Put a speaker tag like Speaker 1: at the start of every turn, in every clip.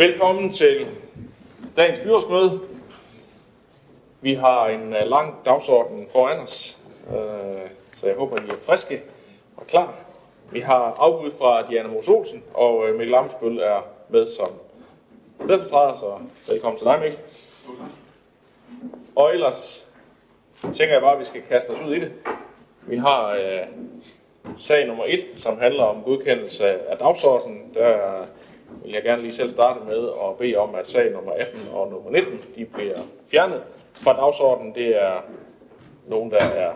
Speaker 1: Velkommen til dagens byrådsmøde. Vi har en lang dagsorden foran os, så jeg håber, I er friske og klar. Vi har afbud fra Diana Mos Olsen, og Mikkel Amsbøl er med som stedfortræder, så velkommen til dig, Mikkel. Og ellers tænker jeg bare, at vi skal kaste os ud i det. Vi har sag nummer 1, som handler om godkendelse af dagsordenen. Der vil jeg gerne lige selv starte med at bede om, at sag nummer 18 og nummer 19 de bliver fjernet fra dagsordenen. Det er nogen, der er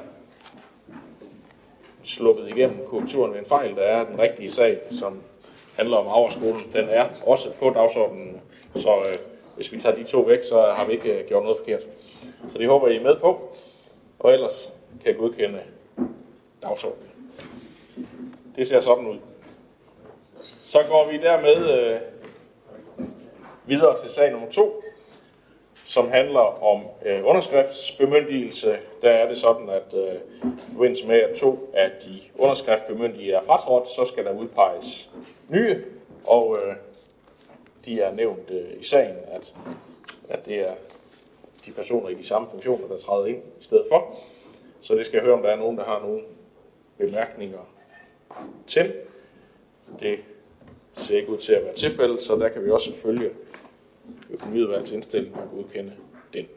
Speaker 1: sluppet igennem korrekturen ved en fejl. Der er den rigtige sag, som handler om Aarhusskolen. Den er også på dagsordenen, så hvis vi tager de to væk, så har vi ikke gjort noget forkert. Så det håber I er med på, og ellers kan jeg godkende dagsordenen. Det ser sådan ud. Så går vi dermed videre til sag nummer 2, som handler om underskriftsbemyndigelse. Der er det sådan, at i forbindelse med, at 2 af de underskriftsbemyndigede er fratrådt, så skal der udpeges nye, og de er nævnt i sagen, at det er de personer i de samme funktioner, der træder ind i stedet for. Så det skal jeg høre, om der er nogen, der har nogle bemærkninger til. Det ser ikke ud til at være tilfældet, så der kan vi også følge økonomiudvalgets indstilling og godkende den.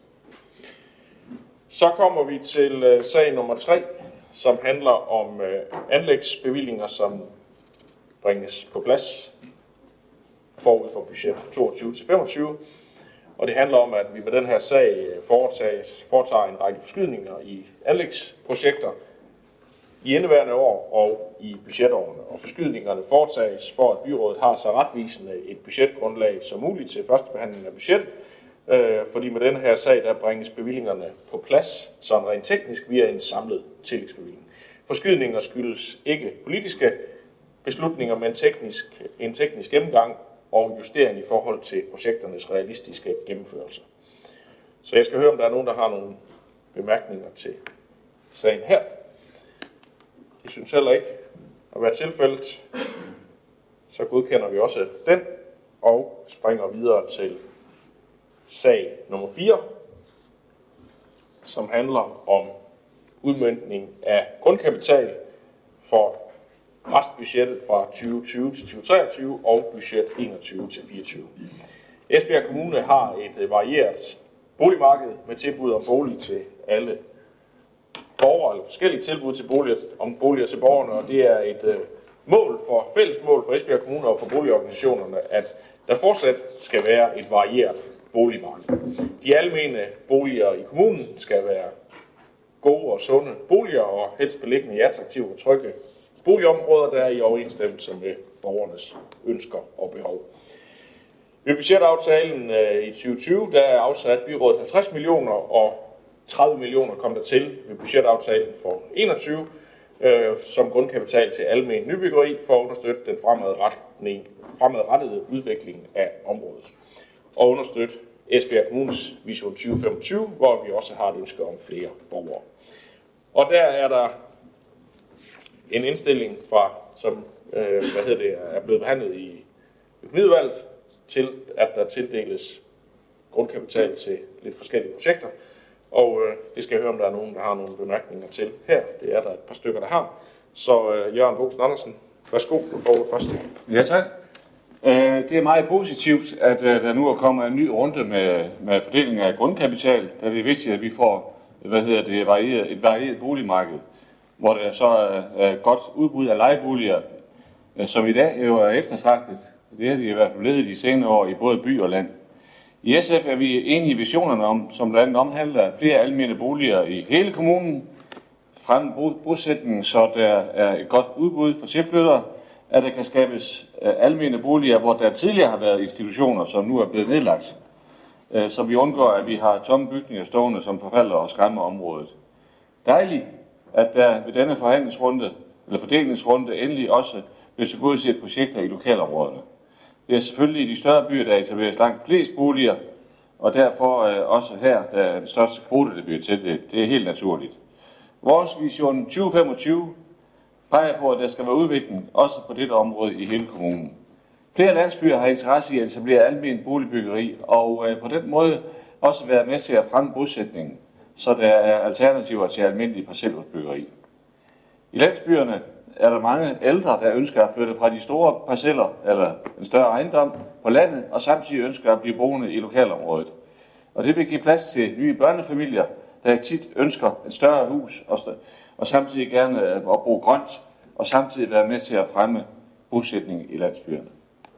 Speaker 1: Så kommer vi til sag nummer 3, som handler om anlægsbevillinger, som bringes på plads forud for budget 22-25. Og det handler om, at vi med den her sag foretager en række forskydninger i anlægsprojekter i indeværende år og i budgetårene. Og forskydningerne foretages for, at byrådet har så retvisende et budgetgrundlag som muligt til første behandling af budgettet. Fordi med den her sag, der bringes bevillingerne på plads, sådan rent teknisk via en samlet tillægsbevilling. Forskydninger skyldes ikke politiske beslutninger, men en teknisk gennemgang og justering i forhold til projekternes realistiske gennemførelse. Så jeg skal høre, om der er nogen, der har nogle bemærkninger til sagen her. Jeg synes heller ikke at være tilfældet. Så godkender vi også den og springer videre til sag nummer 4, som handler om udmøntning af grundkapital for restbudgettet fra 2020 til 2023 og budget 21 til 24. Esbjerg Kommune har et varieret boligmarked med tilbud om bolig til alle borgere, eller forskellige tilbud til boliger til borgerne, og det er et fælles mål for Esbjerg Kommune og for boligorganisationerne, at der fortsat skal være et varieret boligmarked. De almene boliger i kommunen skal være gode og sunde boliger, og helst beliggende i attraktive og trygge boligområder, der er i overensstemmelse med borgernes ønsker og behov. Ved budgetaftalen i 2020, der er afsat byrådet 50 millioner, og 30 millioner kom der til ved budgetaftalen for 21 som grundkapital til almen nybyggeri for at understøtte den fremadrettede udvikling af området. Og understøtte Esbjerg Kommunes Vision 2025, hvor vi også har et ønske om flere borgere. Og der er der en indstilling fra, som er blevet behandlet i økonomiudvalget, til at der tildeles grundkapital til lidt forskellige projekter. Og det skal jeg høre, om der er nogen, der har nogle bemærkninger til her. Det er der et par stykker, der har. Så Jørgen Bosen Andersen, værsgo, du får det første.
Speaker 2: Ja, tak. Det er meget positivt, at der nu er kommet en ny runde med fordeling af grundkapital. Da det er vigtigt, at vi får et varieret boligmarked, hvor der så er godt udbud af lejeboliger, som i dag jo er eftertragtet. Det har de i hvert fald ledet de senere år i både by og land. I SF er vi enige i visionerne om, som blandt andet omhandler flere almene boliger i hele kommunen, frem bosætningen, så der er et godt udbud for tilflyttere, at der kan skabes almene boliger, hvor der tidligere har været institutioner, som nu er blevet nedlagt, så vi undgår, at vi har tomme bygninger stående, som forfalder og skræmmer området. Dejligt, at der ved denne fordelingsrunde endelig også bliver tilgodeset projekter i lokalområderne. Det er selvfølgelig i de større byer, der etableres langt flest boliger, og derfor også her, der er den største kvote, der bliver tildelt. Det er helt naturligt. Vores vision 2025 peger på, at der skal være udvikling også på dette område i hele kommunen. Flere landsbyer har interesse i at etablere almen boligbyggeri, og på den måde også være med til at fremme bosætningen, så der er alternativer til almindelig parcelhusbyggeri. I landsbyerne er der mange ældre, der ønsker at flytte fra de store parceller eller en større ejendom på landet, og samtidig ønsker at blive boende i lokalområdet. Og det vil give plads til nye børnefamilier, der tit ønsker et større hus og samtidig gerne at bruge grønt, og samtidig være med til at fremme bosætning i landsbyerne.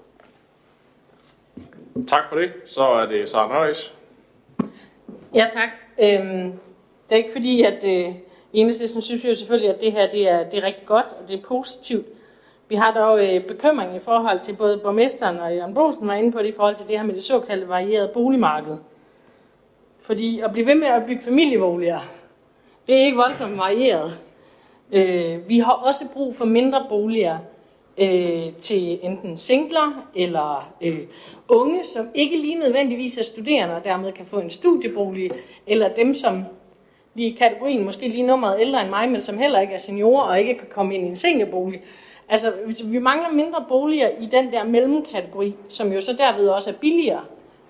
Speaker 1: Tak for det. Så er det Sara Nørris.
Speaker 3: Ja, tak. Det er ikke fordi, at Enhedslisten synes jo selvfølgelig, at det her det er rigtig godt, og det er positivt. Vi har dog bekymring i forhold til både borgmesteren og Jørgen Bosen var inde på det i forhold til det her med det såkaldte varierede boligmarked. Fordi at blive ved med at bygge familieboliger, det er ikke voldsomt varieret. Vi har også brug for mindre boliger til enten singler eller unge, som ikke lige nødvendigvis er studerende og dermed kan få en studiebolig, eller dem, som lige i kategorien måske lige nummeret ældre end mig, men som heller ikke er seniorer og ikke kan komme ind i en seniorbolig. Altså, vi mangler mindre boliger i den der mellemkategori, som jo så derved også er billigere.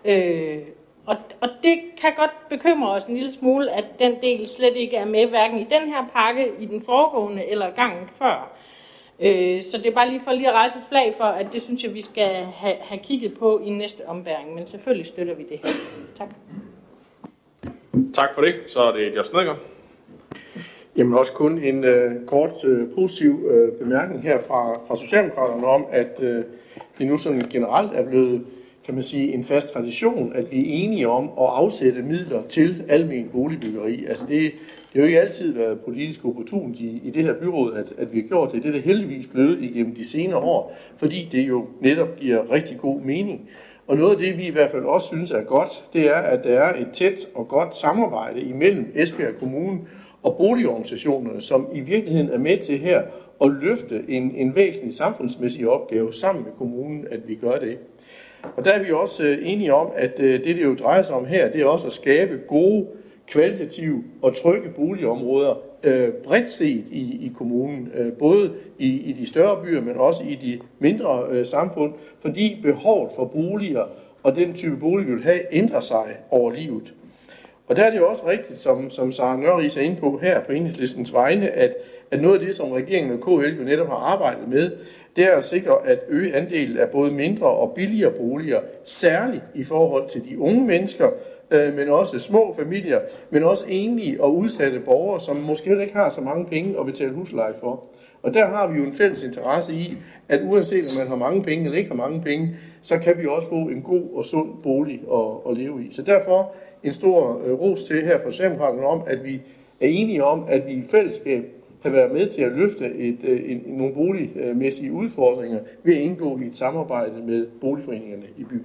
Speaker 3: Og det kan godt bekymre os en lille smule, at den del slet ikke er med, hverken i den her pakke, i den foregående eller gangen før. Så det er bare lige for lige at rejse et flag for, at det synes jeg, vi skal have kigget på i næste ombæring. Men selvfølgelig støtter vi det her. Tak.
Speaker 1: Tak for det. Så er det Josh Snedgaard.
Speaker 4: Jamen også kun en kort positiv bemærkning her fra Socialdemokraterne om, at det nu sådan generelt er blevet, kan man sige, en fast tradition, at vi er enige om at afsætte midler til almen boligbyggeri. Altså det har jo ikke altid været politisk opportunt i det her byråd, at vi har gjort det. Det er det heldigvis blevet igennem de senere år, fordi det jo netop giver rigtig god mening. Og noget af det, vi i hvert fald også synes er godt, det er, at der er et tæt og godt samarbejde imellem Esbjerg Kommune og boligorganisationerne, som i virkeligheden er med til her at løfte en væsentlig samfundsmæssig opgave sammen med kommunen, at vi gør det. Og der er vi også enige om, at det jo drejer sig om her, det er også at skabe gode, kvalitative og trygge boligområder bredt set i kommunen, både i de større byer, men også i de mindre samfund, fordi behovet for boliger og den type bolig, vi vil have, ændrer sig over livet. Og der er det jo også rigtigt, som Sara Nørris er inde på her på Enhedslistens vegne, at noget af det, som regeringen og KL jo netop har arbejdet med, det er at sikre at øge andelen af både mindre og billigere boliger, særligt i forhold til de unge mennesker, men også små familier, men også enlige og udsatte borgere, som måske ikke har så mange penge at betale husleje for. Og der har vi jo en fælles interesse i, at uanset om man har mange penge eller ikke har mange penge, så kan vi også få en god og sund bolig at leve i. Så derfor en stor ros til her fra Socialdemokraterne om, at vi er enige om, at vi i fællesskab kan være med til at løfte nogle boligmæssige udfordringer ved at indgå i et samarbejde med boligforeningerne i byen.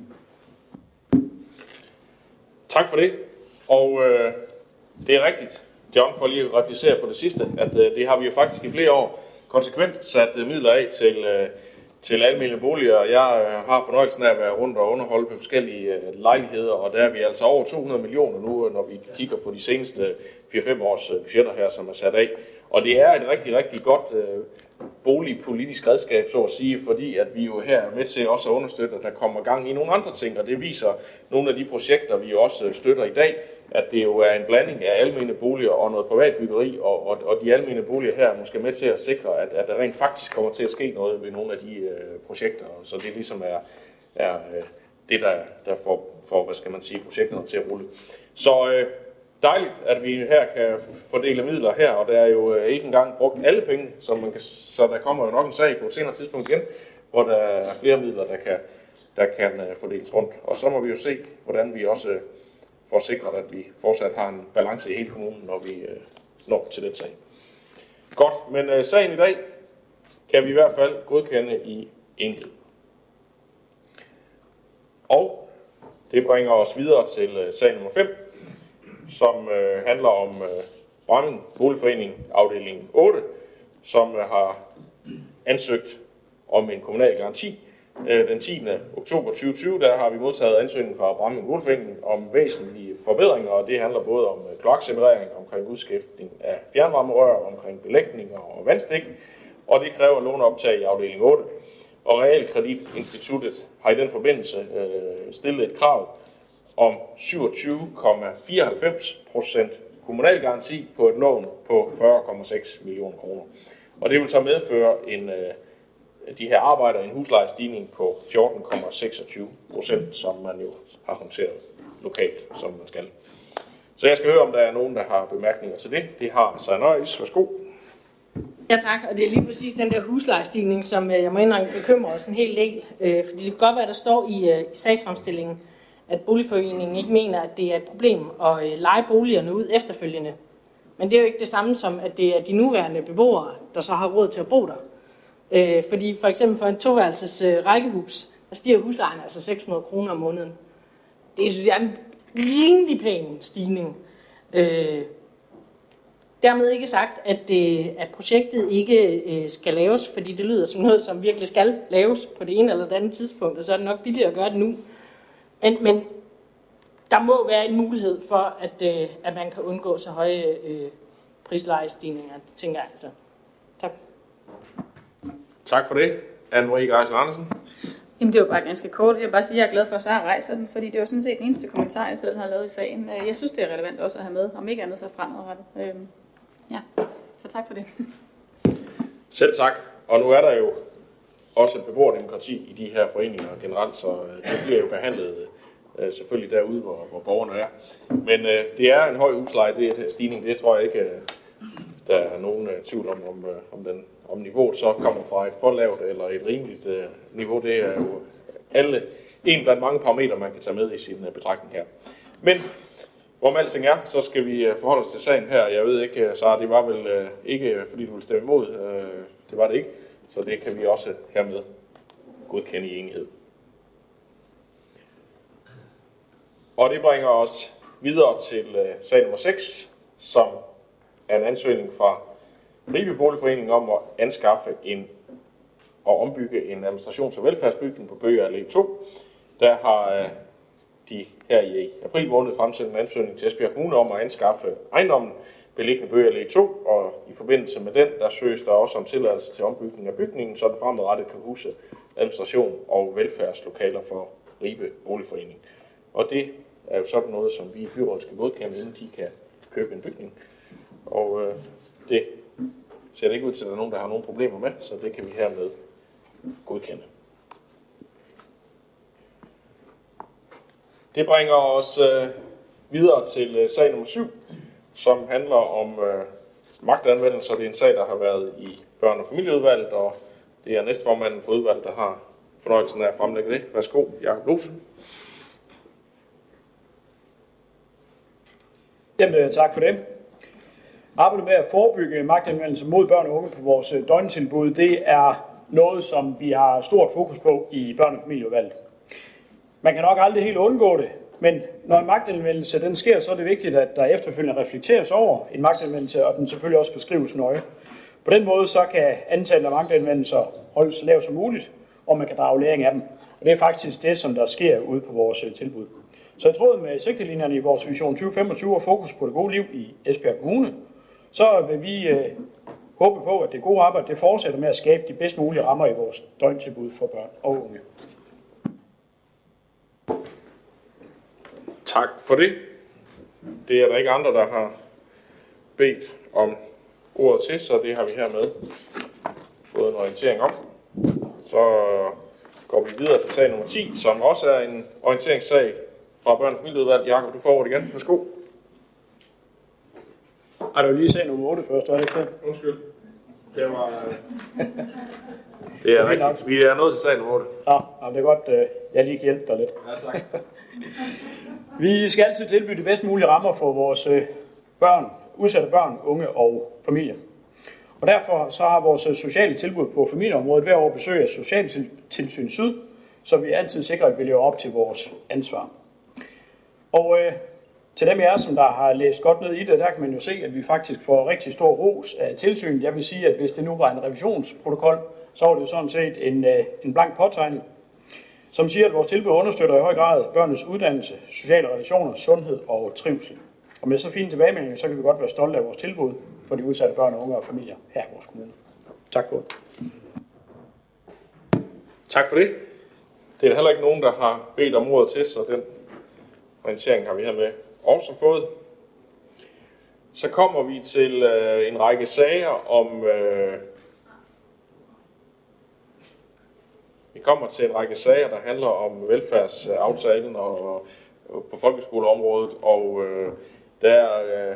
Speaker 1: Tak for det. Og det er rigtigt, John, for lige at replicere på det sidste, at det har vi jo faktisk i flere år konsekvent sat midler af til almene boliger. Jeg har fornøjelsen af at være rundt og underholde på forskellige lejligheder, og der er vi altså over 200 millioner nu, når vi kigger på de seneste 4-5 års budgetter her, som er sat af. Og det er et rigtig, rigtig godt boligpolitisk redskab, så at sige, fordi at vi jo her er med til også at understøtte, at der kommer gang i nogle andre ting, og det viser nogle af de projekter, vi også støtter i dag, at det jo er en blanding af almene boliger og noget privat byggeri, og de almene boliger her er måske med til at sikre, at der rent faktisk kommer til at ske noget ved nogle af de projekter, så det ligesom er det, der får, hvad skal man sige, projekterne til at rulle. Så dejligt, at vi her kan fordele midler her, og der er jo ikke engang brugt alle penge, så der kommer jo nok en sag på et senere tidspunkt igen, hvor der er flere midler, der kan fordeles rundt. Og så må vi jo se, hvordan vi også får sikret, at vi fortsat har en balance i hele kommunen, når vi når til den sag. Godt, men sagen i dag kan vi i hvert fald godkende i enhed. Og det bringer os videre til sag nummer 5, som handler om Bramming Boligforening afdeling 8, som har ansøgt om en kommunal garanti. Den 10. oktober 2020, der har vi modtaget ansøgningen fra Bramming Boligforening om væsentlige forbedringer, og det handler både om kloakseparering, omkring udskiftning af fjernvarmerør, omkring belægninger og vandstik, og det kræver låneoptag i afdeling 8. og Realkreditinstituttet har i den forbindelse stillet et krav om 27,94% kommunal garanti på et lån på 40,6 millioner kroner. Og det vil så medføre de her arbejder en huslejestigning på 14,26%, som man jo har håndteret lokalt, som man skal. Så jeg skal høre, om der er nogen, der har bemærkninger til det. Det har Sarnøjs. Værsgo.
Speaker 3: Ja tak, og det er lige præcis den der huslejestigning, som jeg må indrømme bekymrer os en hel del. Fordi det kan godt være, at der står i sagsfremstillingen, at boligforeningen ikke mener, at det er et problem at leje boligerne ud efterfølgende. Men det er jo ikke det samme som, at det er de nuværende beboere, der så har råd til at bo der. Fordi for eksempel for en toværelses rækkehus, der stiger huslejen altså 600 kroner om måneden. Det synes jeg er en rimelig pæn stigning. Dermed ikke sagt, at projektet ikke skal laves, fordi det lyder som noget, som virkelig skal laves på det ene eller det andet tidspunkt, og så er det nok billigere at gøre det nu. Men der må være en mulighed for, at man kan undgå så høje prislejestigninger, tænker jeg altså. Tak.
Speaker 1: Tak for det. Anne-Marie Geisel Andersen.
Speaker 5: Jamen det var bare ganske kort. Jeg vil bare sige, at jeg er glad for, at Sara rejser den, fordi det var sådan set den eneste kommentar, jeg selv har lavet i sagen. Jeg synes, det er relevant også at have med, om ikke andet så fremadrettet. Ja, så tak for det.
Speaker 1: Selv tak. Og nu er der jo også et beboerdemokrati i de her foreninger generelt, så det bliver jo behandlet selvfølgelig derude, hvor borgerne er. Men det er en høj husleje, det er stigning. Det tror jeg ikke, der er nogen tvivl om niveauet så kommer fra et for lavt eller et rimeligt niveau. Det er jo en blandt mange parametre, man kan tage med i sin betragtning her. Men hvorom alting er, så skal vi forholde os til sagen her. Jeg ved ikke, Sara, det var vel ikke, fordi du ville stemme imod. Det var det ikke. Så det kan vi også hermed godkende i enighed. Og det bringer os videre til sag nummer 6, som er en ansøgning fra Ribe Boligforening om at anskaffe og ombygge en administrations- og velfærdsbygning på Bøge Allé 2. Der har de her i april måned fremsendt en ansøgning til Esbjerg Kommune om at anskaffe ejendommen beliggende Bøge Allé 2, og i forbindelse med den, der søges der også om tilladelse til ombygning af bygningen, så den fremadrettet kan huse administration og velfærdslokaler for Ribe Boligforening. Og det er jo sådan noget, som vi i byrådet skal godkende, inden de kan købe en bygning. Og det ser det ikke ud til, at der er nogen, der har nogle problemer med, så det kan vi hermed godkende. Det bringer os videre til sag nummer 7, som handler om magtanvendelser. Det er en sag, der har været i børne- og familieudvalget, og det er næstformanden for udvalget, der har fornøjelsen af at fremlægge det. Værsgo, Jakob Lose.
Speaker 6: Jamen, tak for det. Arbejdet med at forebygge magtanvendelse mod børn og unge på vores døgntilbud, det er noget, som vi har stort fokus på i børne- og familieudvalget. Man kan nok aldrig helt undgå det, men når en magtanvendelse den sker, så er det vigtigt, at der efterfølgende reflekteres over en magtanvendelse, og den selvfølgelig også beskrives nøje. På den måde så kan antallet af magtanvendelser holdes så lavt som muligt, og man kan drage læring af dem. Og det er faktisk det, som der sker ude på vores tilbud. Så i tråd med sigtelinjerne i vores Vision 2025 og fokus på det gode liv i Esbjerg Kommune, så vil vi håbe på, at det gode arbejde det fortsætter med at skabe de bedst mulige rammer i vores døgntilbud for børn og unge.
Speaker 1: Tak for det. Det er der ikke andre, der har bedt om ordet til, så det har vi hermed fået en orientering om. Så går vi videre til sag nummer 10, som også er en orienteringssag fra børne- og familieudvalget. Jakob, du får ordet igen. Værsgo.
Speaker 6: Ej, du lige sag nummer 8 først, var det ikke det?
Speaker 1: Undskyld. Det er rigtigt. Vi er nået til sag nummer 8.
Speaker 6: Ja, det er godt, jeg lige kan hjælpe dig lidt.
Speaker 1: Ja, tak.
Speaker 6: Vi skal altid tilbyde de bedst mulige rammer for vores børn, udsatte børn, unge og familier. Og derfor så har vores sociale tilbud på familieområdet hver år besøg af Socialtilsyn Syd, så vi altid sikrer, at vi lever op til vores ansvar. Og til dem af jer, som der har læst godt ned i det, der kan man jo se, at vi faktisk får rigtig stor ros af tilsynet. Jeg vil sige, at hvis det nu var en revisionsprotokol, så var det sådan set en blank påtegning, som siger, at vores tilbud understøtter i høj grad børnenes uddannelse, sociale relationer, sundhed og trivsel. Og med så fine tilbagemeldinger, så kan vi godt være stolte af vores tilbud for de udsatte børn, unge og familier her i vores kommune. Tak for det.
Speaker 1: Tak for det. Det er der heller ikke nogen, der har bedt om ordet til, så den orientering har vi hermed også fået. Så kommer vi til en række sager om... Vi kommer til en række sager, der handler om velfærdsaftalen og på folkeskoleområdet, og der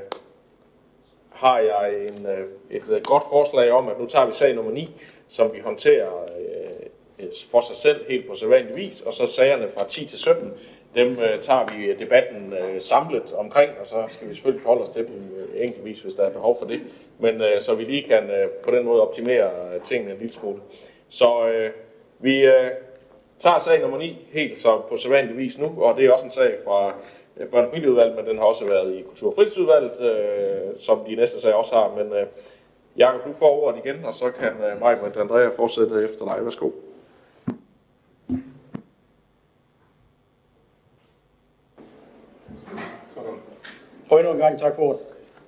Speaker 1: har jeg et godt forslag om, at nu tager vi sag nummer 9, som vi håndterer for sig selv helt på sædvanlig vis, og så sagerne fra 10 til 17, dem tager vi debatten samlet omkring, og så skal vi selvfølgelig forholde os til dem enkeltvis, hvis der er behov for det, men så vi lige kan på den måde optimere tingene en lille smule. Så vi tager sag nummer 9 helt så på sædvanlig vis nu, og det er også en sag fra børne- og familieudvalget, men den har også været i kultur- og fritidsudvalget, som de næste sager også har. Men Jakob, du får ordet igen, og så kan Maj-Britt og Andrea fortsætte efter dig. Værsgo.
Speaker 6: Og endnu en gang tak for ordet.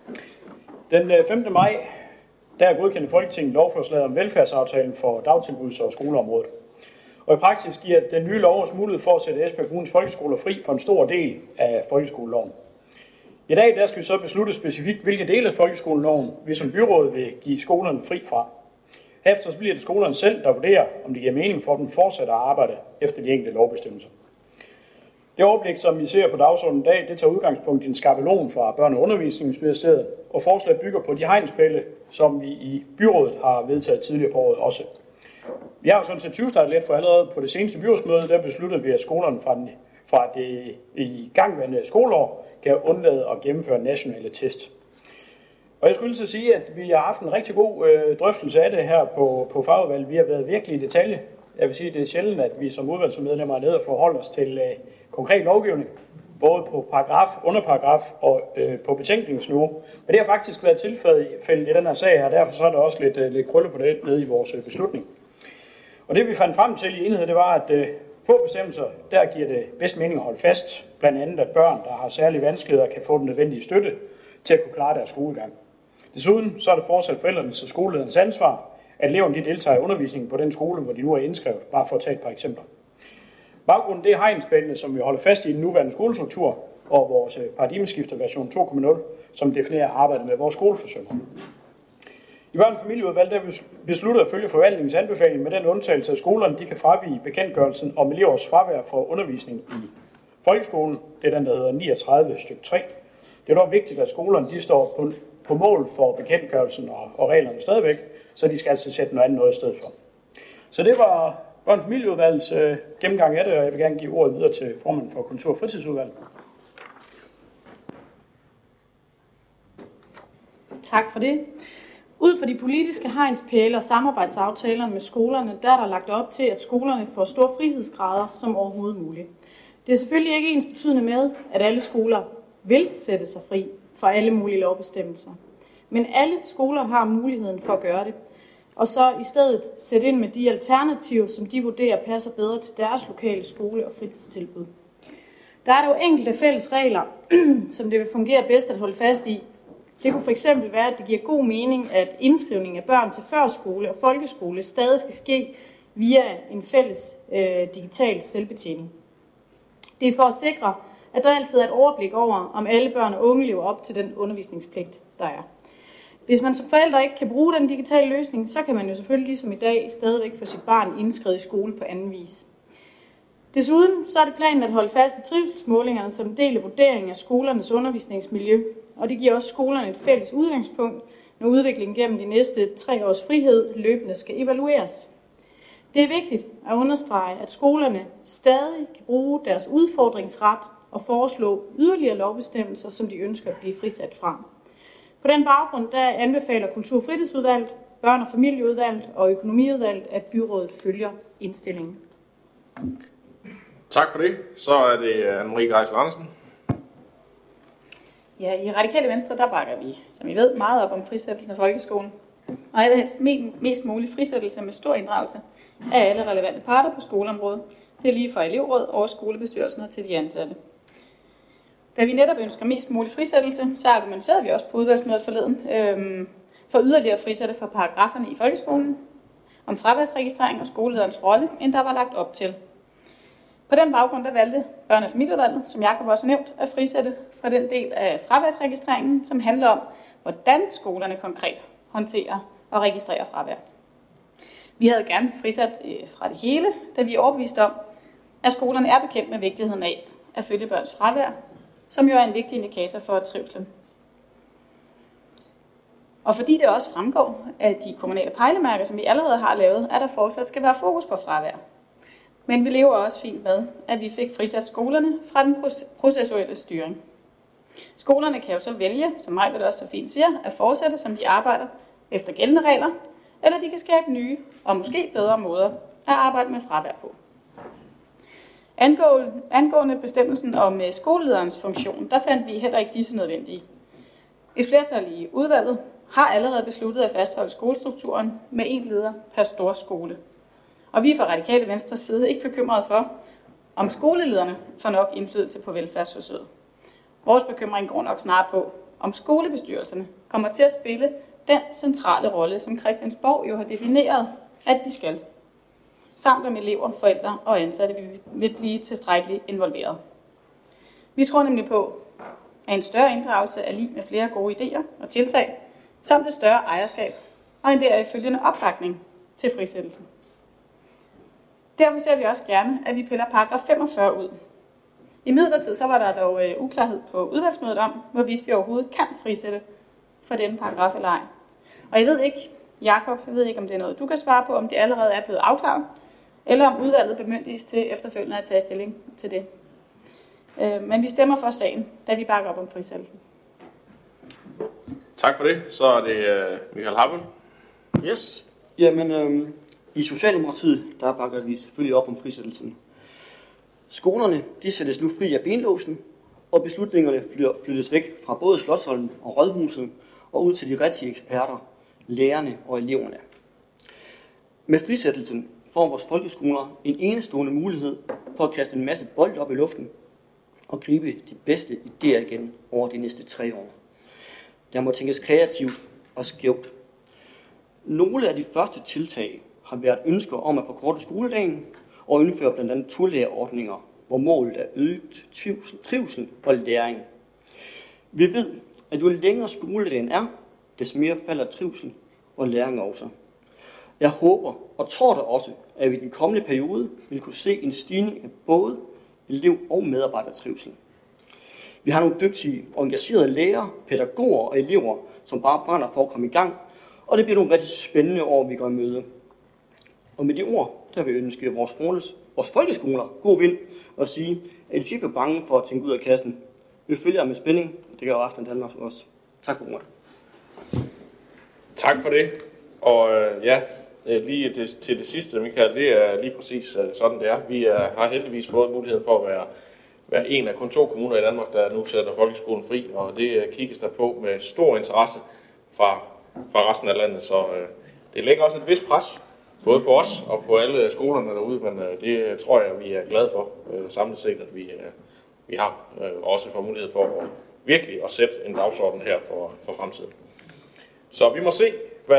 Speaker 6: Den 5. maj, der godkendte Folketinget lovforslaget om velfærdsaftalen for dagtilbuds- og skoleområdet. Og i praksis giver den nye lov os mulighed for at sætte Esbjerg Kommunes folkeskoler fri for en stor del af folkeskoleloven. I dag der skal vi så beslutte specifikt, hvilke dele af folkeskoleloven vi som byråd vil give skolerne fri fra. Herefter bliver det skolerne selv, der vurderer, om det giver mening for dem fortsat at arbejde efter de enkelte lovbestemmelser. Det overblik, som vi ser på dagsordenen i dag, det tager udgangspunkt i en skabelon fra Børne- og Undervisningsministeriet, og forslaget bygger på de hegnspæle, som vi i byrådet har vedtaget tidligere på året også. Vi har jo sådan set 20 startet lidt, for allerede på det seneste byrådsmøde, der besluttede vi, at skolerne fra det i gangværende skoleår kan undlade at gennemføre nationale test. Og jeg skulle så sige, at vi har haft en rigtig god drøftelse af det her på fagudvalget. Vi har været virkelig i detalje. Jeg vil sige, at det er sjældent, at vi som udvalgsmedlemmer er nede og forholder os til konkret lovgivning, både på paragraf, underparagraf og på betænkningsniveau. Men det har faktisk været tilfældet i den her sag her, og derfor så er der også lidt krølle på det nede i vores beslutning. Og det vi fandt frem til i enighed, det var, at få bestemmelser, der giver det bedst mening at holde fast. Blandt andet, at børn, der har særlige vanskeligheder, kan få den nødvendige støtte til at kunne klare deres skolegang. Desuden så er det fortsat forældrenes og skoleledernes ansvar, at eleverne de deltager i undervisningen på den skole, hvor de nu er indskrevet, bare for at tage et par eksempler. Baggrunden det er hegnspælene, som vi holder fast i den nuværende skolestruktur, og vores paradigmeskifter version 2.0, som definerer arbejdet med vores skoleforsømmer. I Børne- og familieudvalget der vi besluttet at følge forvaltningens anbefaling med den undtagelse, at skolerne de kan fravige bekendtgørelsen om elevers fravær for undervisning i folkeskolen. Det er den, der hedder 39 stykke 3. Det er dog vigtigt, at skolerne de står på mål for bekendtgørelsen og reglerne stadigvæk, så de skal altså sætte noget andet noget i stedet for. Så det var Børne- og familieudvalgets gennemgang af det, og jeg vil gerne give ordet videre til formanden for kultur- og fritidsudvalget.
Speaker 5: Tak for det. Ud fra de politiske hegnspæle og samarbejdsaftalerne med skolerne, der er der lagt op til, at skolerne får store frihedsgrader som overhovedet muligt. Det er selvfølgelig ikke ens betydende med, at alle skoler vil sætte sig fri for alle mulige lovbestemmelser. Men alle skoler har muligheden for at gøre det, og så i stedet sætte ind med de alternativer, som de vurderer passer bedre til deres lokale skole- og fritidstilbud. Der er dog enkelte fælles regler, som det vil fungere bedst at holde fast i. Det kunne fx være, at det giver god mening, at indskrivning af børn til førskole og folkeskole stadig skal ske via en fælles digital selvbetjening. Det er for at sikre, at der altid er et overblik over, om alle børn og unge lever op til den undervisningspligt, der er. Hvis man som forældre ikke kan bruge den digitale løsning, så kan man jo selvfølgelig ligesom i dag stadigvæk få sit barn indskrevet i skole på anden vis. Desuden så er det planen at holde fast i trivselsmålingerne som en del af vurderingen af skolernes undervisningsmiljø, og det giver også skolerne et fælles udgangspunkt, når udviklingen gennem de næste 3 års frihed løbende skal evalueres. Det er vigtigt at understrege, at skolerne stadig kan bruge deres udfordringsret og foreslå yderligere lovbestemmelser, som de ønsker at blive frisat fra. På den baggrund der anbefaler Kultur- og Fritidsudvalget, Børne- og Familieudvalget og Økonomiudvalget, at byrådet følger indstillingen.
Speaker 1: Tak for det. Så er det Anne-Marie Geisler Andersen.
Speaker 5: Ja, i Radikale Venstre, der bakker vi, som I ved, meget op om frisættelsen af folkeskolen. Og allerhelst mest mulig frisættelse med stor inddragelse af alle relevante parter på skoleområdet. Det er lige fra elevråd over skolebestyrelsen og til de ansatte. Da vi netop ønsker mest mulig frisættelse, så argumenterede vi også på udvalgsmødet forleden for yderligere frisætte for paragraferne i folkeskolen. om fraværsregistrering og skolelederens rolle, end der var lagt op til. På den baggrund der valgte Børne- og Familieudvalget, som Jakob også har nævnt, at frisætte fra den del af fraværsregistreringen, som handler om, hvordan skolerne konkret håndterer og registrerer fravær. Vi havde gerne frisat fra det hele, da vi er overbevist om, at skolerne er bekendt med vigtigheden af at følge børns fravær, som jo er en vigtig indikator for trivslen. Og fordi det også fremgår af de kommunale pejlemærker, som vi allerede har lavet, at der fortsat skal være fokus på fravær. Men vi lever også fint med, at vi fik frisat skolerne fra den processuelle styring. Skolerne kan jo så vælge, som Majbert også så fint siger, at fortsætte, som de arbejder efter gældende regler, eller de kan skabe nye og måske bedre måder at arbejde med fravær på. Angående bestemmelsen om skolelederens funktion, der fandt vi heller ikke disse nødvendige. Et flertal i udvalget har allerede besluttet at fastholde skolestrukturen med en leder per stor skole. Og vi er fra Radikale Venstres side ikke bekymrede for, om skolelederne får nok indflydelse på velfærdsforsøget. Vores bekymring går nok snart på, om skolebestyrelserne kommer til at spille den centrale rolle, som Christiansborg jo har defineret, at de skal. Samt om elever, forældre og ansatte vil blive tilstrækkeligt involveret. Vi tror nemlig på, at en større inddragelse er lig med flere gode idéer og tiltag, samt et større ejerskab og en deraf følgende opbakning til frisættelsen. Derfor ser vi også gerne, at vi piller paragraf 45 ud. I midlertid så var der dog uklarhed på udvalgsmødet om, hvorvidt vi overhovedet kan frisætte for denne paragraf eller ej. Og jeg ved ikke, Jakob, om det er noget, du kan svare på, om det allerede er blevet afklaret, eller om udvalget bemyndiges til efterfølgende at tage stilling til det. Men vi stemmer for sagen, da vi bakker op om frisættelsen.
Speaker 1: Tak for det. Så er det Michael Happen.
Speaker 7: Yes. Jamen, i Socialdemokratiet, der bakker vi selvfølgelig op om frisættelsen. Skolerne, de sættes nu fri af benlåsen, og beslutningerne flyttes væk fra både Slotsholmen og Rådhuset og ud til de rigtige eksperter, lærerne og eleverne. Med frisættelsen får vores folkeskoler en enestående mulighed for at kaste en masse bold op i luften og gribe de bedste idéer igen over de næste 3 år. Der må tænkes kreativt og skævt. Nogle af de første tiltag har været ønsker om at forkorte skoledagen og indføre blandt andet tolærerordninger, hvor målet er øget trivsel og læring. Vi ved, at jo længere skoledagen er, des mere falder trivsel og læring også. Jeg håber og tror da også, at vi i den kommende periode vil kunne se en stigning af både elev- og medarbejdertrivsel. Vi har nogle dygtige og engagerede lærere, pædagoger og elever, som bare brænder for at komme i gang, og det bliver nogle rigtig spændende år, vi går i møde. Og med de ord, der vil jeg ønske vores folkeskoler god vind og sige, at I skal være bange for at tænke ud af kassen. Vi følger med spænding, og det gør resten af Danmark også. Tak for ordet.
Speaker 1: Tak for det. Og lige til det sidste, Michael, det er lige præcis sådan det er. Vi har heldigvis fået muligheden for at være en af kun 2 kommuner i Danmark, der nu sætter folkeskolen fri, og det kigges der på med stor interesse fra resten af landet. Så det lægger også et vist pres, både på os og på alle skolerne derude, men det tror jeg, vi er glade for samlet set, at vi har også for mulighed for at virkelig at sætte en dagsorden her for fremtiden. Så vi må se,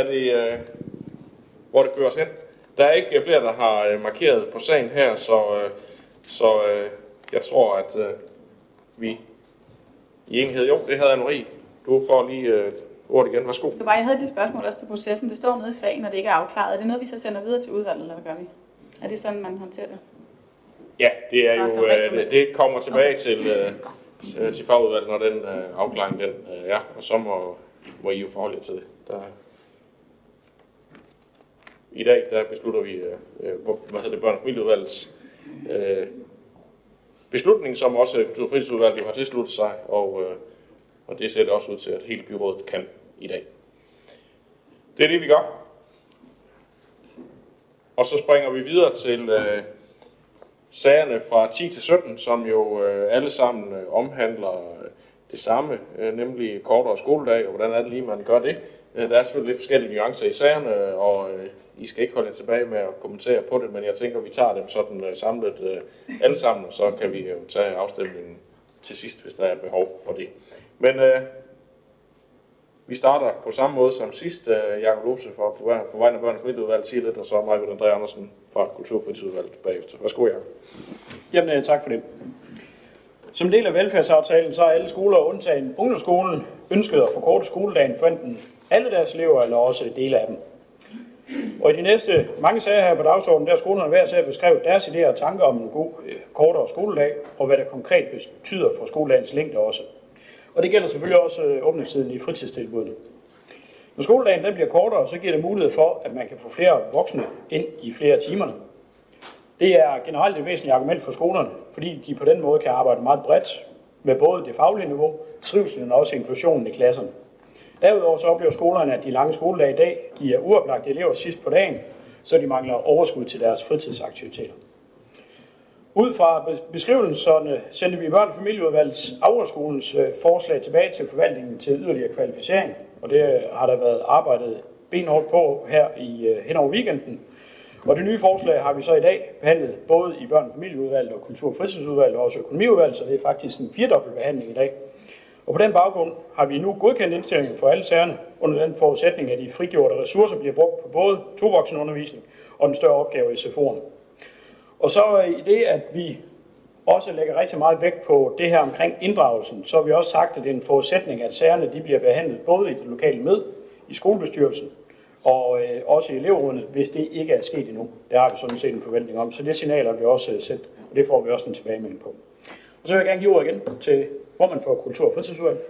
Speaker 1: hvor det fører os hen. Der er ikke flere, der har markeret på sagen her, så jeg tror, at vi i enighed... Jo, det havde Anne-Marie. Du får lige ordet igen. Værsgo.
Speaker 5: Jeg havde et spørgsmål også til processen. Det står nede i sagen, og det ikke er afklaret. Er det noget, vi så sender videre til udvalget, eller hvad gør vi? Er det sådan, man håndterer det?
Speaker 1: Ja, det er jo, det kommer tilbage til fagudvalget, når den afklaring den er, og så må I jo forholde jer til det. I dag der beslutter vi, Børne- og Familieudvalgets beslutning, som også Kultur- og Fritidsudvalget har tilsluttet sig, og det ser det også ud til, at hele byrådet kan i dag. Det er det, vi gør. Og så springer vi videre til sagerne fra 10 til 17, som jo alle sammen omhandler det samme, nemlig kortere skoledag, og hvordan er det lige, man gør det. Der er selvfølgelig lidt forskellige nuancer i sagerne, og I skal ikke holde jer tilbage med at kommentere på det, men jeg tænker, at vi tager dem sådan samlet alle sammen, og så kan vi jo tage afstemningen til sidst, hvis der er behov for det. Men Vi starter på samme måde som sidst. Jakob Lose på vegne af børne- og familieudvalget siger lidt, og så Michael André Andersen fra Kultur- og fritidsudvalget bagefter. Værsgo, Jakob.
Speaker 6: Jamen, tak for det. Som del af velfærdsaftalen, så er alle skoler undtagen ungdomsskolen ønsket at forkorte skoledagen for enten alle deres elever, eller også dele af dem. Og i de næste mange sager her på dagsordenen, der er skolerne hver til at beskrive deres idéer og tanker om en god, kortere skoledag, og hvad det konkret betyder for skoledagens længde også. Og det gælder selvfølgelig også åbningstiden i fritidstilbudene. Når skoledagen den bliver kortere, så giver det mulighed for, at man kan få flere voksne ind i flere af timerne. Det er generelt et væsentligt argument for skolerne, fordi de på den måde kan arbejde meget bredt med både det faglige niveau, trivselen og også inklusionen i klasserne. Derudover så oplever skolerne, at de lange skoledage i dag giver uoplagte elever sidst på dagen, så de mangler overskud til deres fritidsaktiviteter. Ud fra beskrivelserne sendte vi børne- og familieudvalgets afrådsskolens forslag tilbage til forvaltningen til yderligere kvalificering, og det har der været arbejdet benhårdt på her hen over weekenden. Og det nye forslag har vi så i dag behandlet både i børne- og familieudvalget og kultur- og fritidsudvalget og også økonomiudvalget, så det er faktisk en 4-dobbelt behandling i dag. Og på den baggrund har vi nu godkendt indstillingen for alle sagerne, under den forudsætning, at de frigjorte ressourcer bliver brugt på både tovoksenundervisning og den større opgave i SFO'erne. Og så i det, at vi også lægger rigtig meget vægt på det her omkring inddragelsen, så har vi også sagt, at det er en forudsætning, at sagerne de bliver behandlet både i det lokale møde, i skolebestyrelsen og også i elevrådene, hvis det ikke er sket endnu. Der har vi sådan set en forventning om, så det signaler vi også sendt, og det får vi også en tilbagemelding på. Og så vil jeg gerne give ordet igen til formand for Kultur- og fritidsudvalget.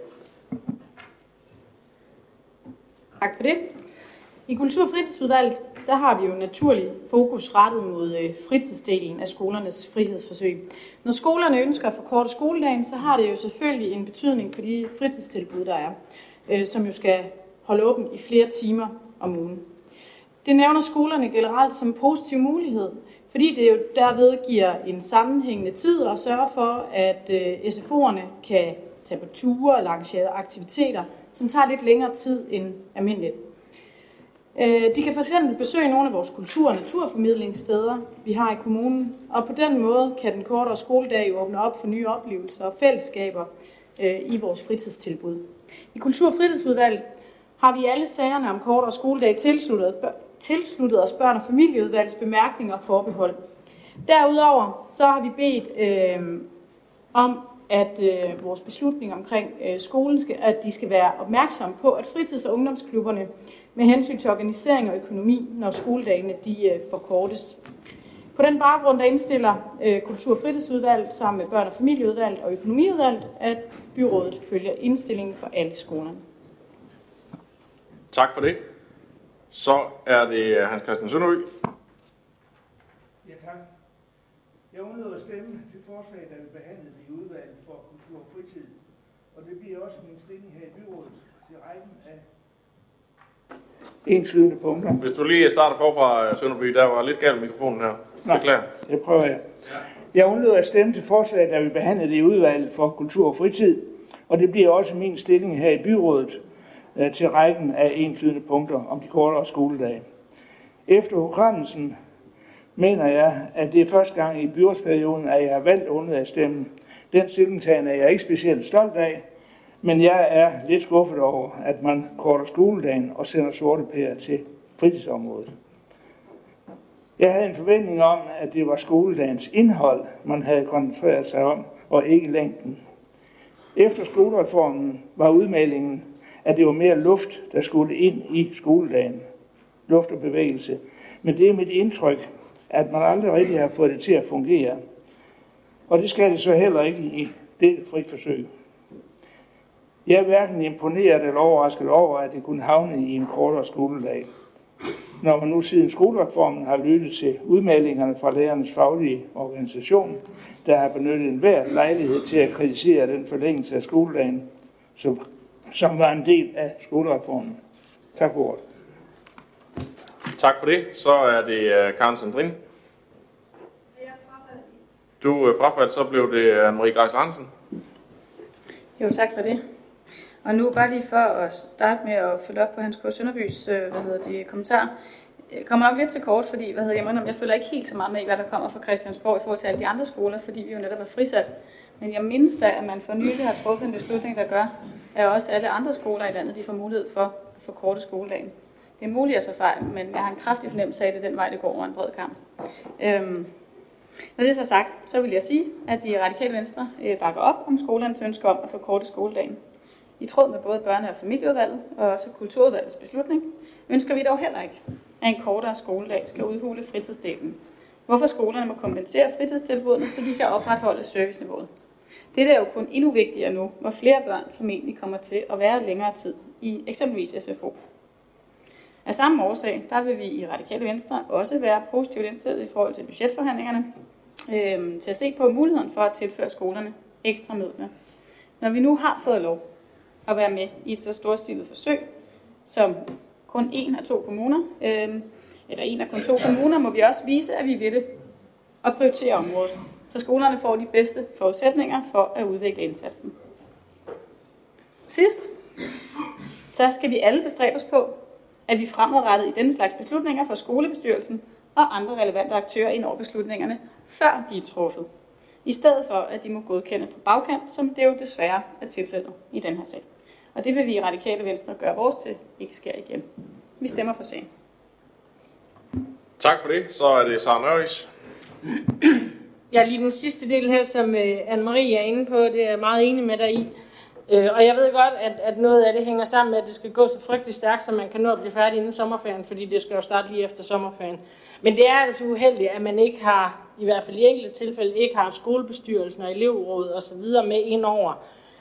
Speaker 5: Tak for det. I Kultur- og fritidsudvalget, der har vi jo naturlig fokus rettet mod fritidsdelen af skolernes frihedsforsøg. Når skolerne ønsker at forkorte skoledagen, så har det jo selvfølgelig en betydning for de fritidstilbud, der er, som jo skal holde åbent i flere timer om ugen. Det nævner skolerne generelt som en positiv mulighed, fordi det jo derved giver en sammenhængende tid og sørger for, at SFO'erne kan tage på ture og arrangere aktiviteter, som tager lidt længere tid end almindeligt. De kan fx besøge nogle af vores kultur- og naturformidlingssteder, vi har i kommunen, og på den måde kan den kortere skoledag jo åbne op for nye oplevelser og fællesskaber i vores fritidstilbud. I Kultur- og fritidsudvalget har vi alle sagerne om kortere skoledag tilsluttet os børne- og familieudvalgets bemærkninger og forbehold. Derudover så har vi bedt om, at vores beslutning omkring skolen, at de skal være opmærksomme på, at fritids- og ungdomsklubberne med hensyn til organisering og økonomi, når skoledagene de forkortes. På den baggrund der indstiller Kultur- og fritidsudvalget sammen med børne- og familieudvalget og økonomiudvalget, at byrådet følger indstillingen for alle skolerne.
Speaker 1: Tak for det. Så er det Hans Christian Sønderø.
Speaker 8: Ja, tak. Jeg undlod at stemme til forslaget, der vi behandlede i udvalget for kultur og fritid. Og det bliver også min stilling her i byrådet til rækken af enslydende punkter.
Speaker 1: Hvis du lige starter forfra, Sønderby, der var lidt galt med mikrofonen her. Beklager.
Speaker 8: Det prøver jeg. Jeg undlod at stemme til forslaget, der vi behandlede i udvalget for kultur og fritid. Og det bliver også min stilling her i byrådet til rækken af enslydende punkter om de kortere skoledage. Efter hukommelsen mener jeg, at det er første gang i byrådsperioden, at jeg har valgt undladt at stemme. Den stillingtagen er jeg ikke specielt stolt af, men jeg er lidt skuffet over, at man korter skoledagen og sender sorte pærer til fritidsområdet. Jeg havde en forventning om, at det var skoledagens indhold, man havde koncentreret sig om, og ikke længden. Efter skolereformen var udmeldingen, at det var mere luft, der skulle ind i skoledagen. Luft og bevægelse. Men det er mit indtryk, at man aldrig rigtig har fået det til at fungere. Og det skal det så heller ikke i det frit forsøg. Jeg er hverken imponeret eller overrasket over, at det kunne havne i en kortere skoledag. Når man nu siden skolereformen har lyttet til udmeldingerne fra lærernes faglige organisation, der har benyttet enhver lejlighed til at kritisere den forlængelse af skoledagen, som var en del af skolereformen. Tak for ordet.
Speaker 1: Tak for det. Så er det Karen Sandrine. Du frafaldt, så blev det Anne-Marie Greis Andersen.
Speaker 9: Jo, tak for det. Og nu bare lige for at starte med at følge op på Hans K. Sønderbys kommentar. Jeg kommer nok lidt til kort, fordi jeg følger ikke helt så meget med, hvad der kommer fra Christiansborg i forhold til alle de andre skoler, fordi vi jo netop er frisat. Men jeg mindes da, at man for nylig har truffet en beslutning, der gør, at også alle andre skoler i landet de får mulighed for at forkorte skoledagen. Det er muligt at tage fejl, men jeg har en kraftig fornemmelse af, at det er den vej, det går over en bred kamp. Når det er så sagt, så vil jeg sige, at vi i Radikale Venstre bakker op om skolernes ønske om at forkorte skoledagen. I tråd med både børne- og familieudvalget og også kulturudvalgets beslutning, ønsker vi dog heller ikke, at en kortere skoledag skal udhule fritidsdelen. Hvorfor skolerne må kompensere fritidstilbudene, så de kan opretholde serviceniveauet. Dette er jo kun endnu vigtigere nu, hvor flere børn formentlig kommer til at være længere tid i eksempelvis SFO. Af samme årsag, der vil vi i Radikale Venstre også være positivt indstillet i forhold til budgetforhandlingerne, til at se på muligheden for at tilføre skolerne ekstra midler. Når vi nu har fået lov at være med i et så storstilet forsøg, som kun en af kun to kommuner, må vi også vise, at vi vil det og prioritere området, så skolerne får de bedste forudsætninger for at udvikle indsatsen. Sidst, så skal vi alle bestræbe os på, at vi fremadrettet i denne slags beslutninger for skolebestyrelsen og andre relevante aktører ind over beslutningerne, før de er truffet, i stedet for at de må godkende på bagkant, som det jo desværre er tilfældet i den her sag. Og det vil vi i Radikale Venstre gøre vores til ikke sker igen. Vi stemmer for sagen.
Speaker 1: Tak for det. Så er det Sara Nørris.
Speaker 3: Ja, lige den sidste del her, som Anne-Marie er inde på, det er jeg meget enig med dig i. Og jeg ved godt, at noget af det hænger sammen med, at det skal gå så frygtelig stærkt, så man kan nå at blive færdig inden sommerferien, fordi det skal jo starte lige efter sommerferien. Men det er altså uheldigt, at man ikke har, i hvert fald i enkelte tilfælde, ikke har skolebestyrelsen og elevråd og så videre med indover.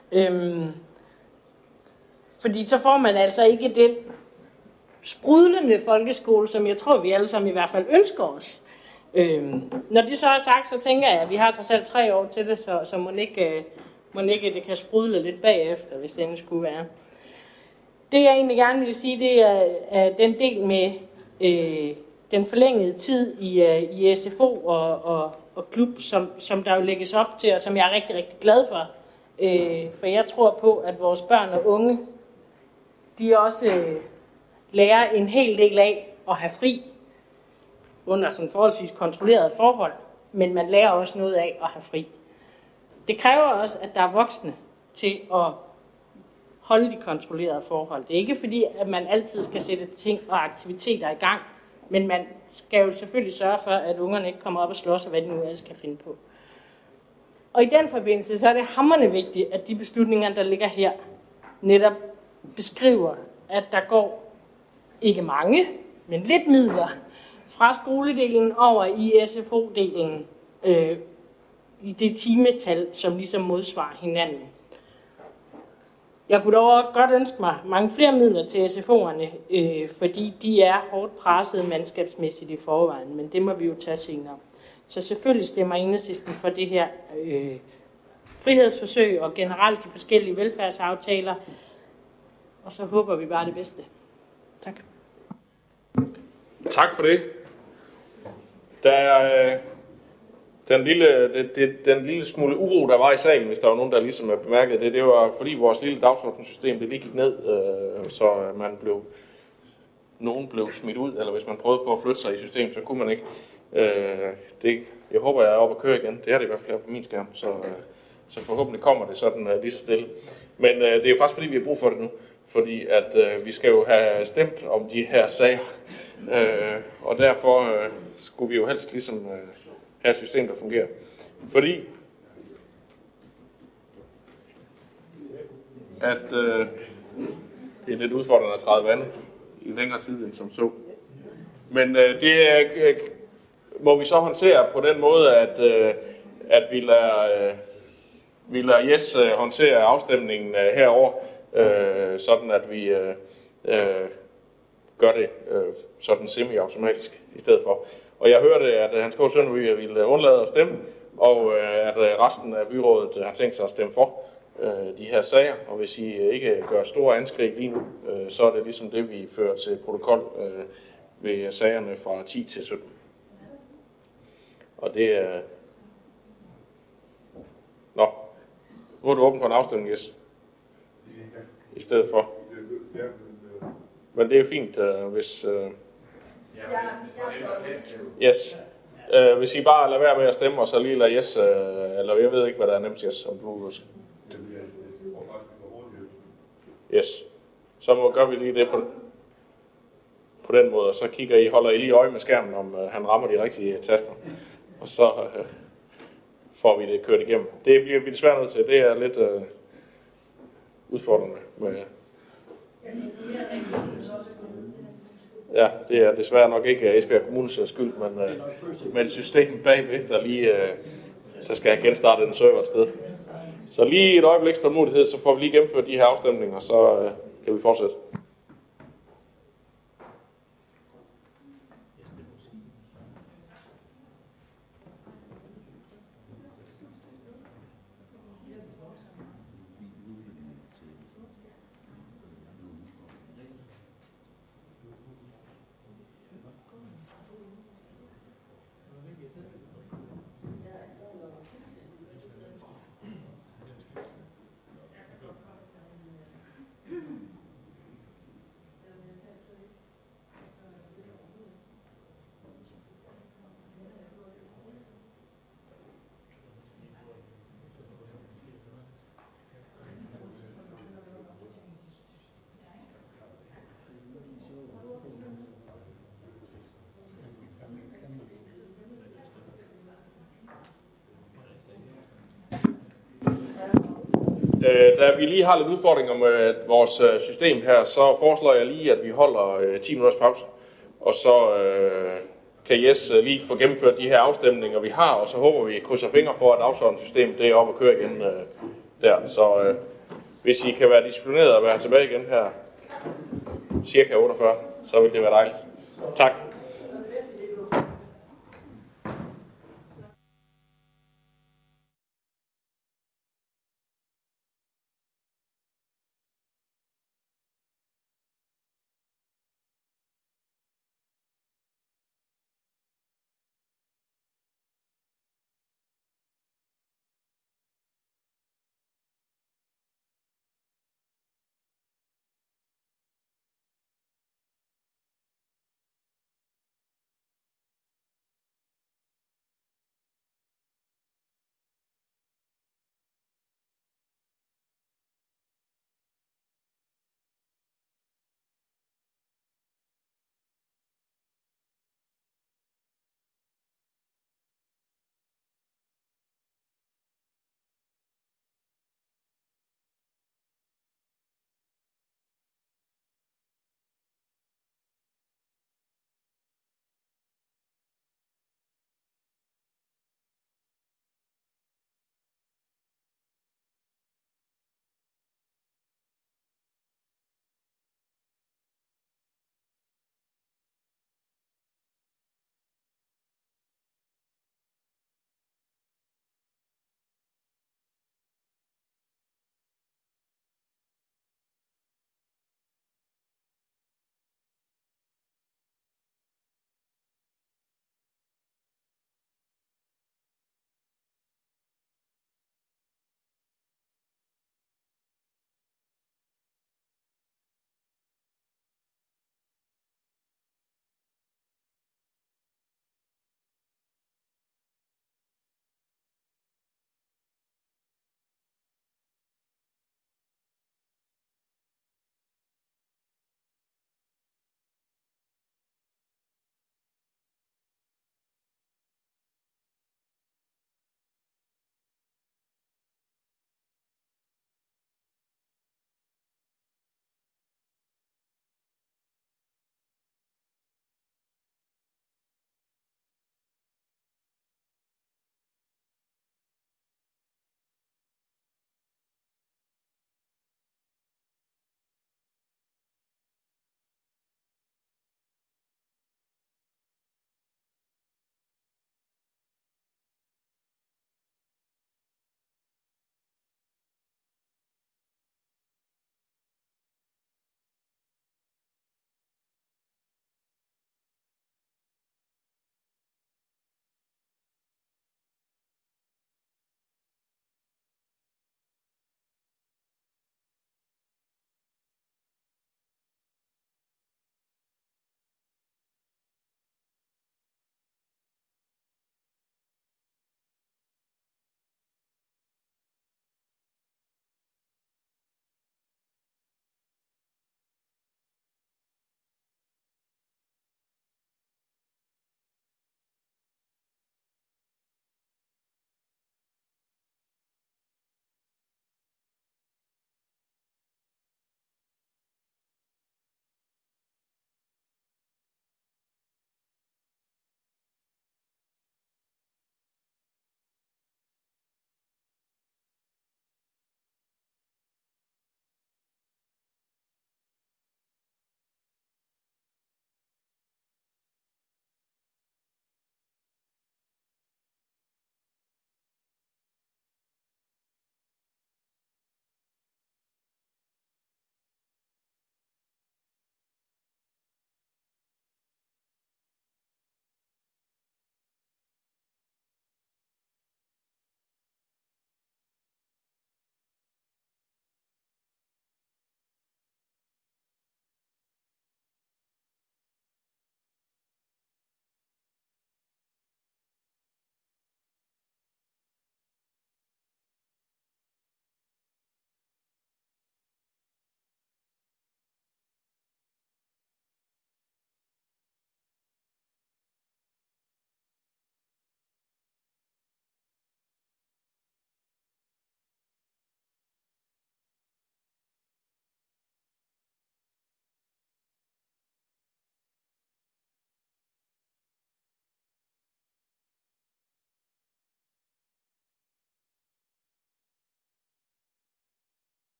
Speaker 3: Fordi så får man altså ikke den sprudlende folkeskole, som jeg tror, vi alle sammen i hvert fald ønsker os. Når det så er sagt, så tænker jeg, at vi har trods alt 3 år til det, så må ikke det kan sprudle lidt bagefter, hvis det endelig skulle være. Det jeg egentlig gerne vil sige, det er den del med den forlængede tid i SFO og klub, som der jo lægges op til, og som jeg er rigtig, rigtig glad for. For jeg tror på, at vores børn og unge, de også lærer en hel del af at have fri under sådan forholdsvis kontrollerede forhold, men man lærer også noget af at have fri. Det kræver også, at der er voksne til at holde de kontrollerede forhold. Det er ikke fordi, at man altid skal sætte ting og aktiviteter i gang, men man skal jo selvfølgelig sørge for, at ungerne ikke kommer op og slår sig, hvad de nu ellers kan finde på. Og i den forbindelse, så er det hamrende vigtigt, at de beslutninger, der ligger her, netop beskriver, at der går ikke mange, men lidt midler fra skoledelen over i SFO-delen i det timetal, som ligesom modsvarer hinanden. Jeg kunne dog godt ønske mig mange flere midler til SFO'erne, fordi de er hårdt presset mandskabsmæssigt i forvejen, men det må vi jo tage senere. Så selvfølgelig stemmer Enhedslisten for det her frihedsforsøg og generelt de forskellige velfærdsaftaler, og så håber vi bare det bedste. Tak.
Speaker 1: Tak for det. Der er den lille smule uro, der var i salen, hvis der var nogen, der ligesom bemærkede det. Det var fordi vores lille dagsordenssystem det lige gik ned, så nogen blev smidt ud, eller hvis man prøvede på at flytte sig i systemet, så kunne man ikke. Jeg håber, jeg er oppe at køre igen. Det er det i hvert fald på min skærm, så forhåbentlig kommer det sådan lige så stille. Men det er jo faktisk fordi, vi har brug for det nu. Fordi at vi skal jo have stemt om de her sager. Og derfor skulle vi jo helst ligesom have et system, der fungerer. Fordi at det er lidt udfordrende at træde vandet i længere tid end som så. Men det må vi så håndtere på den måde, at vi lader Jes håndtere afstemningen herover, sådan at vi gør det sådan semi-automatisk i stedet for. Og jeg hørte, at Hans K. Sønderby ville undlade at stemme, og at resten af byrådet har tænkt sig at stemme for de her sager. Og hvis I ikke gør store anskrig lige nu, så er det ligesom det, vi fører til protokol ved sagerne fra 10 til 17. Og det er... Nå, nu er du åben for en afstemning, Jes. I stedet for. Men det er fint, hvis... Yes. Hvis I bare lader være med at stemme, og så lige lader Jes, eller jeg ved ikke, hvad der er nemt, Jes, om du husker. Yes. Så gør vi lige det på den måde, og så holder I lige øje med skærmen, om han rammer de rigtige taster. Og så får vi det kørt igennem. Det bliver vi desværre nødt til. Det er lidt udfordrende. Ja, det er desværre nok ikke Esbjerg Kommunes skyld, men et system bagved, der lige så skal have genstartet en server et sted. Så lige et øjebliks tålmodighed, så får vi lige gennemført de her afstemninger, så kan vi fortsætte. Da vi lige har lidt udfordringer med vores system her, så foreslår jeg lige, at vi holder 10 minutters pause. Og så kan Jes lige få gennemført de her afstemninger, vi har, og så håber vi krydser fingre for, at dagsordenssystemet det er op og kører igen der. Så hvis I kan være disciplineret og være tilbage igen her cirka 48, så vil det være dejligt. Tak.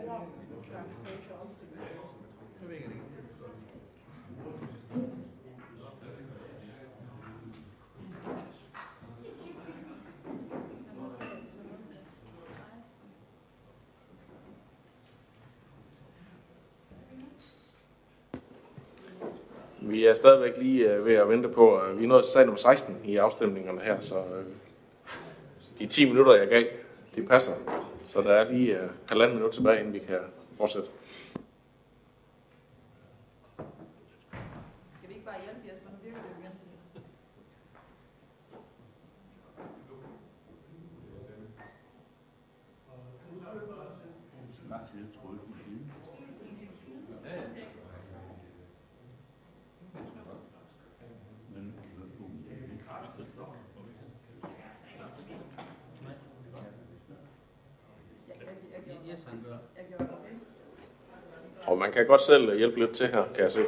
Speaker 1: Vi er stadigvæk lige ved at vente på, at vi er nået til sag nummer 16 i afstemningerne her, så de 10 minutter, jeg gav, de passer. Så der er lige 1,5 minut tilbage, inden vi kan fortsætte.
Speaker 10: Skal vi ikke bare hjælpe Jesper, nu virker det igen?
Speaker 1: Og man kan godt selv hjælpe lidt til her, kan jeg se.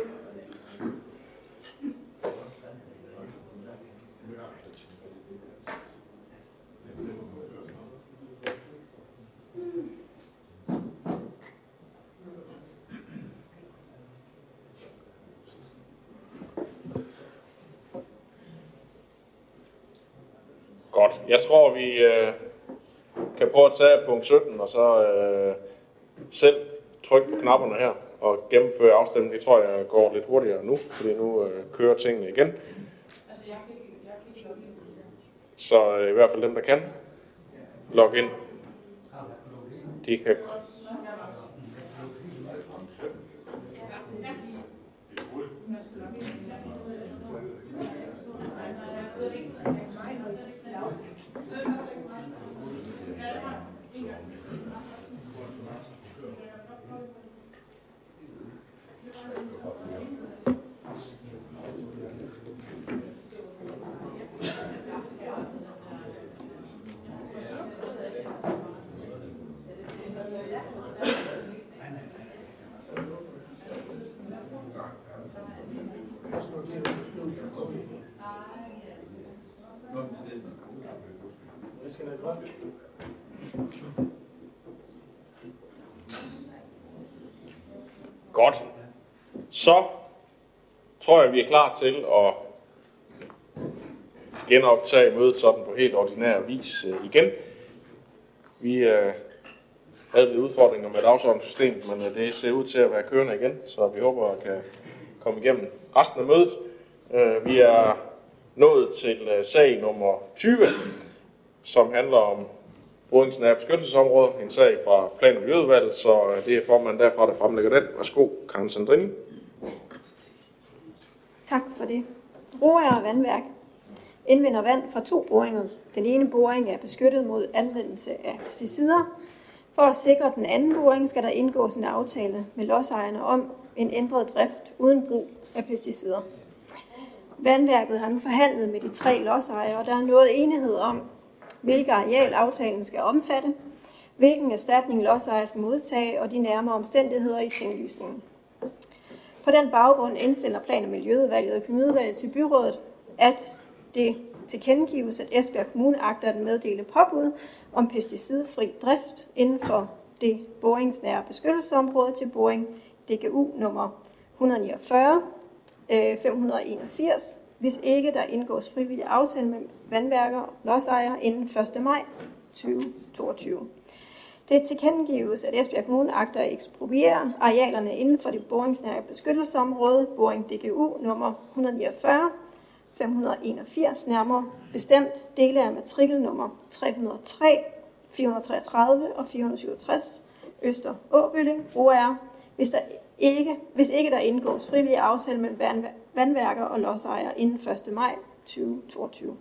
Speaker 1: Godt. Jeg tror, vi kan prøve at tage punkt 17, og så selv trykke på knapperne her og gennemføre afstemningen. Det tror jeg går lidt hurtigere nu, fordi nu kører tingene igen. Så i hvert fald dem, der kan logge ind, de kan... Godt. Så tror jeg, vi er klar til at genoptage mødet sådan på helt ordinær vis igen. Vi havde lidt udfordringer med dagsordenssystemet, men det ser ud til at være kørende igen, så vi håber at kan komme igennem resten af mødet. Vi er nået til sag nummer 20, som handler om boringsnære beskyttelsesområder, en sag fra Plan- og Miljøudvalget, så det er formanden derfra, der fremlægger den. Værsgo, Karen Sandrini.
Speaker 11: Tak for det. Broager vandværk indvinder vand fra 2 boringer. Den ene boring er beskyttet mod anvendelse af pesticider. For at sikre den anden boring skal der indgås en aftale med lodsejerne om en ændret drift uden brug af pesticider. Vandværket har nu forhandlet med de 3 lodsejere, og der er nået enighed om, hvilke areal aftalen skal omfatte, hvilken erstatning lodsejer skal modtage og de nærmere omstændigheder i tinglysningen. På den baggrund indstiller Plan- og Miljøudvalget og Økonomiudvalget til byrådet, at det tilkendegives, at Esbjerg Kommune agter at meddele påbud om pesticidfri drift inden for det boringsnære beskyttelsesområde til boring DGU nummer 149 581, hvis ikke der indgås frivillig aftale med vandværker og lodsejere inden 1. maj 2022. Det tilkendegives, at Esbjerg Kommune agter at ekspropriere arealerne inden for det boringsnære beskyttelsesområde, boring DGU nummer 149 581, nærmere bestemt dele af matrikelnummer 303, 433 og 467, Øster Åbølling, OR, hvis ikke der indgås frivillig aftale mellem vandværker og lodsejere inden 1. maj 2022.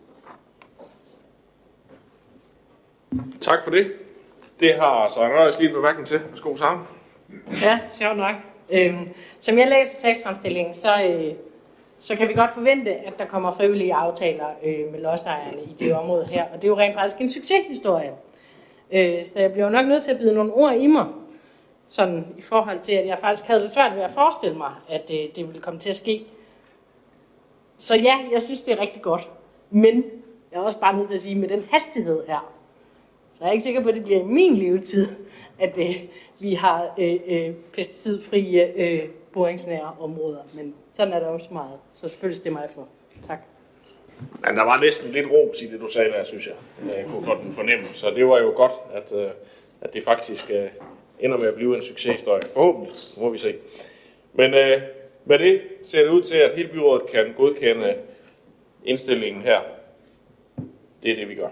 Speaker 1: Tak for det. Det har Søren Rørs lige en bemærkning til. Værsgo, Søren.
Speaker 3: Ja, sjovt nok. Som jeg læser sagsfremstillingen, så kan vi godt forvente, at der kommer frivillige aftaler med lodsejerne i det område her. Og det er jo rent faktisk en succeshistorie. Så jeg bliver jo nok nødt til at bide nogle ord i mig, sådan i forhold til, at jeg faktisk havde det svært ved at forestille mig, at det ville komme til at ske. Så ja, jeg synes, det er rigtig godt. Men jeg er også bare nødt til at sige, med den hastighed her, så jeg er ikke sikker på, at det bliver i min levetid, at vi har pesticidfrie boringsnære områder. Men sådan er der også meget. Så selvfølgelig stemmer jeg for. Tak.
Speaker 1: Men der var næsten lidt ros i det, du sagde der, synes jeg. Jeg kunne få den fornemme. Så det var jo godt, at det faktisk ender med at blive en succeshistorie. Forhåbentlig, må vi se. Men med det ser det ud til, at hele byrådet kan godkende indstillingen her. Det er det, vi gør.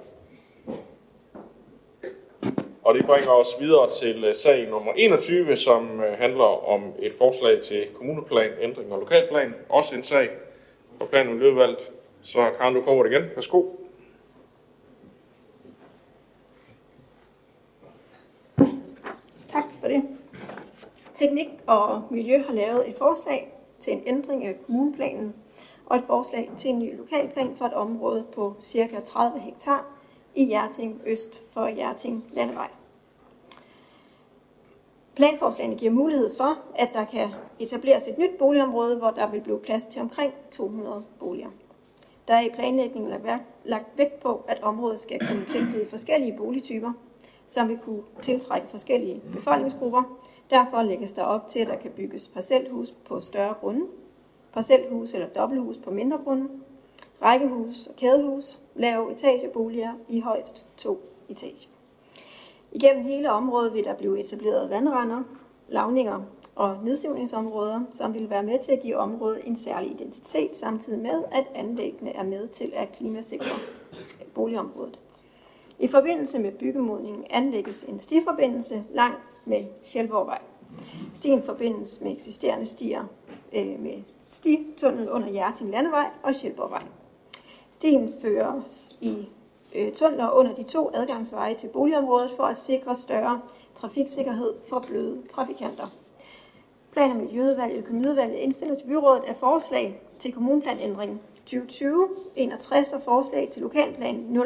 Speaker 1: Og det bringer os videre til sag nummer 21, som handler om et forslag til kommuneplan, ændring og lokalplan. Også en sag for plan- og miljøudvalget. Så Karen, du får ordet igen. Værsgo.
Speaker 11: Tak for det. Teknik og Miljø har lavet et forslag til en ændring af kommuneplanen og et forslag til en ny lokalplan for et område på ca. 30 hektar i Hjerting øst for Hjerting Landevej. Planforslagene giver mulighed for, at der kan etableres et nyt boligområde, hvor der vil blive plads til omkring 200 boliger. Der er i planlægningen lagt vægt på, at området skal kunne tilbyde forskellige boligtyper, som vil kunne tiltrække forskellige befolkningsgrupper. Derfor lægges der op til, at der kan bygges parcelhus på større grunde, parcelhus eller dobbelthus på mindre grunde, rækkehus og kædehus, lave etageboliger i højst 2 etager. Igennem hele området vil der blive etableret vandrender, lavninger og nedsivningsområder, som vil være med til at give området en særlig identitet, samtidig med, at anlæggene er med til at klimasikre boligområdet. I forbindelse med byggemodningen anlægges en stiforbindelse langs med Sjælborgvej. Stien forbindes med eksisterende stier med stitunnel under Hjerting Landevej og Sjælborgvej. Stien føres i tunneler under de 2 adgangsveje til boligområdet for at sikre større trafiksikkerhed for bløde trafikanter. Plan- og Miljøudvalget, Økonomiudvalget indstiller til byrådet af forslag til kommuneplanændring 2020-61 og forslag til lokalplan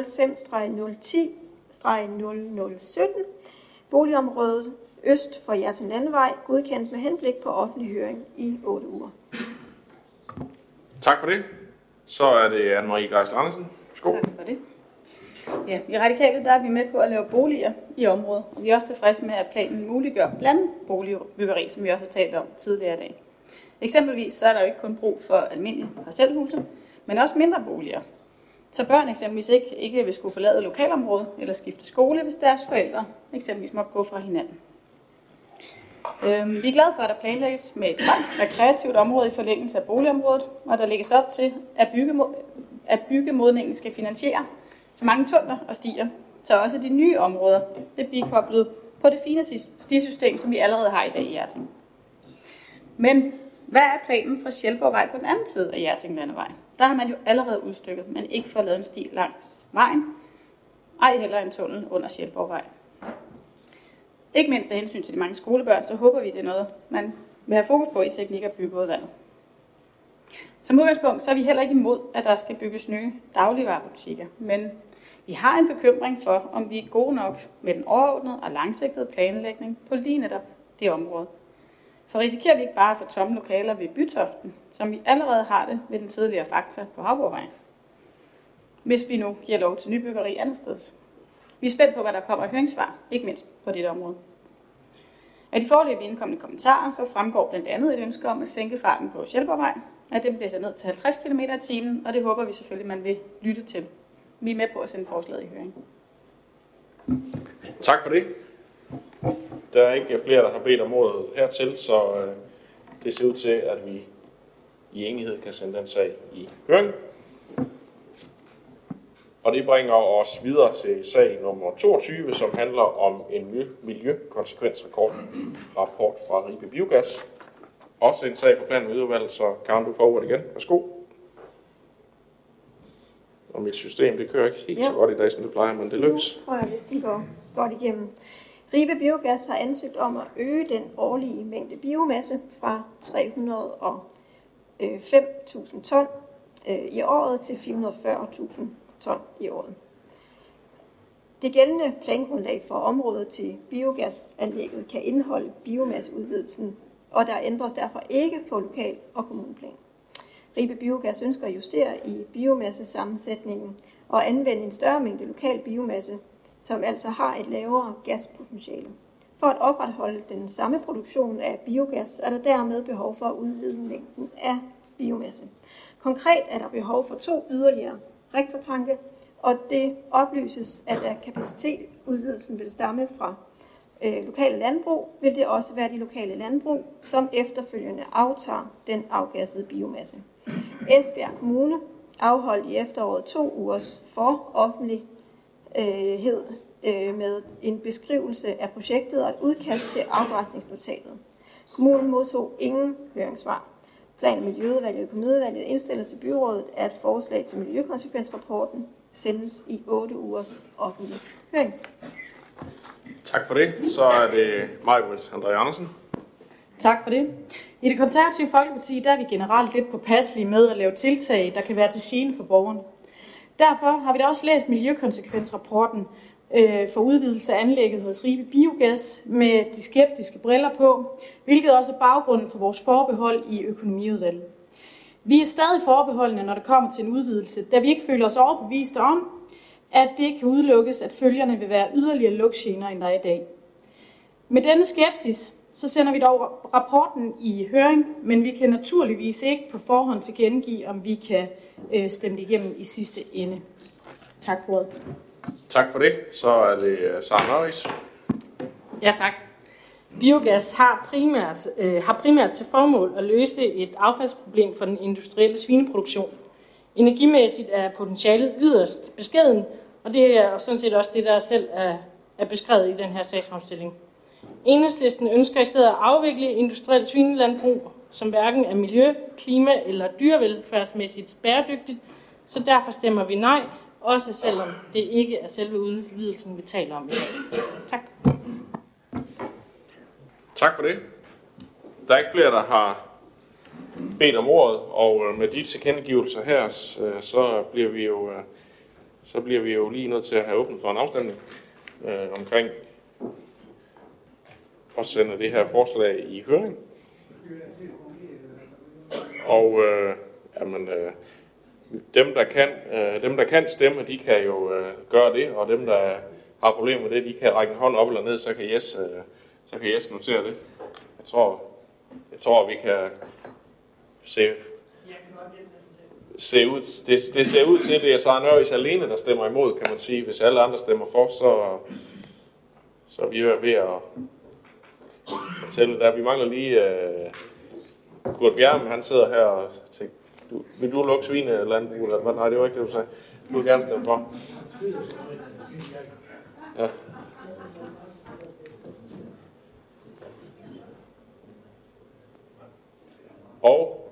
Speaker 11: 05-010-0017. Boligområdet øst for Hjerting Landevej godkendes med henblik på offentlig høring i 8 uger.
Speaker 1: Tak for det. Så er det Anne-Marie Geisler Andersen. Skål.
Speaker 9: Tak for det. Ja, i Radikale der er vi med på at lave boliger i området, og vi er også tilfredse med, at planen muliggør blandet boligbyggeri, som vi også har talt om tidligere i dag. Eksempelvis så er der jo ikke kun brug for almindelige parcelhuse, men også mindre boliger. Så børn eksempelvis ikke vil skulle forlade lokalområdet eller skifte skole, hvis deres forældre eksempelvis må gå fra hinanden. Vi er glade for, at der planlægges med et grønt og kreativt område i forlængelse af boligområdet, og der lægges op til, at byggemodningen skal finansiere så mange tunneler og stier, så også de nye områder vil blive koblet på det fine stisystem, som vi allerede har i dag i Hjerting. Men hvad er planen for Sjælborgvej på den anden side af Hjerting Landevej? Der har man jo allerede udstykket, men ikke fået lavet en sti langs vejen. Ej heller en tunnel under Sjælborgvej. Ikke mindst af hensyn til de mange skolebørn, så håber vi, det er noget, man vil have fokus på i teknik- og byggeudvalget. Som udgangspunkt så er vi heller ikke imod, at der skal bygges nye dagligvarebutikker, men vi har en bekymring for, om vi er gode nok med den overordnede og langsigtede planlægning på lige netop det område. For risikerer vi ikke bare at få tomme lokaler ved Bytoften, som vi allerede har det ved den tidligere Fakta på Havborgvej, hvis vi nu giver lov til nybyggeri andet sted. Vi er spændt på, hvad der kommer i høringssvar, ikke mindst på dette område. Af de foreløbige indkommende kommentarer, så fremgår blandt andet et ønske om at sænke farten på Sjælborgvej, at den bliver sat ned til 50 km/t, og det håber vi selvfølgelig, man vil lytte til. Vi er med på at sende forslaget i høring.
Speaker 1: Tak for det. Der er ikke flere, der har bedt om ordet hertil, så det ser ud til, at vi i enighed kan sende den sag i høring. Og det bringer os videre til sag nummer 22, som handler om en miljøkonsekvensrapport fra Ribe Biogas. Også en sag på plan- og miljøudvalget, så Karen, du får ordet igen. Værsgo. Og mit system, det kører ikke helt så godt i dag, som det plejer, men det lykkes.
Speaker 11: Nu tror jeg, hvis de går godt igennem. Ribe Biogas har ansøgt om at øge den årlige mængde biomasse fra 305.000 ton i året til 440.000 ton i året. Det gældende plangrundlag for området til biogasanlægget kan indeholde biomasseudvidelsen, og der ændres derfor ikke på lokal- og kommuneplan. Ribe Biogas ønsker at justere i biomassesammensætningen og anvende en større mængde lokal biomasse, som altså har et lavere gaspotentiale. For at opretholde den samme produktion af biogas, er der dermed behov for at udvide mængden af biomasse. Konkret er der behov for 2 yderligere reaktortanke, og det oplyses, at af kapacitetsudvidelsen vil stamme fra lokale landbrug, vil det også være de lokale landbrug, som efterfølgende aftager den afgassede biomasse. Esbjerg Kommune afholdt i efteråret 2 ugers foroffentlighed med en beskrivelse af projektet og et udkast til afgræsningsnotatet. Kommunen modtog ingen høringssvar. Plan- og Miljøudvalget og Økonomiudvalget indstiller til byrådet, at forslag til miljøkonsekvensrapporten sendes i 8 ugers offentlig høring.
Speaker 1: Tak for det. Så er det Maj-Britt André Andersen.
Speaker 5: Tak for det. I det konservative Folkeparti der er vi generelt lidt påpasselige med at lave tiltag, der kan være til gene for borgerne. Derfor har vi da også læst miljøkonsekvensrapporten for udvidelse af anlægget hos Ribe Biogas med de skeptiske briller på, hvilket også er baggrunden for vores forbehold i økonomiudvalget. Vi er stadig forbeholdende, når det kommer til en udvidelse, da vi ikke føler os overbeviste om, at det ikke kan udelukkes, at følgerne vil være yderligere lugtgener, end der er i dag. Med denne skepsis, så sender vi dog rapporten i høring, men vi kan naturligvis ikke på forhånd tilkendegive, om vi kan stemme det igennem i sidste ende. Tak for ordet.
Speaker 1: Tak for det. Så er det Sara Nørris.
Speaker 3: Ja, tak. Biogas har primært til formål at løse et affaldsproblem for den industrielle svineproduktion. Energimæssigt er potentialet yderst beskeden, og det er sådan set også det, der selv er beskrevet i den her sagsfremstilling. Enhedslisten ønsker i stedet at afvikle industrielt svinelandbrug, som hverken er miljø-, klima- eller dyrevelfærdsmæssigt bæredygtigt, så derfor stemmer vi nej, også selvom det ikke er selve udvidelsen, vi taler om i dag. Tak.
Speaker 1: Tak for det. Der er ikke flere, der har bedt om ordet, og med de tilkendegivelser her, så bliver vi jo lige nødt til at have åbent for en afstemning omkring at sende det her forslag i høring. Og dem, der kan stemme, de kan jo gøre det, og dem, der har problemer med det, de kan række en hånd op eller ned, så kan Jes notere det. Jeg tror vi kan se ud. Det ser ud til, at det er Sara Nørris alene, der stemmer imod, kan man sige. Hvis alle andre stemmer for, så er vi ved at tælle der. Vi mangler lige Kurt Bjerme, han sidder her og tænker, vil du lukke svine eller andet? Nej, det var ikke det, du sagde. Du vil gerne stemme for. Ja. Og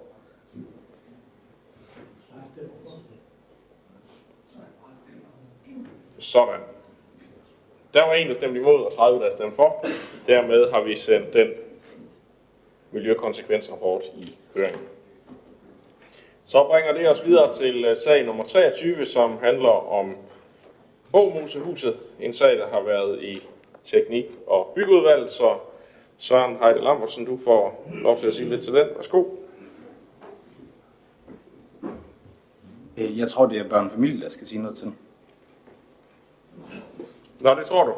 Speaker 1: sådan. Der var en, der stemte imod, og 30, der stemte for. Dermed har vi sendt den miljøkonsekvensrapport i høring. Så bringer det os videre til sag nummer 23, som handler om Bomusehuset. En sag, der har været i teknik- og byggeudvalget, så Søren Heide Lambertsen, du får lov til at sige lidt til den. Værsgo.
Speaker 12: Jeg tror, det er børn og familie, der skal sige noget til den.
Speaker 1: Nå, det tror du.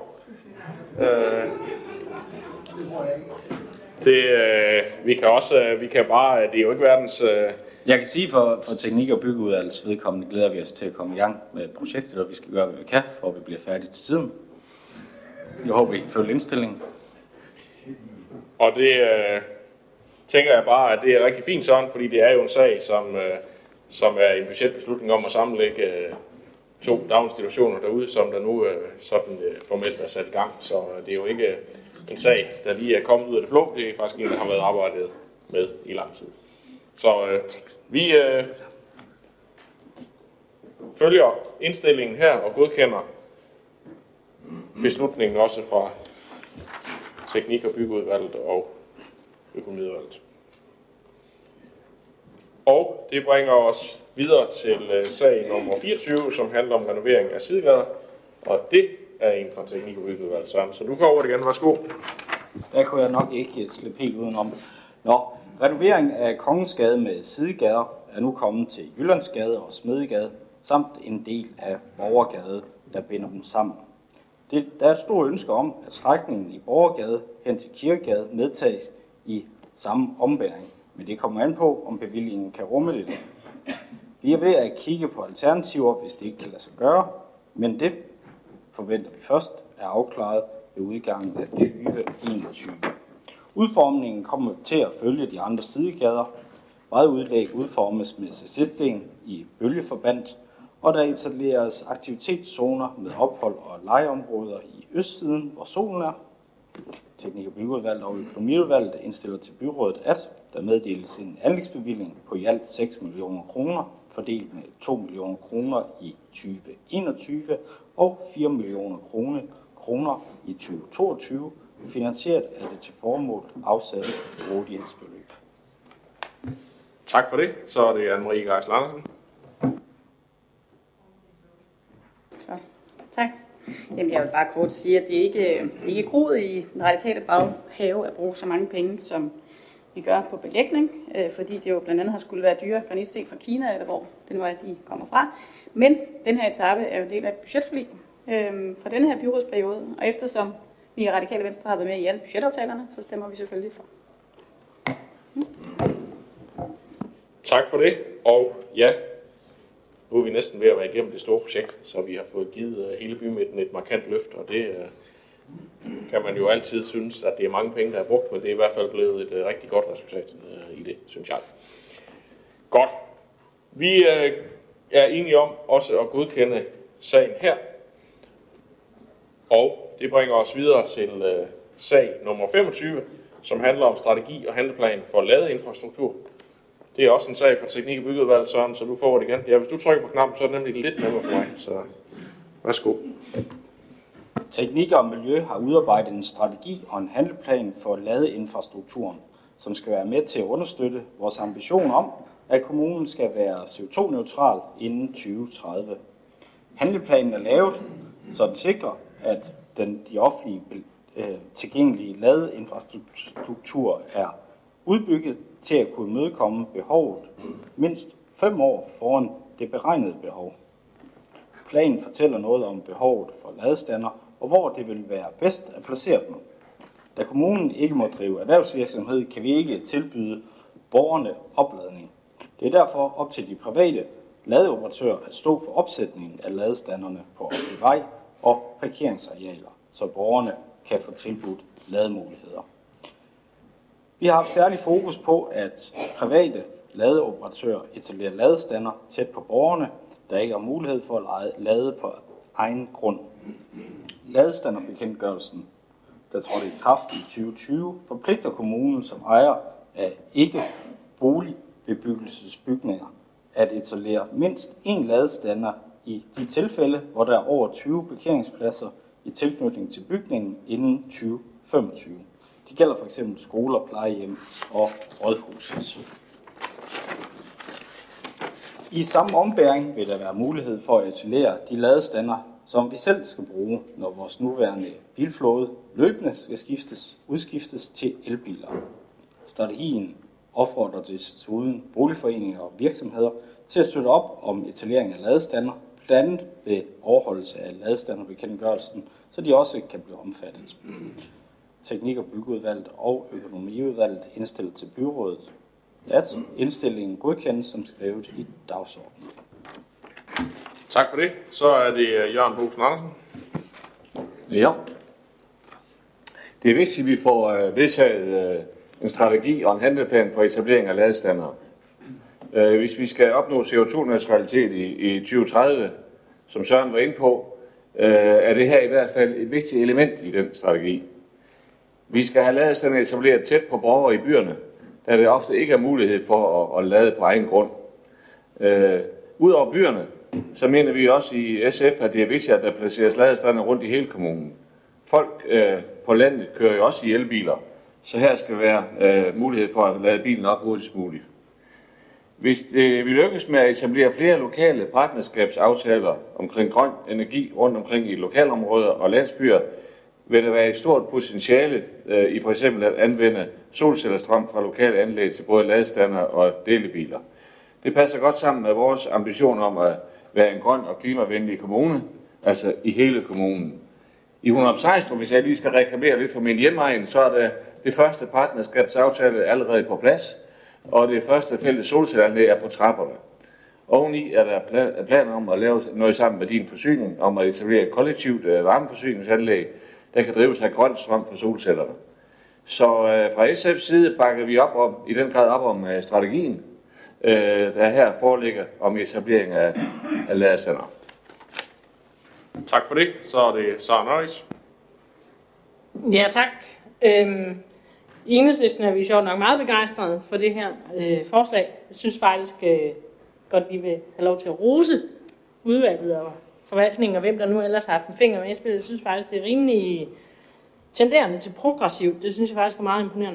Speaker 1: Vi kan bare, det er jo ikke verdens...
Speaker 12: Jeg kan sige for teknik- og byggeudvalgets vedkommende glæder vi os til at komme i gang med projektet, og vi skal gøre, hvad vi kan, for at vi bliver færdige til tiden. Jeg håber, I kan følge indstillingen.
Speaker 1: Og det tænker jeg bare, at det er rigtig fint sådan, fordi det er jo en sag, som er en budgetbeslutning om at sammenlægge 2 daginstitutioner derude, som der nu sådan formelt er sat i gang. Så det er jo ikke en sag, der lige er kommet ud af det blå. Det er faktisk en, der har været arbejdet med i lang tid. Så vi følger indstillingen her og godkender beslutningen også fra teknik- og byggeudvalget og økonomiudvalget. Og det bringer os videre til sag nummer 24, som handler om renovering af sidegader. Og det er en fra teknik- og byggeudvalget, Søren. Så du får ordet igen. Værsgo.
Speaker 12: Der kunne jeg nok ikke slippe helt udenom. Renovering af Kongensgade med sidegader er nu kommet til Jyllandsgade og Smedegade, samt en del af Borgergade, der binder dem sammen. Der er et stort ønske om, at strækningen i Borgergade hen til Kirkegade medtages i samme ombæring, men det kommer an på, om bevillingen kan rumme det. Vi er ved at kigge på alternativer, hvis det ikke kan lade sig gøre, men det forventer vi først er afklaret ved udgangen af 2021. Udformningen kommer til at følge de andre sidegader. Vejudlæg udformes med CC-sten i bølgeforband, og der etableres aktivitetszoner med ophold- og legeområder i østsiden, hvor solen er. Teknik- og byggeudvalget og økonomiudvalget indstiller til byrådet, at der meddeles en anlægsbevilling på i alt 6 millioner kroner, fordelt med 2 millioner kroner i 2021 og 4 millioner kroner i 2022, finansieret af det til formål afsatte rådighedsbeløb.
Speaker 1: Tak for det. Så er det Anne-Marie Geisler Andersen.
Speaker 9: Tak. Jamen, jeg vil bare kort sige, at det ikke er groet i den radikale baghave at bruge så mange penge, som vi gør på belægning, fordi det jo blandt andet har skulle være dyre granitsten fra Kina, eller hvor det nu er, de kommer fra. Men den her etape er jo en del af et budgetforlig fra denne her byrådsperiode, og eftersom vi i Radikale Venstre har været med i alle budgetaftalerne, så stemmer vi selvfølgelig for.
Speaker 1: Tak for det, og ja, nu er vi næsten ved at være igennem det store projekt, så vi har fået givet hele bymidten et markant løft, og det kan man jo altid synes, at det er mange penge, der er brugt, men det er i hvert fald blevet et rigtig godt resultat i det, synes jeg. Godt. Vi er enige om også at godkende sagen her, og det bringer os videre til sag nummer 25, som handler om strategi og handleplan for ladeinfrastruktur. Det er også en sag fra Teknik- og Byggeudvalget, Søren, så du får det igen. Ja, hvis du trykker på knappen, så er det nemlig lidt nemmere for mig, så værsgo.
Speaker 12: Teknik og Miljø har udarbejdet en strategi og en handleplan for ladeinfrastrukturen, som skal være med til at understøtte vores ambition om, at kommunen skal være CO2-neutral inden 2030. Handleplanen er lavet, så den sikrer, at de offentlige tilgængelige ladeinfrastruktur er udbygget til at kunne imødekomme behovet mindst 5 år foran det beregnede behov. Planen fortæller noget om behovet for ladestander, og hvor det vil være bedst at placere dem. Da kommunen ikke må drive erhvervsvirksomhed, kan vi ikke tilbyde borgerne opladning. Det er derfor op til de private ladeoperatører at stå for opsætningen af ladestanderne på offentlig vej og parkeringsarealer, så borgerne kan få tilbudt lademuligheder. Vi har haft særlig fokus på, at private ladeoperatører etablerer ladestander tæt på borgerne, der ikke har mulighed for at lade på egen grund. Ladestanderbekendtgørelsen, der trådte i kraft i 2020, forpligter kommunen som ejer af ikke-boligbebyggelsesbygninger at etablere mindst 1 ladestander i de tilfælde, hvor der er over 20 parkeringspladser i tilknytning til bygningen inden 2025. Det gælder f.eks. skoler, plejehjem og rådhuset. I samme ombæring vil der være mulighed for at etablere de ladestander, som vi selv skal bruge, når vores nuværende bilflåde løbende skal udskiftes til elbiler. Strategien opfordrer desuden boligforeninger og virksomheder til at støtte op om etablering af ladestander, blandt andet ved overholdelse af ladestanderbekendtgørelsen, så de også kan blive omfattet. Teknik- og Byggeudvalget og Økonomiudvalget indstiller til byrådet, at indstillingen godkendes som skrevet i dagsordenen.
Speaker 1: Tak for det. Så er det Jørgen Bosen Andersen.
Speaker 2: Ja. Det er vigtigt, at vi får vedtaget en strategi og en handleplan for etablering af ladestander. Hvis vi skal opnå CO2-neutralitet i 2030, som Søren var inde på, er det her i hvert fald et vigtigt element i den strategi. Vi skal have ladestander etableret tæt på borgere i byerne, da det ofte ikke er mulighed for at lade på egen grund. Udover byerne, så mener vi også i SF, at det er vigtigt, at der placeres ladestander rundt i hele kommunen. Folk på landet kører jo også i elbiler, så her skal være mulighed for at lade bilen op hurtigst muligt. Hvis vi lykkes med at etablere flere lokale partnerskabsaftaler omkring grøn energi rundt omkring i lokalområder og landsbyer, vil der være et stort potentiale i for eksempel at anvende solcellerstrøm fra lokale anlæg til både ladestander og delebiler. Det passer godt sammen med vores ambition om at være en grøn og klimavenlig kommune, altså i hele kommunen. I 116, hvis jeg lige skal reklamere lidt for min hjemmeegn, så er det første partnerskabsaftale allerede på plads, og det første fælles solcelleanlæg er på trapperne. Oveni er der planer om at lave noget sammen med din forsyning, om at etablere et kollektivt varmeforsyningsanlæg, der kan drives af grøn strøm fra solcellerne. Så fra SF's side bakker vi i den grad op om strategien, der her foreligger om etablering af ladestander.
Speaker 1: Tak for det. Så er det Sara Nøjes.
Speaker 3: Ja, tak. I Enhedslisten er vi sjovt nok meget begejstrede for det her forslag. Jeg synes faktisk godt, de vil have lov til at rose udvalget og forvaltningen, og hvem der nu ellers har haft en finger med i spillet. Jeg synes faktisk, det er rimelig tenderende til progressivt. Det synes jeg faktisk er meget imponerende.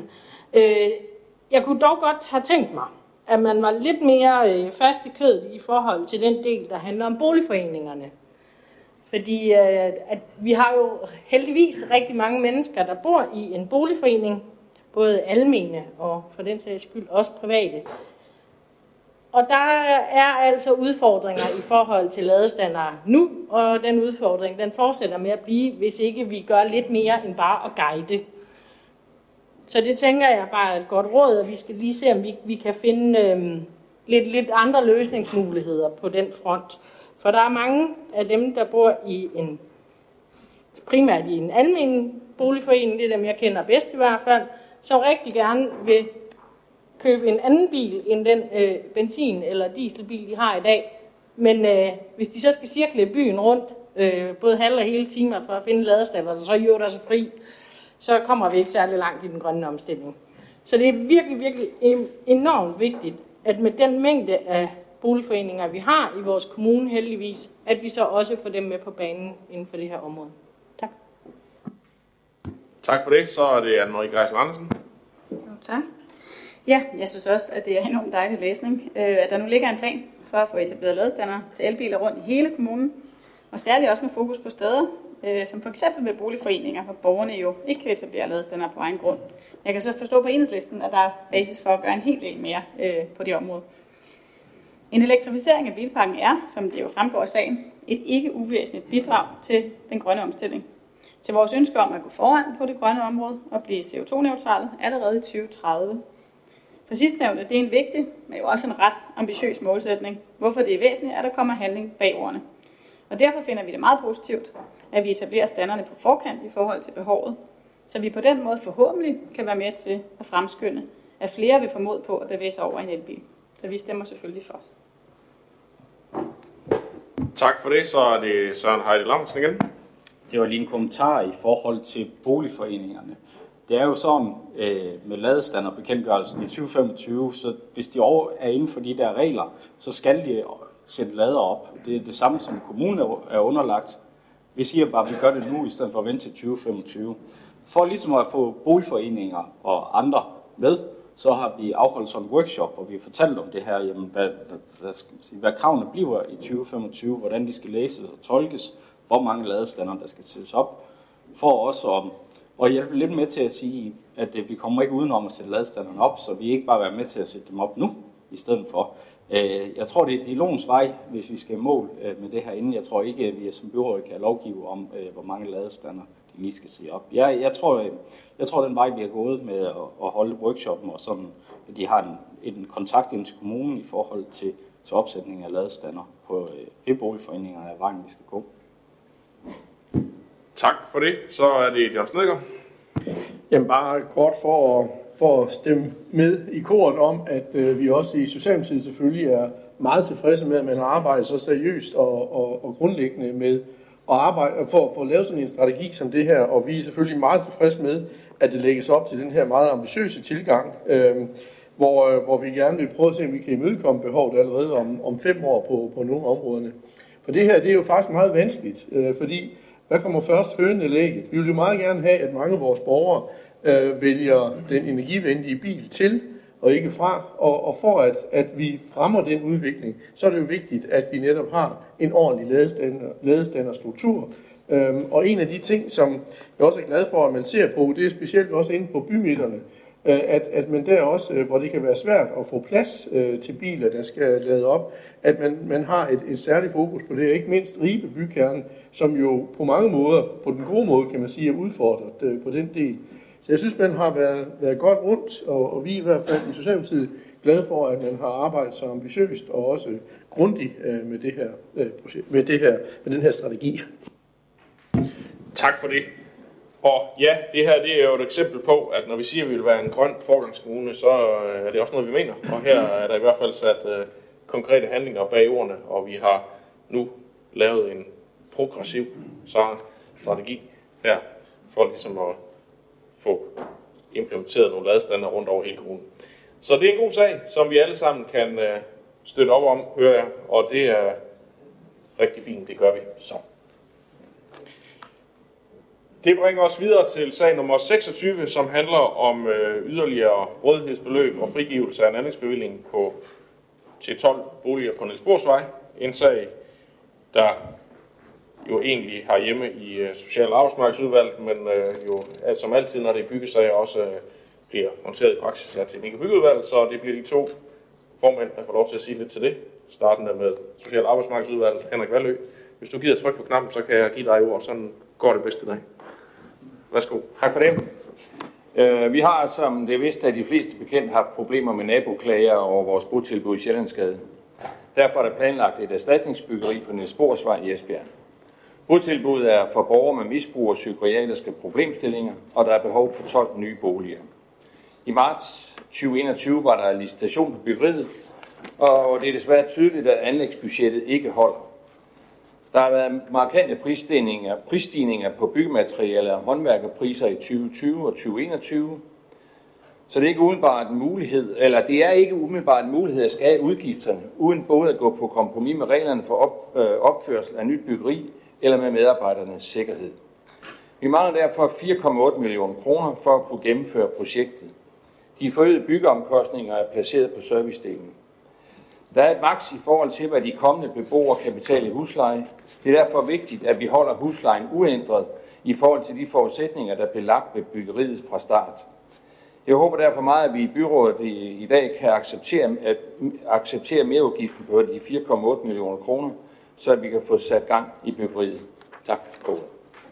Speaker 3: Jeg kunne dog godt have tænkt mig, at man var lidt mere fast i kødet i forhold til den del, der handler om boligforeningerne. Fordi at vi har jo heldigvis rigtig mange mennesker, der bor i en boligforening, både almene og for den sags skyld også private. Og der er altså udfordringer i forhold til ladestandere nu, og den udfordring den fortsætter med at blive, hvis ikke vi gør lidt mere end bare at guide. Så det tænker jeg bare er et godt råd, og vi skal lige se, om vi kan finde lidt andre løsningsmuligheder på den front. For der er mange af dem, der bor primært i en almen boligforening, det er dem, jeg kender bedst i hvert fald, som rigtig gerne vil købe en anden bil end den benzin- eller dieselbil, de har i dag. Men hvis de så skal cirkle byen rundt, både halve og hele timer for at finde ladestander, og så jo der så fri, så kommer vi ikke særlig langt i den grønne omstilling. Så det er virkelig, virkelig enormt vigtigt, at med den mængde af boligforeninger, vi har i vores kommune heldigvis, at vi så også får dem med på banen inden for det her område. Tak.
Speaker 1: Tak for det. Så er det Anne-Marie Greisel Andersen.
Speaker 9: Tak. Ja, jeg synes også, at det er en enormt dejlig læsning, at der nu ligger en plan for at få etableret ladestander til elbiler rundt i hele kommunen, og særligt også med fokus på steder, som for eksempel ved boligforeninger, hvor borgerne jo ikke kan etablere ladestander på egen grund. Jeg kan så forstå på Enhedslisten, at der er basis for at gøre en hel del mere på det område. En elektrificering af bilparken er, som det jo fremgår af sagen, et ikke uvæsentligt bidrag til den grønne omstilling. Til vores ønske om at gå foran på det grønne område og blive CO2-neutrale allerede i 2030. For sidstnævnte, det er en vigtig, men jo også en ret ambitiøs målsætning, hvorfor det er væsentligt, at der kommer handling bag ordene. Og derfor finder vi det meget positivt, at vi etablerer standarderne på forkant i forhold til behovet, så vi på den måde forhåbentlig kan være med til at fremskynde, at flere vil få mod på at bevæge sig over en elbil. Så vi stemmer selvfølgelig for.
Speaker 1: Tak for det. Så er det Søren Heide Lamsen igen.
Speaker 12: Det var lige en kommentar i forhold til boligforeningerne. Det er jo sådan med ladestanderbekendtgørelsen i 2025, så hvis de er inden for de der regler, så skal de sætte lader op. Det er det samme, som kommunen er underlagt. Vi siger bare, at vi gør det nu, i stedet for at vente til 2025. For ligesom at få boligforeninger og andre med, så har vi afholdt sådan en workshop, hvor vi har fortalt om det her, jamen, hvad kravene bliver i 2025, hvordan de skal læses og tolkes, hvor mange ladestander, der skal sættes op, for også at hjælpe lidt med til at sige, at vi kommer ikke udenom at sætte ladestanderne op, så vi ikke bare være med til at sætte dem op nu, i stedet for. Jeg tror, det er dialogens vej, hvis vi skal i mål med det her inden. Jeg tror ikke, at vi som byråd kan lovgive om, hvor mange ladestander de lige skal se op. Jeg tror, den vej, vi har gået med at holde workshoppen, og sådan, at de har en kontakt ind til kommunen i forhold til opsætning af ladestander på boligforeningerne af vejen, vi skal gå.
Speaker 1: Tak for det. Så er det John Snedgaard.
Speaker 4: Jamen bare kort for at stemme med i koret om, at vi også i Socialdemokratiet selvfølgelig er meget tilfredse med, at man har arbejdet så seriøst og grundlæggende med at arbejde for at få lavet sådan en strategi som det her, og vi er selvfølgelig meget tilfredse med, at det lægges op til den her meget ambitiøse tilgang, hvor vi gerne vil prøve at se, om vi kan imødekomme behovet allerede om 5 år på nogle af områderne. For det her, det er jo faktisk meget vanskeligt, fordi hvad kommer først, hønen eller ægget? Vi vil jo meget gerne have, at mange af vores borgere vælger den energivenlige bil til og ikke fra. Og for at vi fremmer den udvikling, så er det jo vigtigt, at vi netop har en ordentlig ladestanderstruktur. Og en af de ting, som jeg også er glad for, at man ser på, det er specielt også inde på bymidterne, at man der også, hvor det kan være svært at få plads til biler, der skal lade op, at man har et særligt fokus på det, ikke mindst Ribe bykerne, som jo på mange måder, på den gode måde kan man sige, er udfordret på den del. Så jeg synes, man har været godt rundt, og vi i hvert fald i Socialdemokratiet glade for, at man har arbejdet så ambitiøst og også grundigt med det her projekt, med den her strategi.
Speaker 1: Tak for det. Og ja, det her det er jo et eksempel på, at når vi siger, at vi vil være en grøn foregangskommune, så er det også noget, vi mener. Og her er der i hvert fald sat konkrete handlinger bag ordene, og vi har nu lavet en progressiv strategi her, for ligesom at få implementeret nogle ladestander rundt over hele kommunen. Så det er en god sag, som vi alle sammen kan støtte op om, hører jeg, og det er rigtig fint, det gør vi så. Det bringer os videre til sag nummer 26, som handler om yderligere rådighedsbeløb og frigivelse af en anlægsbevilling til 12 boliger på Niels Bohrs Vej. En sag, der jo egentlig har hjemme i Social- og Arbejdsmarkedsudvalget, men jo som altid, når det er byggesager, også bliver håndteret i praksis af Teknik- og Byggeudvalget, så det bliver de to formænd, der får lov til at sige lidt til det. Startende med Social- og Arbejdsmarkedsudvalget, Henrik Vallø. Hvis du gider trykke på knappen, så kan jeg give dig ord, sådan går det bedste dag. Værsgo.
Speaker 13: Tak for det. Vi har, som det er vist, at de fleste bekendt haft problemer med naboklager over vores botilbud i Sjællandsgade. Derfor er der planlagt et erstatningsbyggeri på Niels Bohrs Vej i Esbjerg. Botilbuddet er for borgere med misbrug og psykiatriske problemstillinger, og der er behov for 12 nye boliger. I marts 2021 var der licitation på byggeriet, og det er desværre tydeligt, at anlægsbudgettet ikke holder. Der har været markante prisstigninger på byggematerialer og håndværkerpriser i 2020 og 2021. Så det er ikke umiddelbart en mulighed, at skære udgifterne, uden både at gå på kompromis med reglerne for opførsel af nyt byggeri eller med medarbejdernes sikkerhed. Vi mangler derfor 4,8 millioner kroner for at kunne gennemføre projektet. De forøgede byggeomkostninger er placeret på servicedelen. Der er et maks i forhold til, hvad de kommende beboere kan betale i husleje. Det er derfor vigtigt, at vi holder huslejen uændret i forhold til de forudsætninger, der blev lagt ved byggeriet fra start. Jeg håber derfor meget, at vi i byrådet i dag kan acceptere merudgiften på de 4,8 millioner kroner, så vi kan få sat gang i byggeriet. Tak for det.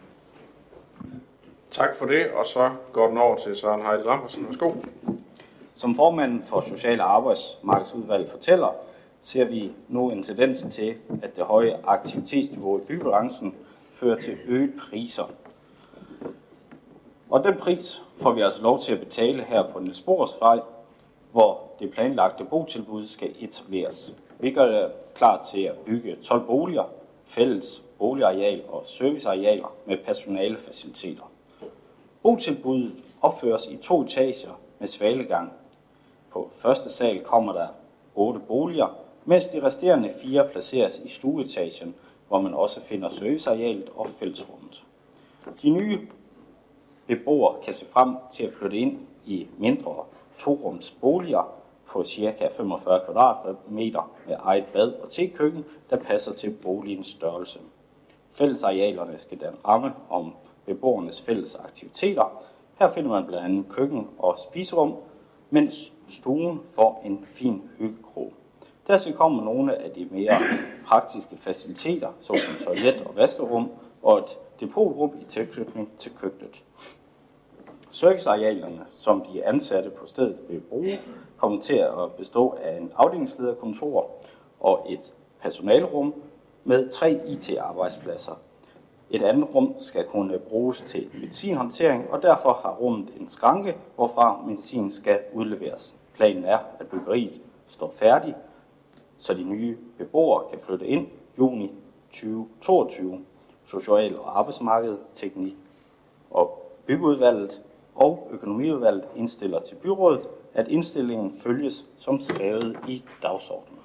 Speaker 1: Tak for det, og så går den over til Søren Heide Lambertsen. Værsgo.
Speaker 12: Som formanden for Social- og Arbejdsmarkedsudvalget fortæller, ser vi nu en tendens til, at det høje aktivitetsniveau i byggebranchen fører til øget priser. Og den pris får vi altså lov til at betale her på Niels Bohrs Vej, hvor det planlagte botilbud skal etableres. Vi gør det klar til at bygge 12 boliger, fælles boligareal og servicearealer med personalefaciliteter. Botilbuddet opføres i 2 etager med svalegang. På første sal kommer der 8 boliger, mens de resterende 4 placeres i stueetagen, hvor man også finder servicearealet og fællesrummet. De nye beboere kan se frem til at flytte ind i mindre 2-rums boliger på ca. 45 kvadratmeter med eget bad og tekøkken, der passer til boligens størrelse. Fællesarealerne skal danne ramme om beboernes fælles aktiviteter. Her finder man blandt andet køkken og spiserum, mens stuen får en fin hyggekrog. Dertil kommer nogle af de mere praktiske faciliteter, såsom toilet og vaskerum og et depotrum i tilknytning til køkkenet. Servicearealerne, som de ansatte på stedet vil bruge, kommer til at bestå af en afdelingslederkontor og et personalerum med 3 IT-arbejdspladser. Et andet rum skal kunne bruges til medicinhåndtering, og derfor har rummet en skranke, hvorfra medicin skal udleveres. Planen er, at byggeriet står færdigt, så de nye beboere kan flytte ind juni 2022. Social- og Arbejdsmarkedet, Teknik- og Byggeudvalget og Økonomiudvalget indstiller til byrådet, at indstillingen følges som skrevet i dagsordenen.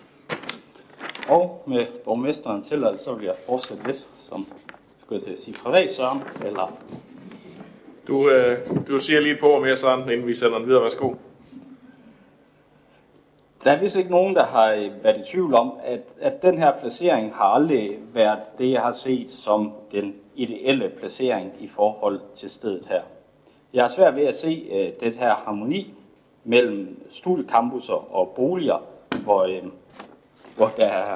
Speaker 12: Og med borgmesteren tilladelse, så vil jeg fortsætte lidt, som skulle jeg til at sige privat, Søren, eller...
Speaker 1: Du siger lige på mere, Søren, inden vi sender den videre. Værsgo.
Speaker 12: Der er vist ikke nogen, der har været i tvivl om, at den her placering har aldrig været det, jeg har set som den ideelle placering i forhold til stedet her. Jeg er svært ved at se den her harmoni mellem studiecampusser og boliger, hvor der er...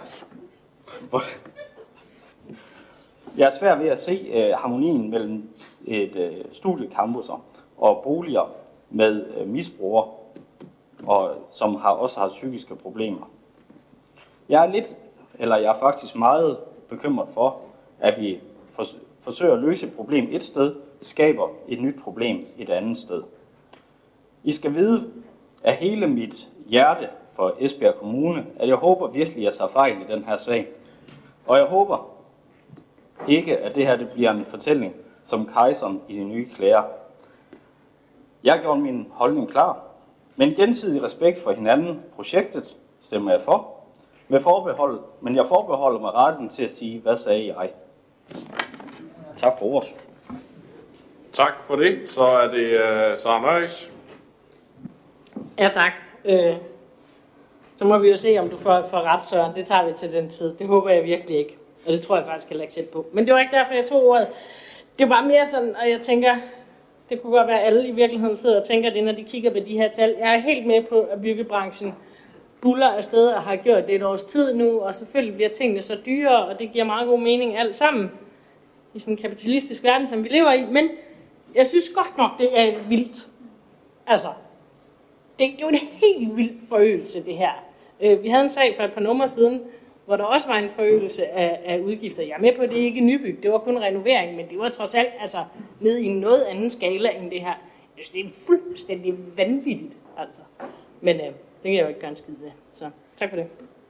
Speaker 12: Jeg er svært ved at se harmonien mellem et studiecampusser og boliger med misbrugere, og som også har psykiske problemer. Jeg er faktisk meget bekymret for, at vi forsøger at løse et problem et sted, skaber et nyt problem et andet sted. I skal vide af hele mit hjerte for Esbjerg Kommune, at jeg håber virkelig, at jeg tager fejl i den her sag. Og jeg håber ikke, at det her det bliver en fortælling som kejseren i de nye klæder. Jeg gjorde min holdning klar. Men gensidig respekt for hinanden, projektet, stemmer jeg for. Men jeg forbeholder mig retten til at sige, hvad sagde jeg? Tak for ordet.
Speaker 1: Tak for det. Så er det Sara Nøjes.
Speaker 3: Ja, tak. Så må vi jo se, om du får ret, Søren. Det tager vi til den tid. Det håber jeg virkelig ikke. Og det tror jeg faktisk heller ikke sætte på. Men det var ikke derfor, jeg tog ordet. Det var bare mere sådan, og jeg tænker, det kunne godt være, at alle i virkeligheden sidder og tænker det, når de kigger på de her tal. Jeg er helt med på, at byggebranchen buller afsted og har gjort det et års tid nu, og selvfølgelig bliver tingene så dyre, og det giver meget god mening alt sammen i sådan en kapitalistisk verden, som vi lever i. Men jeg synes godt nok, det er vildt. Altså, det er jo en helt vild forøgelse, det her. Vi havde en sag for et par numre siden, hvor der også var en forøgelse af udgifter. Jeg er med på, at det ikke er nybyg, det var kun renovering, men det var trods alt altså, ned i en noget anden skala end det her. Jeg synes, det er fuldstændig vanvittigt, altså. Men det kan jeg jo ikke gøre en skid ved. Så tak for det.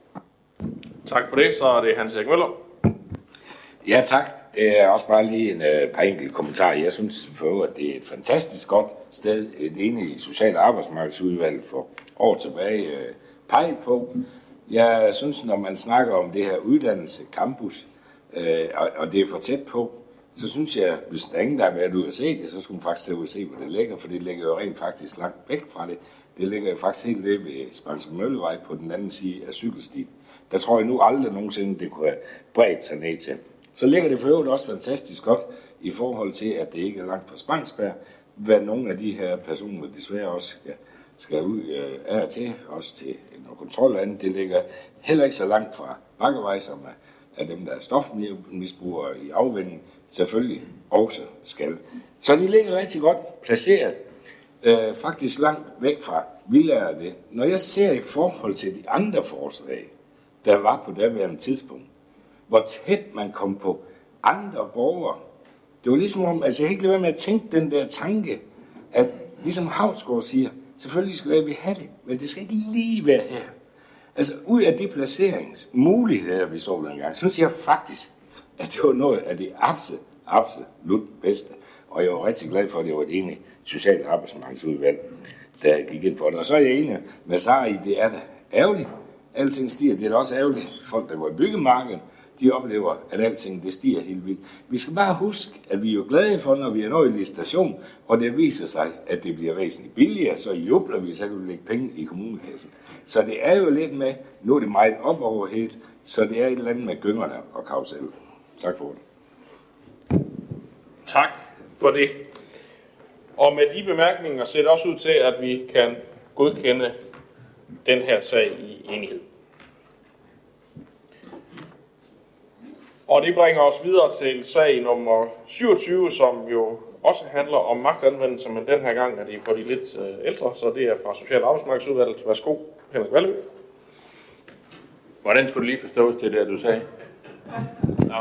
Speaker 1: Tak for det. Så er det Hans Erik Møller.
Speaker 14: Ja, tak. Det er også bare lige en par enkelte kommentarer. Jeg synes for at det er et fantastisk godt sted, et enigt social- og arbejdsmarkedsudvalg for år tilbage pege på. Jeg synes, når man snakker om det her uddannelse, campus, og det er for tæt på, så synes jeg, hvis der er ingen, der har været ude at se det, så skulle man faktisk tage ud og se, hvor det ligger, for det ligger jo rent faktisk langt væk fra det. Det ligger jo faktisk helt det ved Spangsø Møllevej på den anden side af cykelstien. Der tror jeg nu aldrig nogensinde, det kunne have bredt sig ned til. Så ligger det for øvrigt også fantastisk godt i forhold til, at det ikke er langt fra Spangsberg, hvad nogle af de her personer desværre også skal ud af og til, også til noget kontrol og andet. Det ligger heller ikke så langt fra Bakkevej, som er dem, der er stofmisbrugere i afvinding, selvfølgelig også skal. Så de ligger rigtig godt placeret, faktisk langt væk fra villager det. Når jeg ser i forhold til de andre forslag, der var på daværende tidspunkt, hvor tæt man kom på andre borgere, det var ligesom om, altså jeg kan ikke lade være med at tænke den der tanke, at ligesom Havsgaard siger, selvfølgelig skal vi have det, men det skal ikke lige være her. Altså ud af de placeringsmuligheder, vi så dengang, synes jeg faktisk, at det var noget af det absolut bedste. Og jeg var rigtig glad for, at det var et enigt socialt arbejdsmarkedsudvalg, der gik ind for det. Og så er jeg enig med Sara i, det er da ærgerligt. Alting stiger. Det er da også ærgerligt. Folk, der var i byggemarkedet, de oplever, at alting det stiger helt vildt. Vi skal bare huske, at vi er jo glade for, når vi er nået i licitation, og det viser sig, at det bliver væsentligt billigere, så jubler vi, så kan vi lægge penge i kommunekassen. Så det er jo lidt med, nu er det meget op overhedt, så det er et eller andet med gyngerne og karusellen. Tak for det.
Speaker 1: Tak for det. Og med de bemærkninger ser det også ud til, at vi kan godkende den her sag i enighed. Og det bringer os videre til sag nummer 27, som jo også handler om magtanvendelse, men den her gang er det for de lidt ældre, så det er fra Social- og Arbejdsmarkedsudvalget. Værsgo, Henrik Valø.
Speaker 13: Hvordan skulle det lige forstås det der, du sagde?
Speaker 1: Ja.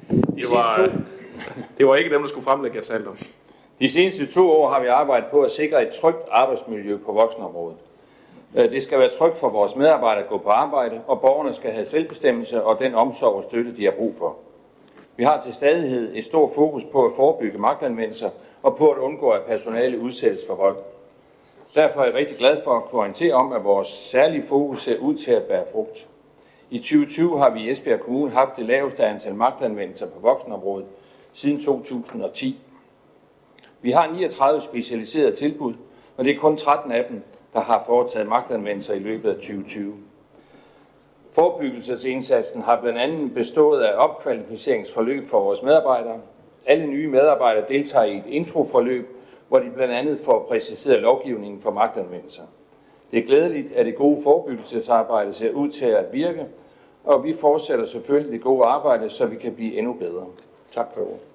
Speaker 1: Det var ikke dem, der skulle fremlægge, jeg talte om.
Speaker 13: De seneste 2 år har vi arbejdet på at sikre et trygt arbejdsmiljø på voksenområdet. Det skal være trygt for vores medarbejdere at gå på arbejde, og borgerne skal have selvbestemmelse og den omsorg og støtte, de har brug for. Vi har til stadighed et stort fokus på at forebygge magtanvendelser og på at undgå, at personale udsættes for vold. Derfor er jeg rigtig glad for at kunne orientere om, at vores særlige fokus ser ud til at bære frugt. I 2020 har vi i Esbjerg Kommune haft det laveste antal magtanvendelser på voksenområdet siden 2010. Vi har 39 specialiserede tilbud, og det er kun 13 af dem, der har foretaget magtanvendelser i løbet af 2020. Forebyggelsesindsatsen har blandt andet bestået af opkvalificeringsforløb for vores medarbejdere. Alle nye medarbejdere deltager i et introforløb, hvor de blandt andet får præciseret lovgivningen for magtanvendelser. Det er glædeligt, at det gode forebyggelsesarbejde ser ud til at virke, og vi fortsætter selvfølgelig det gode arbejde, så vi kan blive endnu bedre. Tak for ordet.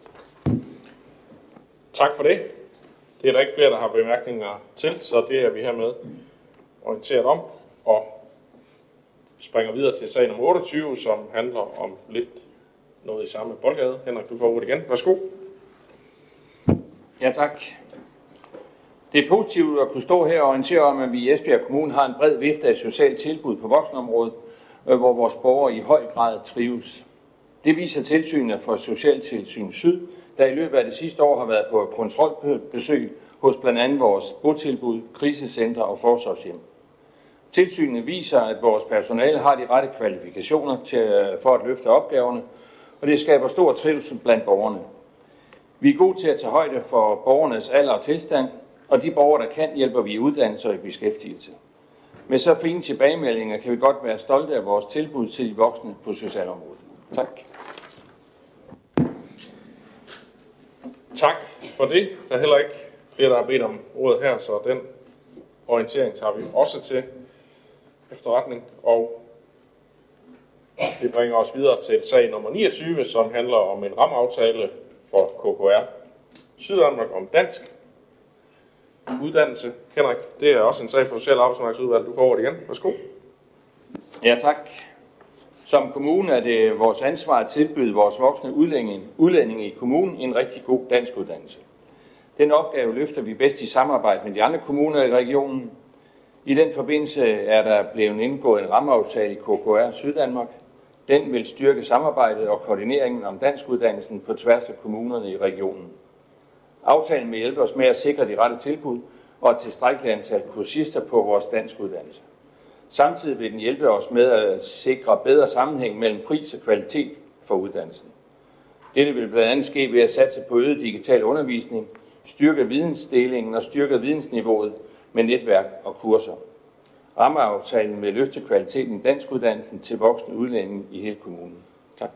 Speaker 1: Tak for det. Det er der ikke flere, der har bemærkninger til, så det er vi hermed orienteret om, og springer videre til sag nummer 28, som handler om lidt noget i samme boldgade. Henrik, du får ordet igen. Værsgo.
Speaker 13: Ja, tak. Det er positivt at kunne stå her og orientere om, at vi i Esbjerg Kommune har en bred vifte af socialt tilbud på voksenområdet, hvor vores borgere i høj grad trives. Det viser tilsynet for Socialtilsyn Syd, der i løbet af det sidste år har været på kontrolbesøg hos blandt andet vores botilbud, krisecentre og forsorgshjem. Tilsynet viser, at vores personale har de rette kvalifikationer for at løfte opgaverne, og det skaber stor trivsel blandt borgerne. Vi er gode til at tage højde for borgernes alder og tilstand, og de borgere, der kan, hjælper vi i uddannelse og i beskæftigelse. Med så fine tilbagemeldinger kan vi godt være stolte af vores tilbud til de voksne på socialområdet. Tak.
Speaker 1: Tak for det. Der er heller ikke flere, der har bedt om ordet her, så den orientering tager vi også til efterretning. Og det bringer os videre til sag nummer 29, som handler om en rammeaftale for KKR Syddanmark om dansk uddannelse. Henrik, det er også en sag for Social- og Arbejdsmarkedsudvalget. Du får ordet igen. Værsgo.
Speaker 13: Ja, tak. Som kommune er det vores ansvar at tilbyde vores voksne udlændinge i kommunen en rigtig god dansk uddannelse. Den opgave løfter vi bedst i samarbejde med de andre kommuner i regionen. I den forbindelse er der blevet indgået en rammeaftale i KKR Syddanmark. Den vil styrke samarbejdet og koordineringen om danskuddannelsen på tværs af kommunerne i regionen. Aftalen vil hjælpe os med at sikre de rette tilbud og et tilstrækkeligt antal kursister på vores danskuddannelse. Samtidig vil den hjælpe os med at sikre bedre sammenhæng mellem pris og kvalitet for uddannelsen. Dette vil blandt andet ske ved at satse på øget digital undervisning, styrke vidensdelingen og styrke vidensniveauet med netværk og kurser. Rammeaftalen vil løfte kvaliteten i danskuddannelsen til voksne udlændinge i hele kommunen. Tak.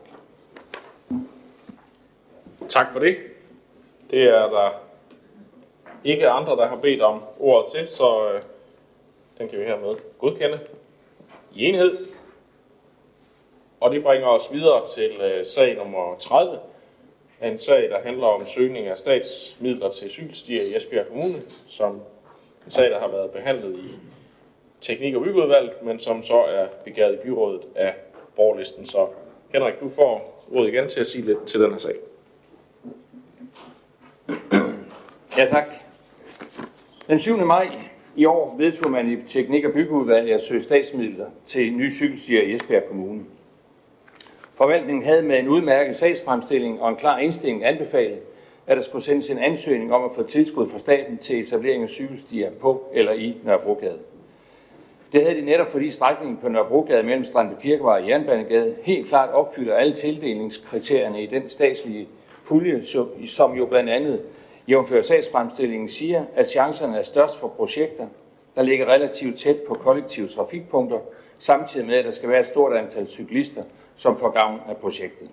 Speaker 1: Tak for det. Det er der ikke andre, der har bedt om ordet til, så den kan vi hermed godkende i enhed. Og det bringer os videre til sag nummer 30. En sag, der handler om søgning af statsmidler til cykelstier i Esbjerg Kommune, som en sag, der har været behandlet i teknik- og byggeudvalget, men som så er begæret i byrådet af borgerlisten. Så Henrik, du får ordet igen til at sige lidt til den her sag.
Speaker 13: Ja, tak. Den 7. maj i år vedtog man i teknik- og byggeudvalget at søge statsmidler til nye cykelstier i Esbjerg Kommune. Forvaltningen havde med en udmærket sagsfremstilling og en klar indstilling anbefalet, at der skulle sendes en ansøgning om at få tilskud fra staten til etablering af cykelstier på eller i Nørrebrogade. Det havde de netop, fordi strækningen på Nørrebrogade mellem Strandby Kirkevej og Jernbanegade helt klart opfylder alle tildelingskriterierne i den statslige pulje, som jo blandt andet jævnfør sagsfremstillingen siger, at chancerne er størst for projekter, der ligger relativt tæt på kollektive trafikpunkter, samtidig med, at der skal være et stort antal cyklister, som får gavn af projektet.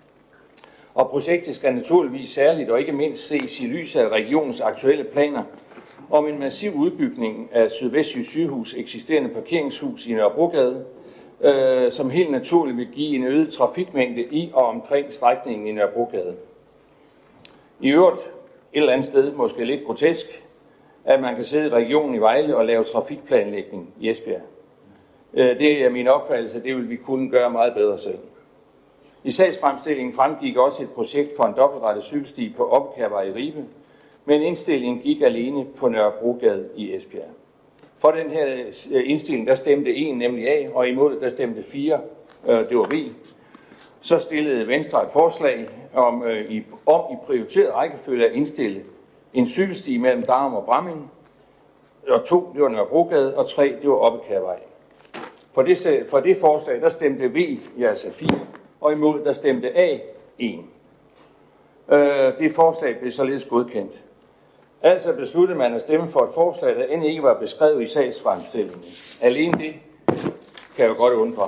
Speaker 13: Og projektet skal naturligvis særligt og ikke mindst ses i lyset af regionens aktuelle planer om en massiv udbygning af Sydvestjysk Sygehus eksisterende parkeringshus i Nørrebrogade, som helt naturligt vil give en øget trafikmængde i og omkring strækningen i Nørrebrogade. I øvrigt et eller andet sted, måske lidt grotesk, at man kan sidde i regionen i Vejle og lave trafikplanlægning i Esbjerg. Det er min opfattelse, det vil vi kunne gøre meget bedre selv. I sagsfremstillingen fremgik også et projekt for en dobbeltrettet cykelsti på Oppekærvej i Ribe, men indstillingen gik alene på Nørrebrogade i Esbjerg. For den her indstilling, der stemte 1 nemlig A, og imod der stemte 4, det var V. Så stillede Venstre et forslag om i prioriteret rækkefølge at indstille en cykelsti mellem Darum og Bramming, og 2, det var Nørrebrogade, og 3, det var Oppekærvej. For det forslag, der stemte V, altså 4, og imod, der stemte A, 1. Det forslag blev således godkendt. Altså besluttede man at stemme for et forslag, der end ikke var beskrevet i sagsfremstillingen. Alene det kan jo godt undre.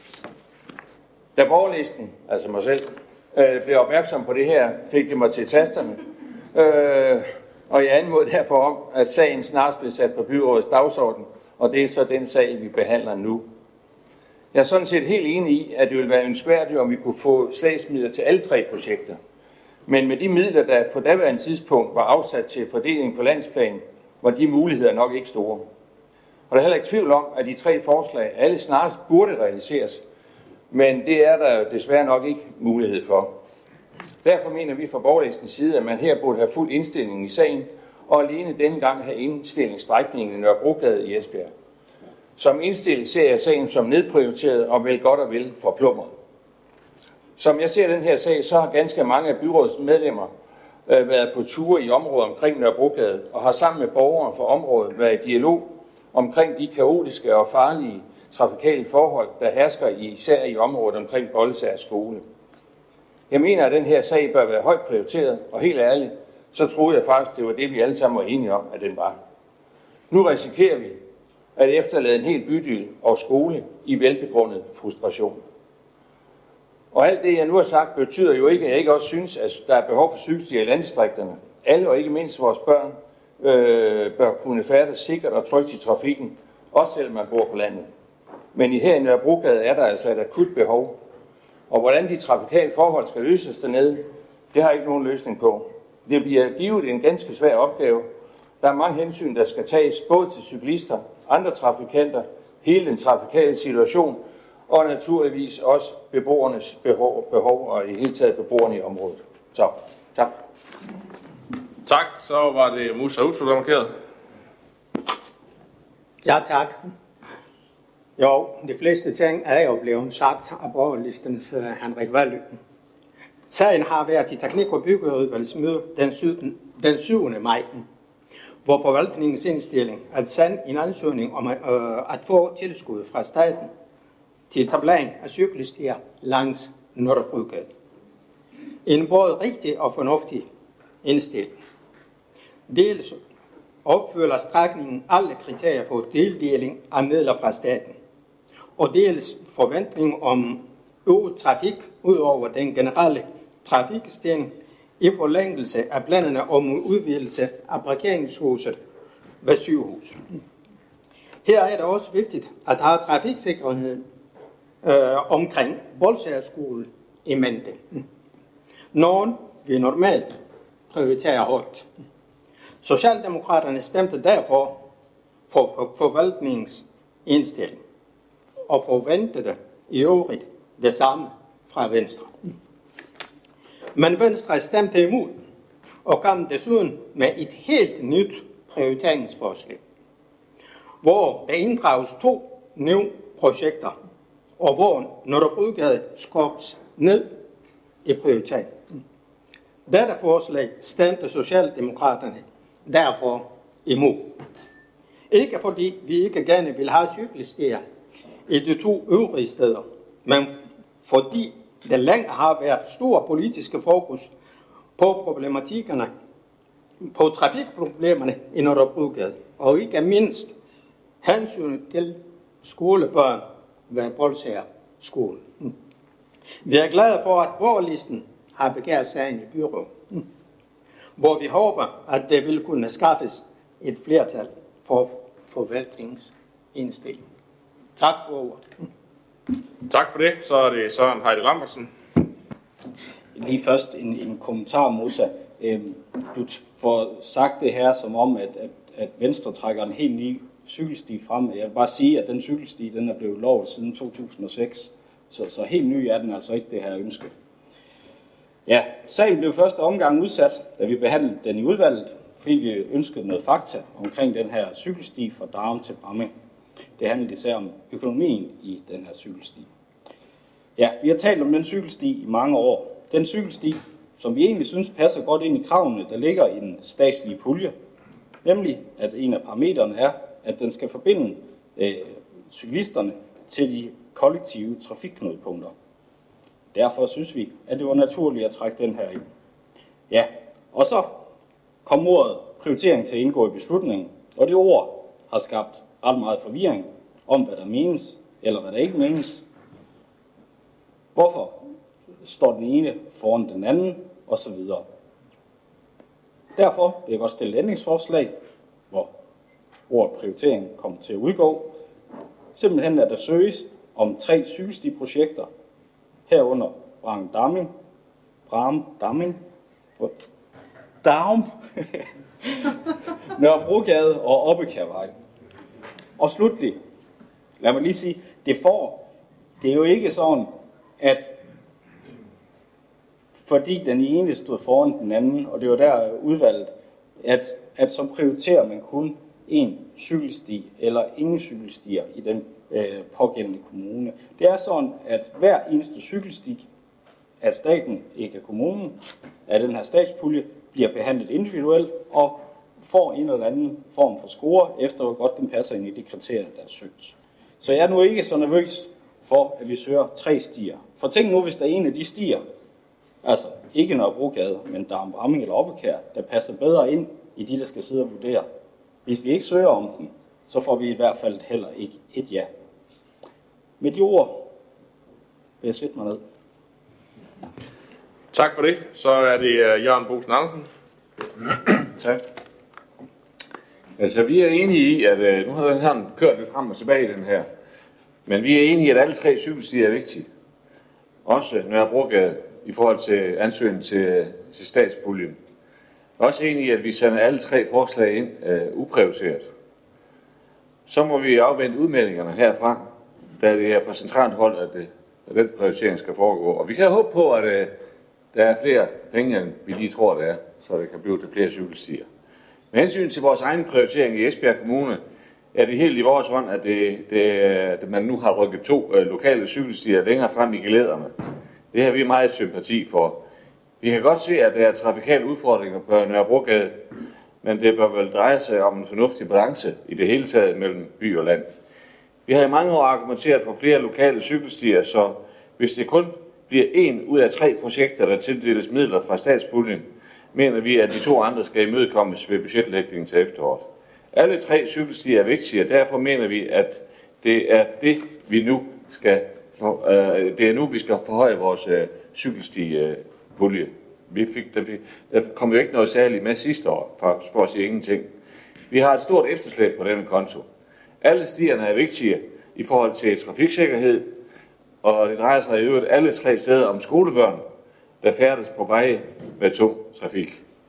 Speaker 13: Da borgerlisten, altså mig selv, blev opmærksom på det her, fik det mig til tasterne. og jeg anmoder derfor om, at sagen snart bliver sat på byrådets dagsorden, og det er så den sag, vi behandler nu. Jeg er sådan set helt enig i, at det ville være ønskværdigt, om vi kunne få statsmidler til alle 3 projekter. Men med de midler, der på daværende tidspunkt var afsat til fordeling på landsplan, var de muligheder nok ikke store. Og der er heller ikke tvivl om, at de 3 forslag alle snarest burde realiseres, men det er der desværre nok ikke mulighed for. Derfor mener vi fra borgerlæsens side, at man her burde have fuld indstilling i sagen, og alene denne gang have indstillingsstrækningen i Nørrebrogade i Esbjerg. Som indstilling ser jeg sagen som nedprioriteret og vel godt og vel forplumret. Som jeg ser den her sag, så har ganske mange af byrådets medlemmer været på ture i området omkring Nørrebrogade og har sammen med borgere fra området været i dialog omkring de kaotiske og farlige trafikale forhold, der hersker især i området omkring Bollesager skole. Jeg mener, at den her sag bør være højt prioriteret, og helt ærligt, så troede jeg faktisk, det var det, vi alle sammen var enige om, at den var. Nu risikerer vi at efterlade en hel bydel og skole i velbegrundet frustration. Og alt det, jeg nu har sagt, betyder jo ikke, at jeg ikke også synes, at der er behov for cykelstier i landdistrikterne. Alle og ikke mindst vores børn bør kunne færdes sikkert og trygt i trafikken, også selvom man bor på landet. Men her i Nørrebrogade er der altså et akut behov. Og hvordan de trafikale forhold skal løses dernede, det har jeg ikke nogen løsning på. Det bliver givet en ganske svær opgave. Der er mange hensyn, der skal tages, både til cyklister, andre trafikanter, hele den trafikale situation, og naturligvis også beboernes behov og i hele taget beboerne i området. Så, tak.
Speaker 1: Tak, så var det Musa Uso, der markerede.
Speaker 15: Ja, tak. Jo, de fleste ting er jo blevet sagt af borgerlistens Henrik Valø. Sagen har været i teknik- og byggeudvalgsmøde den 7. maj, hvor forvaltningens indstilling at sende en ansøgning om at få tilskud fra staten til etablering af cykelstier langs Nørrebrogade. En både rigtig og fornuftig indstilling. Dels opfylder strækningen alle kriterier for deldeling af midler fra staten, og dels forventning om øget trafik ud over den generelle trafikstigning i forlængelse af planerne om udvidelse af parkeringshuset ved sygehuset. Her er det også vigtigt at have trafiksikkerhed omkring Bollesager skole i mente. Nogen vi normalt prioriterer højt. Socialdemokraterne stemte derfor for forvaltningens indstilling og forventede i øvrigt det samme fra Venstre. Men Venstre stemte imod og kom desuden med et helt nyt prioriteringsforslag, hvor der inddrages 2 nye projekter, og hvor Nørrebrogade skubs ned i prioritering. Dette forslag stemte Socialdemokraterne derfor imod. Ikke fordi vi ikke gerne vil have cykelstier i de 2 øvrige steder, men fordi der længe har været stor politiske fokus på problematikkerne, på trafikproblemerne i Nørrebrogade, og ikke mindst hensyn til skolebørn ved Bollesager skole. Vi er glade for, at borgerlisten har begæret sagen i byrådet, hvor vi håber, at det vil kunne skaffes et flertal for forvaltningens indstilling. Tak for ordet.
Speaker 1: Tak for det. Så er det Søren Heide Lambertsen.
Speaker 12: Lige først en kommentar, Musa. Du får sagt det her som om, at Venstre trækker en helt ny cykelsti frem. Jeg vil bare sige, at den cykelsti den er blevet lovet siden 2006. Så helt ny er den altså ikke, det her ønske. Ja, sagen blev første omgang udsat, da vi behandlede den i udvalget, fordi vi ønskede noget fakta omkring den her cykelsti fra Darum til Bramming. Det handlede især om økonomien i den her cykelsti. Ja, vi har talt om den cykelsti i mange år. Den cykelsti, som vi egentlig synes passer godt ind i kravene, der ligger i den statslige pulje. Nemlig, at en af parametrene er, at den skal forbinde cyklisterne til de kollektive trafikknudepunkter. Derfor synes vi, at det var naturligt at trække den her ind. Ja, og så kom ordet prioritering til at indgå i beslutningen, og det ord har skabt ret meget forvirring om, hvad der menes, eller hvad der ikke menes. Hvorfor står den ene foran den anden, og så videre. Derfor vil jeg godt stille et ændringsforslag, hvor ordet prioritering kommer til at udgå. Simpelthen at der søges om 3 cykelstiprojekter, herunder Nørrebrogade og Obbekærvej. Og slutlig, lad mig lige sige, det er jo ikke sådan, at fordi den ene stod foran den anden, og det var der udvalget, at så prioriterer man kun en cykelsti eller ingen cykelstier i den pågældende kommune. Det er sådan, at hver eneste cykelsti af staten, ikke af kommunen, af den her statspulje, bliver behandlet individuelt og får en eller anden form for score, efter hvor godt den passer ind i de kriterier, der er søgt. Så jeg er nu ikke så nervøs for, at vi søger 3 stier. For tænk nu, hvis der er en af de stier, altså ikke Nørrebrogade, men Bramming eller Obbekær, der passer bedre ind i de, der skal sidde og vurdere. Hvis vi ikke søger om den, så får vi i hvert fald heller ikke et ja. Med de ord vil jeg sætte mig ned.
Speaker 1: Tak for det. Så er det Jørgen Bosen Andersen.
Speaker 2: Tak. Altså, vi er enige i, at nu har den kørt lidt frem og tilbage i den her, men vi er enige i, at alle 3 cykelstier er vigtige. Også Nørrebrogade i forhold til ansøgningen til statspuljen. Også enige i, at vi sender alle 3 forslag ind uprioriteret. Så må vi afvente udmeldingerne herfra, da det er fra centralt hold, at den prioritering skal foregå. Og vi kan håbe på, at der er flere penge, end vi lige tror, der er, så det kan blive til flere cykelstier. Med hensyn til vores egen prioritering i Esbjerg Kommune, er det helt i vores hånd, at man nu har rykket 2 lokale cykelstier længere frem i gelæderne. Det har vi meget sympati for. Vi kan godt se, at der er trafikale udfordringer på Nørrebrogade, men det bør vel dreje sig om en fornuftig balance i det hele taget mellem by og land. Vi har i mange år argumenteret for flere lokale cykelstier, så hvis det kun bliver 1 ud af 3 projekter, der tildeles midler fra statspuljen, mener vi, at de 2 andre skal imødekommes ved budgetlægningen til efteråret. Alle 3 cykelstier er vigtige, og derfor mener vi, at det er det, vi nu skal vi skal forhøje vores cykelstipulje. Der kom jo ikke noget særligt med sidste år, for at sige ingenting. Vi har et stort efterslæb på denne konto. Alle stierne er vigtige i forhold til trafiksikkerhed, og det drejer sig i øvrigt alle 3 steder om skolebørn, der færdes på veje med tung trafik.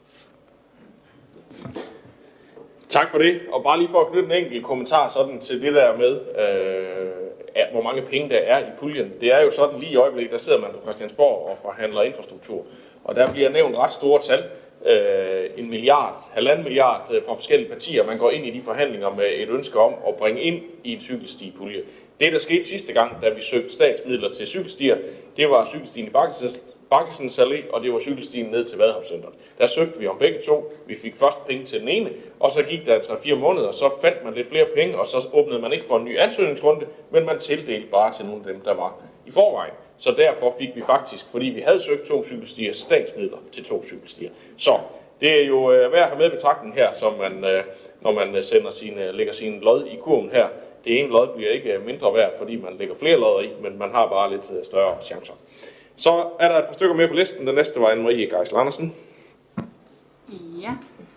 Speaker 1: Tak for det, og bare lige for at knytte en enkelt kommentar sådan til det der med, hvor mange penge der er i puljen. Det er jo sådan lige i øjeblikket, der sidder man på Christiansborg og forhandler infrastruktur, og der bliver nævnt ret store tal, 1 milliard, 1,5 milliard fra forskellige partier. Man går ind i de forhandlinger med et ønske om at bringe ind i en cykelstipulje. Det, der skete sidste gang, da vi søgte statsmidler til cykelstier, det var cykelstien i Bakkesens Allé, og det var cykelstien ned til Vadehavscenteret. Der søgte vi om begge 2. Vi fik først penge til den ene, og så gik der 3-4 måneder, og så fandt man lidt flere penge, og så åbnede man ikke for en ny ansøgningsrunde, men man tildelte bare til nogle af dem, der var i forvejen. Så derfor fik vi faktisk, fordi vi havde søgt 2 cykelstier, statsmidler til 2 cykelstier. Så det er jo værd at have med betragtning her, som man, når man lægger sin lod i kurven her. Det ene lod bliver ikke mindre værd, fordi man lægger flere lodder i, men man har bare lidt større chancer. Så er der et par stykker mere på listen. Den næste var Anne-Marie Geisel Andersen.
Speaker 9: Ja.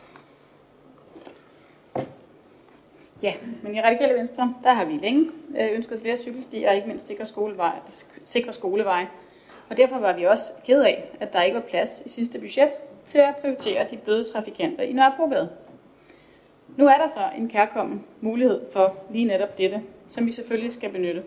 Speaker 9: Ja, men i Radikale Venstre, der har vi længe ønsket flere cykelstier og ikke mindst sikre skoleveje. Og derfor var vi også ked af, at der ikke var plads i sidste budget til at prioritere de bløde trafikanter i Nørrebrogade. Nu er der så en kærkommen mulighed for lige netop dette, som vi selvfølgelig skal benytte.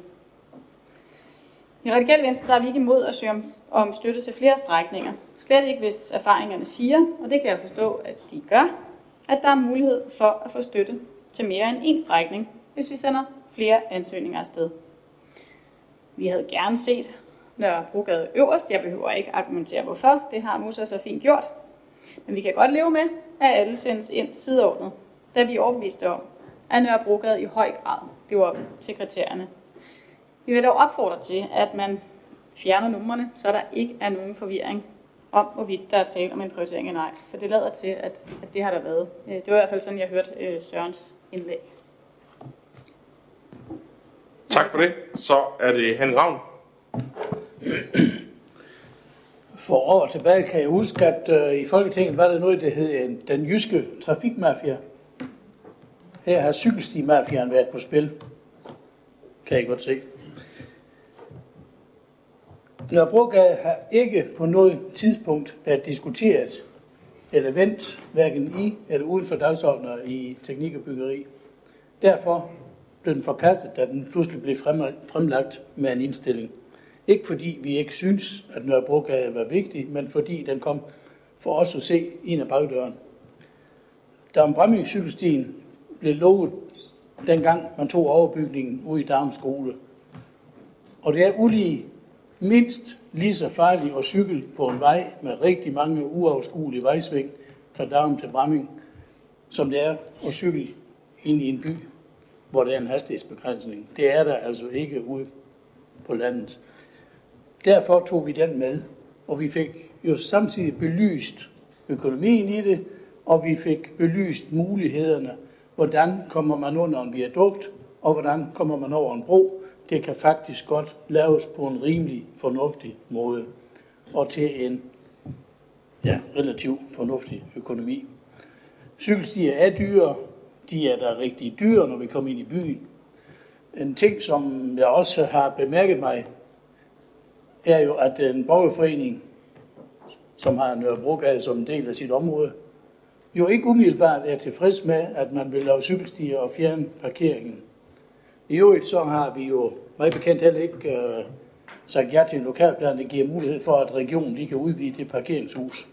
Speaker 9: I Radikale Venstre der er vi ikke imod at søge om støtte til flere strækninger. Slet ikke, hvis erfaringerne siger, og det kan jeg forstå, at de gør, at der er mulighed for at få støtte til mere end 1 strækning, hvis vi sender flere ansøgninger afsted. Vi havde gerne set Nørrebrogade øverst. Jeg behøver ikke argumentere hvorfor. Det har Musa så fint gjort. Men vi kan godt leve med, at alle sendes ind sideordnet, da vi er overbeviste om, at Nørrebrogade i høj grad lever op til kriterierne. Vi vil dog opfordre til, at man fjerner numrene, så der ikke er nogen forvirring om, hvorvidt der er tale om en prioritering eller ej. For det lader til, at det har der været. Det var i hvert fald sådan, jeg hørte Sørens indlæg.
Speaker 1: Tak for det. Så er det Henrik Ravn.
Speaker 16: For år tilbage kan jeg huske, at i Folketinget var der noget, der hed den jyske trafikmafia. Her har cykelstimafiaen været på spil. Kan jeg godt se. Nørrebrogade har ikke på noget tidspunkt været diskuteret eller vendt, hverken i eller uden for dagsordner i teknik og byggeri. Derfor blev den forkastet, da den pludselig blev fremlagt med en indstilling. Ikke fordi vi ikke synes, at Nørrebrogade var vigtig, men fordi den kom for os at se ind ad bagdøren. Da Bramming-cykelstien blev lovet, dengang man tog overbygningen ude i Darum skole. Og det er ulige mindst lige så farligt at cykle på en vej med rigtig mange uoverskuelige vejsving fra Darum til Bramming, som det er at cykle ind i en by, hvor der er en hastighedsbegrænsning. Det er der altså ikke ude på landet. Derfor tog vi den med, og vi fik jo samtidig belyst økonomien i det, og vi fik belyst mulighederne. Hvordan kommer man under en viadukt, og hvordan kommer man over en bro? Det kan faktisk godt laves på en rimelig fornuftig måde, og til en relativt fornuftig økonomi. Cykelstier er dyre, de er da rigtig dyre, når vi kommer ind i byen. En ting, som jeg også har bemærket mig, er jo, at en borgerforening, som har Nørrebrogade som en del af sit område, jo ikke umiddelbart er tilfreds med, at man vil lave cykelstier og fjerne parkeringen. I øvrigt så har vi jo meget bekendt heller ikke sagt ja til en lokalplan, der giver mulighed for, at regionen lige kan udvide det parkeringshus.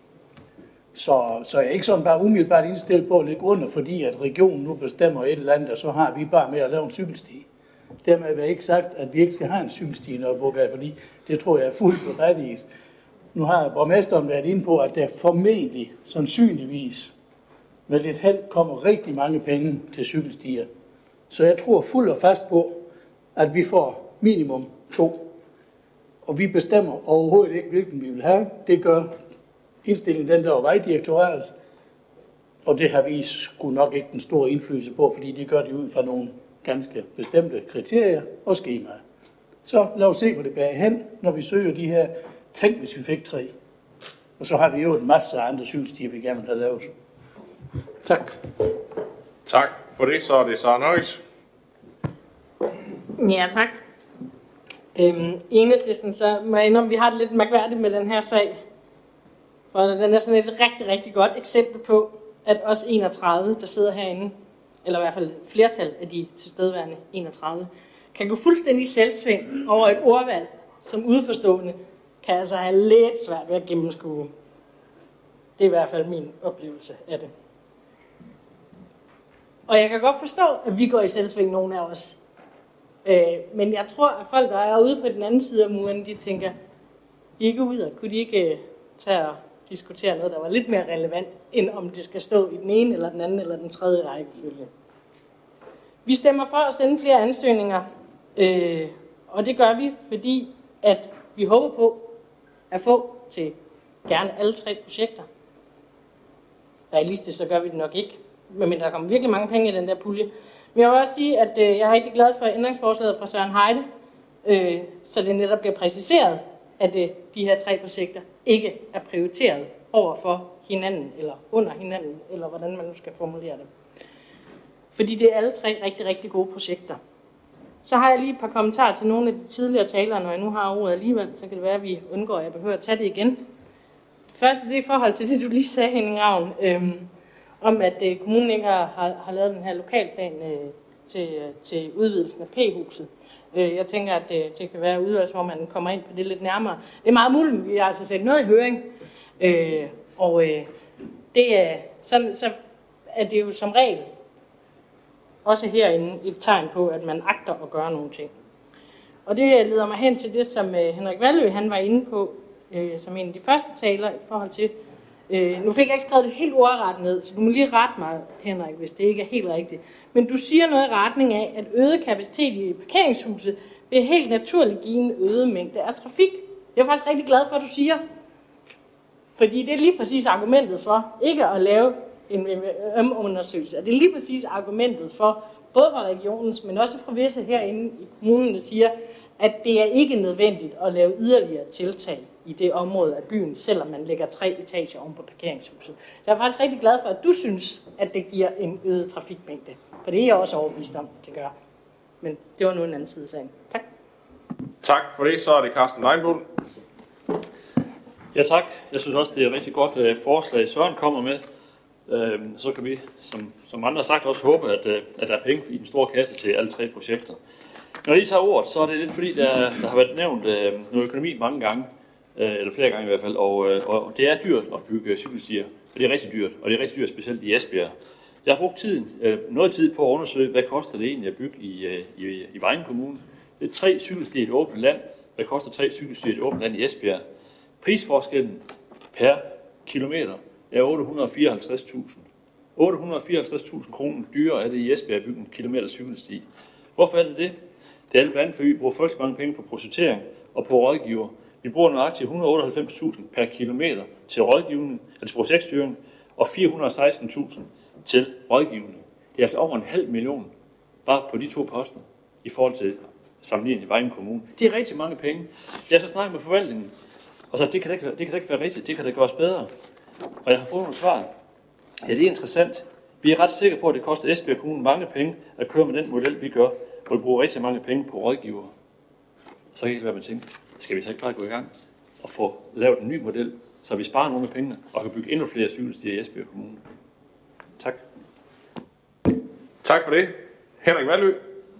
Speaker 16: Så jeg er ikke sådan bare umiddelbart indstillet på at ligge under, fordi at regionen nu bestemmer et eller andet, og så har vi bare med at lave en cykelsti. Dermed har jeg ikke sagt, at vi ikke skal have en cykelsti i Nørrebrogade, fordi det tror jeg er fuldt berettiget. Nu har borgmesteren været inde på, at der formentlig, sandsynligvis, med lidt held kommer rigtig mange penge til cykelstier. Så jeg tror fuldt og fast på, at vi får minimum 2. Og vi bestemmer overhovedet ikke, hvilken vi vil have. Det gør indstillingen den der vejdirektoratet. Og det har vi sgu nok ikke den store indflydelse på, fordi det gør de ud fra nogle ganske bestemte kriterier og skemaer. Så lad os se, hvor det bærer hen, når vi søger de her. Tænk, hvis vi fik 3. Og så har vi jo en masse andre cykelstier, vi gerne vil have lavet. Tak.
Speaker 1: Tak for det. Så er det Sara Nøjes.
Speaker 3: Ja, tak. Enhedslisten, så må jeg indrømme, vi har det lidt mærkværdigt med den her sag. For den er sådan et rigtig, rigtig godt eksempel på, at os 31, der sidder herinde, eller i hvert fald flertal af de tilstedeværende 31, kan gå fuldstændig selvsving over et ordvalg, som udforstående kan altså have lidt svært ved at gennemskue. Det er i hvert fald min oplevelse af det. Og jeg kan godt forstå, at vi går i selvsving, nogle af os. Men jeg tror, at folk, der er ude på den anden side af muren, de tænker, ikke ud af, kunne de ikke tage og diskutere noget, der var lidt mere relevant, end om det skal stå i den ene, eller den anden, eller den tredje rækkefølge. Vi stemmer for at sende flere ansøgninger, og det gør vi, fordi at vi håber på at få til gerne alle 3 projekter. Realistisk så gør vi det nok ikke, men der kommer virkelig mange penge i den der pulje. Men jeg vil også sige, at jeg er rigtig glad for ændringsforslaget fra Søren Heide, så det netop bliver præciseret, at de her 3 projekter ikke er prioriteret over for hinanden, eller under hinanden, eller hvordan man nu skal formulere det. Fordi det er alle 3 rigtig, rigtig gode projekter. Så har jeg lige et par kommentarer til nogle af de tidligere talere, når jeg nu har ordet alligevel, så kan det være, at vi undgår, at jeg behøver at tage det igen. Det første det er i forhold til det, du lige sagde, Henning Ravn, om at kommunen ikke har lavet den her lokalplan til udvidelsen af P-huset. Jeg tænker, at det kan være, at udvalgsformanden kommer ind på det lidt nærmere. Det er meget muligt, at vi har altså set noget i høring, det er sådan, så er det jo som regel også herinde et tegn på, at man agter at gøre nogle ting. Og det leder mig hen til det, som Henrik Vallø han var inde på, som en af de første taler i forhold til. Nu fik jeg ikke skrevet det helt ordret ned, så du må lige rette mig, Henrik, hvis det ikke er helt rigtigt. Men du siger noget i retning af, at øget kapacitet i parkeringshuset vil helt naturligt give en øget mængde af trafik. Det er jeg faktisk rigtig glad for, at du siger. Fordi det er lige præcis argumentet for ikke at lave en undersøgelse. Det er lige præcis argumentet for, både fra regionens, men også fra visse herinde i kommunen, der siger, at det er ikke nødvendigt at lave yderligere tiltag i det område af byen, selvom man lægger 3 etager oven på parkeringshuset. Jeg er faktisk rigtig glad for, at du synes, at det giver en øget trafikmængde. For det er jeg også overbevist om, det gør. Men det var nu en anden side af sagen. Tak.
Speaker 1: Tak for det. Så er det Carsten Leinbund.
Speaker 17: Ja, tak. Jeg synes også, det er et rigtig godt forslag, Søren kommer med. Så kan vi, som andre har sagt, også håbe, at der er penge i den store kasse til alle 3 projekter. Når I tager ordet, så er det lidt fordi, der har været nævnt noget økonomi mange gange, eller flere gange i hvert fald, og det er dyrt at bygge cykelstier, og det er rigtig dyrt, og det er rigtig dyrt specielt i Esbjerg. Jeg har brugt noget tid på at undersøge, hvad koster det egentlig at bygge i Vejen Kommune. Det er 3 cykelstier i et åbent land. Hvad koster 3 cykelstier i et åbent land i Esbjerg? Prisforskellen per kilometer er 854.000. 854.000 kroner dyrere er det i Esbjerg at bygge en kilometer cykelsti. Hvorfor er det det? Det er alt blandt andet, fordi vi bruger frygtelig mange penge på projektering og på rådgiver. Vi bruger nøjagtigt 198.000 per kilometer til rådgivning, altså projektstyring, og 416.000 til rådgivning. Det er altså over 500.000 bare på de 2 poster i forhold til sammenligning i Vejen Kommune. Det er rigtig mange penge. Jeg har så snakket med forvaltningen, og så det kan da ikke være rigtigt, det kan da gøres bedre. Og jeg har fået nogle svar. Ja, det er interessant. Vi er ret sikre på, at det koster Esbjerg Kommune mange penge at køre med den model, vi gør, hvor vi bruger rigtig mange penge på rådgiver. Så kan det være, man tænker, skal vi så ikke bare gå i gang og få lavet en ny model, så vi sparer nogle af pengene og kan bygge endnu flere cykelstier i Esbjerg Kommune. Tak.
Speaker 1: Tak for det. Henrik Valø.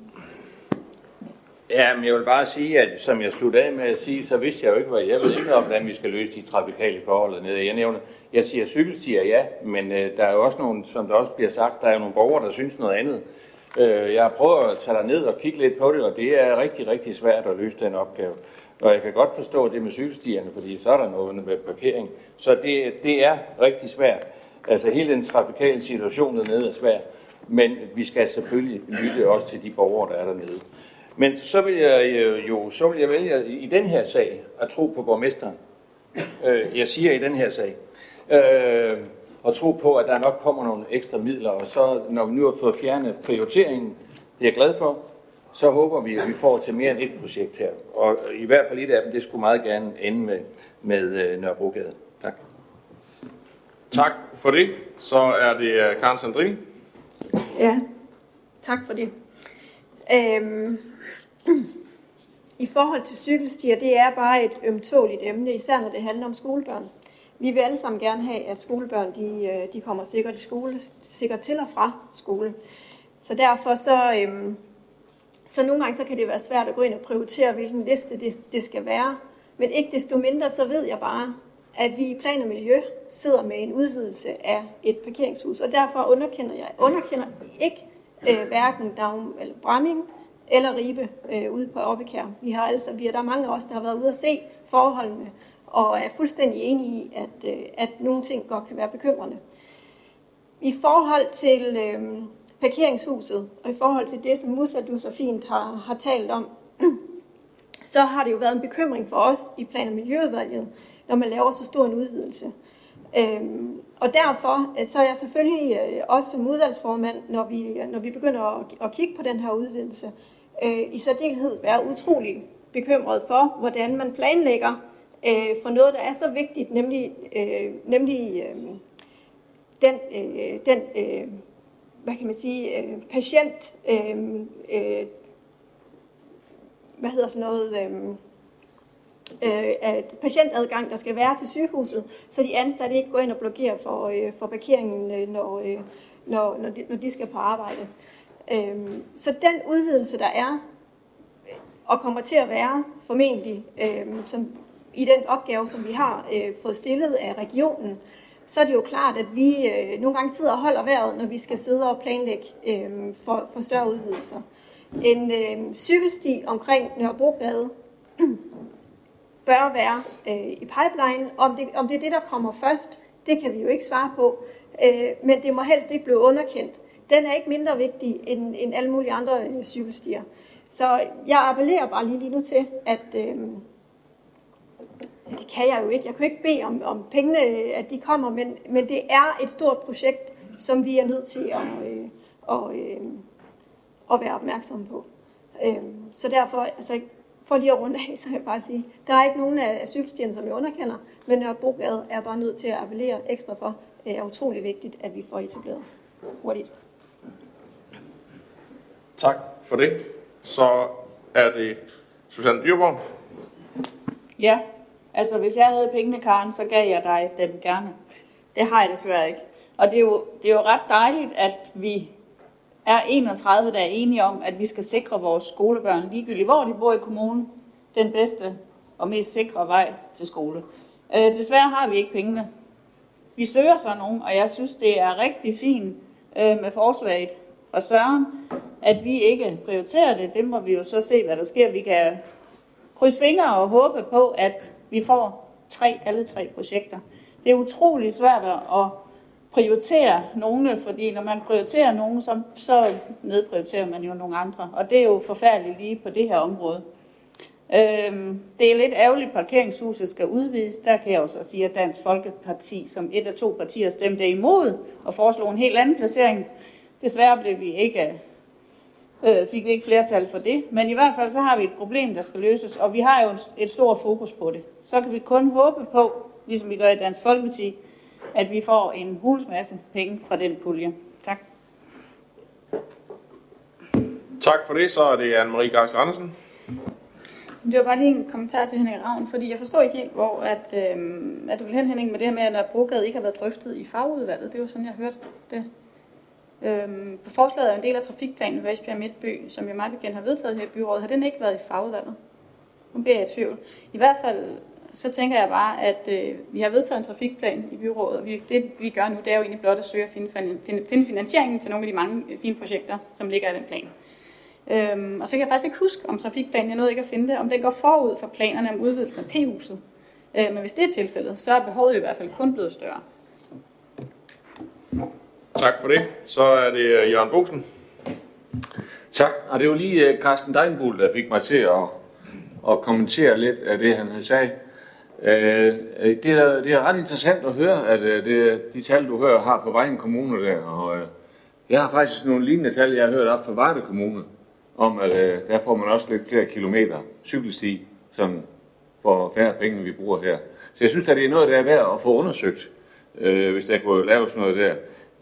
Speaker 13: Ja, men jeg vil bare sige, at som jeg sluttede af med at sige, så vidste jeg jo ikke, hvad jeg ved ikke om, hvordan vi skal løse de trafikale forhold dernede. Jeg siger cykelstier, ja, men der er jo også nogle, som der også bliver sagt, der er jo nogle borgere, der synes noget andet. Jeg har prøvet at tage dig ned og kigge lidt på det, og det er rigtig, rigtig svært at løse den opgave. Og jeg kan godt forstå det med cykelstierne, fordi så er der noget med parkering. Så det er rigtig svært. Altså hele den trafikale situation dernede er svær, men vi skal selvfølgelig lytte også til de borgere, der er dernede. Men så vil jeg vælge i den her sag at tro på borgmesteren. Jeg siger i den her sag. Og tro på, at der nok kommer nogle ekstra midler. Og så, når vi nu har fået fjernet prioriteringen, det er jeg glad for, så håber vi, at vi får til mere end et projekt her. Og i hvert fald et af dem, det skulle meget gerne ende med Nørrebrogade. Tak.
Speaker 1: Tak for det. Så er det Karen Sandrine.
Speaker 11: Ja, tak for det. I forhold til cykelstier, det er bare et ømtåligt emne, især når det handler om skolebørn. Vi vil alle sammen gerne have, at skolebørn de kommer sikkert i skole, sikkert til og fra skole. Så derfor så nogle gange så kan det være svært at gå ind og prioritere, hvilken liste det skal være. Men ikke desto mindre, så ved jeg bare, at vi i Plan og Miljø sidder med en udvidelse af et parkeringshus. Og derfor underkender ikke hverken Daum eller Bramming eller Ribe ude på Obbekær. Der er mange af os, der har været ude at se forholdene, og er fuldstændig enige i, at nogle ting godt kan være bekymrende. I forhold til parkeringshuset, og i forhold til det, som Musa, du så fint har talt om, så har det jo været en bekymring for os i Plan- og Miljøudvalget, når man laver så stor en udvidelse. Og derfor så er jeg selvfølgelig også som udvalgsformand, når vi begynder at kigge på den her udvidelse, i særdeleshed være utrolig bekymret for, hvordan man planlægger for noget, der er så vigtigt, nemlig den hvad kan man sige, patient, patientadgang, der skal være til sygehuset, så de ansatte ikke går ind og blokerer for parkeringen, når de skal på arbejde. Så den udvidelse, der er, og kommer til at være formentlig, som i den opgave, som vi har fået stillet af regionen, så er det jo klart, at vi nogle gange sidder og holder vejret, når vi skal sidde og planlægge for større udvidelser. En cykelsti omkring Nørrebrogade bør være i pipeline. Om det er det, der kommer først, det kan vi jo ikke svare på. Men det må helst ikke blive underkendt. Den er ikke mindre vigtig end alle mulige andre cykelstier. Så jeg appellerer bare lige nu til, at det kan jeg jo ikke. Jeg kan jo ikke bede om pengene, at de kommer, men det er et stort projekt, som vi er nødt til at være opmærksomme på. Så derfor, altså, For lige at runde af, så vil jeg bare sige, der er ikke nogen af cykelstierne, som jeg underkender, men Nørrebrogade er bare nødt til at appellere ekstra for. Det er utrolig vigtigt, at vi får etableret hurtigt.
Speaker 1: Tak for det. Så er det Susanne Dyrborg.
Speaker 9: Ja, altså hvis jeg havde pengene, Karen, så gav jeg dig dem gerne. Det har jeg desværre ikke. Og det er jo ret dejligt, at vi er 31, der er enige om, at vi skal sikre vores skolebørn, ligegyldigt hvor de bor i kommunen, den bedste og mest sikre vej til skole. Desværre har vi ikke pengene. Vi søger så nogen, og jeg synes, det er rigtig fint med forslaget fra Søren, at vi ikke prioriterer det. Det må vi jo så se, hvad der sker. Vi kan krydse fingre og håbe på, at vi får alle tre projekter. Det er utroligt svært at prioritere nogle, fordi når man prioriterer nogen, så nedprioriterer man jo nogle andre. Og det er jo forfærdeligt lige på det her område. Det er lidt ærgerligt, at parkeringshuset skal udvides. Der kan jeg også sige, at Dansk Folkeparti som et af 2 partier stemte imod og foreslog en helt anden placering. Desværre fik vi ikke flertal for det. Men i hvert fald så har vi et problem, der skal løses, og vi har jo et stort fokus på det. Så kan vi kun håbe på, ligesom vi gør i Dansk Folkeparti, at vi får en hulsmasse penge fra den pulje. Tak.
Speaker 1: Tak for det. Så er det Anne-Marie Garsel Andersen.
Speaker 9: Det var bare lige en kommentar til Henrik Ravn, fordi jeg forstår ikke helt, hvor at du vil hen, Henning, med det her med, at Nørrebrogade ikke har været drøftet i fagudvalget. Det var sådan, jeg hørte det. På forslaget er en del af trafikplanen for Esbjerg Midtby, som jeg meget bekendt har vedtaget her i byrådet. Har den ikke været i fagudvalget? Nu bliver jeg i tvivl. I hvert fald så tænker jeg bare, at vi har vedtaget en trafikplan i byrådet, og det vi gør nu, det er jo egentlig blot at søge at finde finansieringen til nogle af de mange fine projekter, som ligger i den plan. Og så kan jeg faktisk ikke huske om trafikplanen, jeg nåede ikke at finde det, om den går forud for planerne om udvidelse af P-huset. Men hvis det er tilfældet, så er behovet i hvert fald kun blevet større.
Speaker 1: Tak for det. Så er det Jørgen Bosen.
Speaker 2: Tak. Og det var lige Carsten Deinbuhl, der fik mig til at kommentere lidt af det, han havde sagt. Det er ret interessant at høre, at de tal, du hører, har fra Vejen Kommune der. Og jeg har faktisk nogle lignende tal, jeg har hørt op fra Varde Kommune, om at der får man også lidt flere kilometer cykelsti, som for færre penge, vi bruger her. Så jeg synes, at det er noget, der er værd at få undersøgt, hvis der kunne laves noget der.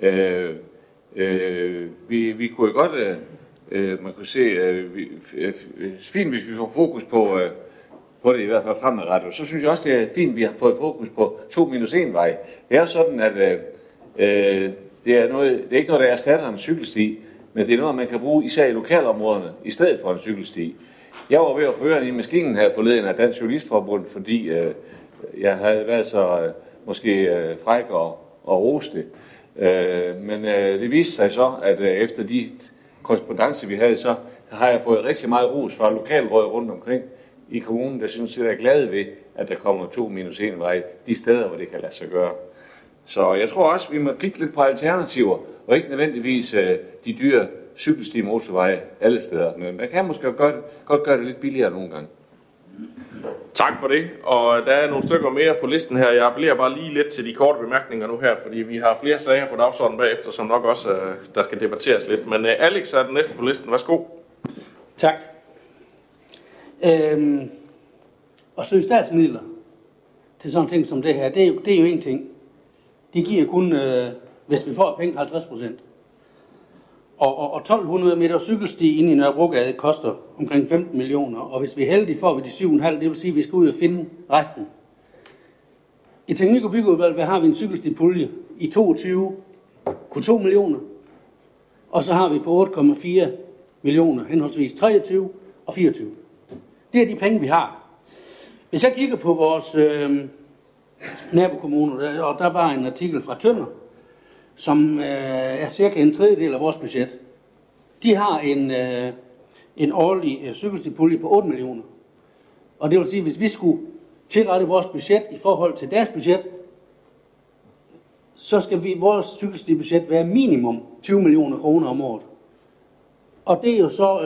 Speaker 2: Vi kunne godt, man kunne se, fint hvis vi får fokus på det i hvert fald fremadrettet. Så synes jeg også, det er fint, at vi har fået fokus på 2-1-vej. Det er sådan, at det er ikke noget, der erstatter en cykelsti, men det er noget, man kan bruge især i lokalområderne, i stedet for en cykelsti. Jeg var ved at føre i maskinen her forleden af Dansk Journalistforbund, fordi jeg havde været så måske fræk og roste det. Men det viste sig så, at efter de korrespondancer, vi havde, så har jeg fået rigtig meget ros fra lokalråd rundt omkring i kommunen, der synes, at jeg er glad ved, at der kommer 2-1-vej de steder, hvor det kan lade sig gøre. Så jeg tror også, vi må kigge lidt på alternativer, og ikke nødvendigvis de dyre cykelsti motorveje alle steder. Men man kan måske godt gøre det lidt billigere nogle gange.
Speaker 1: Tak for det, og der er nogle stykker mere på listen her. Jeg appellerer bare lige lidt til de korte bemærkninger nu her, fordi vi har flere sager på dagsordenen bagefter, som nok også der skal debatteres lidt. Men Alex er den næste på listen. Værsgo.
Speaker 16: Tak. Og søge statsmidler til sådan ting som det her, det er jo en ting. De giver kun, hvis vi får penge, 50%. Og 1200 meter cykelsti inde i Nørrebrogade koster omkring 15 millioner, og hvis vi er heldige, får vi de 7,5, det vil sige, at vi skal ud og finde resten. I Teknik- og Byggeudvalget har vi en cykelstipulje i 22 på 2 millioner, og så har vi på 8,4 millioner, henholdsvis 23 og 24. Det er de penge, vi har. Hvis jeg kigger på vores nabokommuner, og der var en artikel fra Tønder, som er cirka en tredjedel af vores budget. De har en årlig cykelstipulje på 8 millioner. Og det vil sige, at hvis vi skulle tilrette vores budget i forhold til deres budget, så skal vores cykelstibudget være minimum 20 millioner kroner om året. Og det er jo så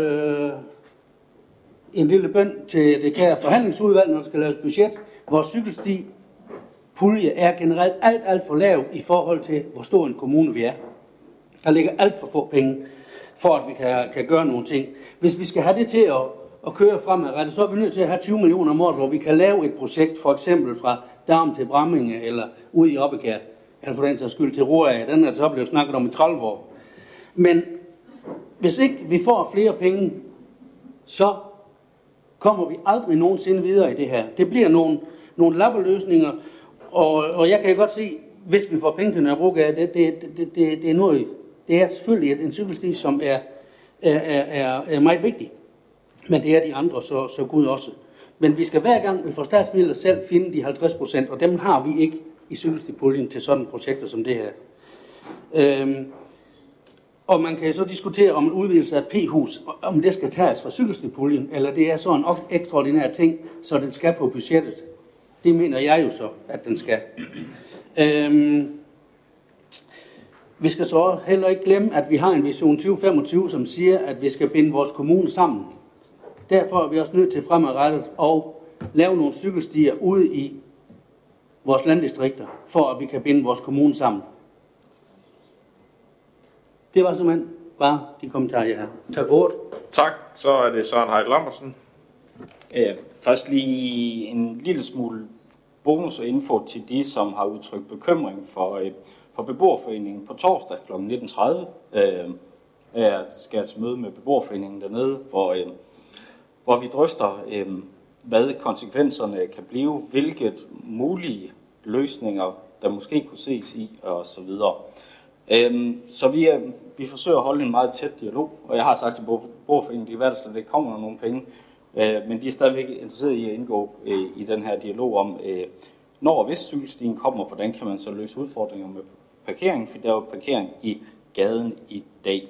Speaker 16: en lille bøn til det kære forhandlingsudvalg, når der skal laves budget. Vores cykelsti pulje er generelt alt for lav i forhold til, hvor stor en kommune vi er. Der ligger alt for få penge, for at vi kan gøre nogle ting. Hvis vi skal have det til
Speaker 18: at køre fremadrettet, så er vi nødt til at have 20 millioner om året, hvor vi kan lave et projekt, for eksempel fra Darm til Bramminge, eller ud i Oppekær, eller for den sags skyld til Roager. Den er så blevet snakket om i 30 år. Men hvis ikke vi får flere penge, så kommer vi aldrig nogensinde videre i det her. Det bliver nogle lappeløsninger, og jeg kan godt se, hvis vi får penge til Nørrebrogade, det er noget, det er selvfølgelig en cykelsti, som er meget vigtig. Men det er de andre, så Gud også. Men vi skal hver gang, vi får statsmidler selv, finde de 50%, og dem har vi ikke i cykelstipuljen til sådan projekter som det her. Og man kan så diskutere om en udvidelse af P-hus, om det skal tages fra cykelstipuljen, eller det er så en ekstraordinær ting, så den skal på budgettet. Det mener jeg jo så, at den skal. Vi skal så heller ikke glemme, at vi har en vision 2025, som siger, at vi skal binde vores kommune sammen. Derfor er vi også nødt til fremadrettet at lave nogle cykelstier ude i vores landdistrikter, for at vi kan binde vores kommune sammen. Det var simpelthen bare de kommentarer, jeg har. Tak for ordet.
Speaker 1: Tak. Så er det Søren Heide Lambertsen.
Speaker 12: Først lige en lille smule bonus og info til de, som har udtrykt bekymring for beboerforeningen på torsdag kl. 19.30. Jeg skal til møde med beboerforeningen dernede, hvor vi drøfter, hvad konsekvenserne kan blive, hvilke mulige løsninger, der måske kunne ses i, og så videre. Så vi forsøger at holde en meget tæt dialog, og jeg har sagt til beboerforeningen, det er værd, at der kommer nogle penge, men de er stadigvæk interesseret i at indgå i den her dialog om, når og hvis cykelstien kommer, hvordan kan man så løse udfordringer med parkering, for der er jo parkering i gaden i dag.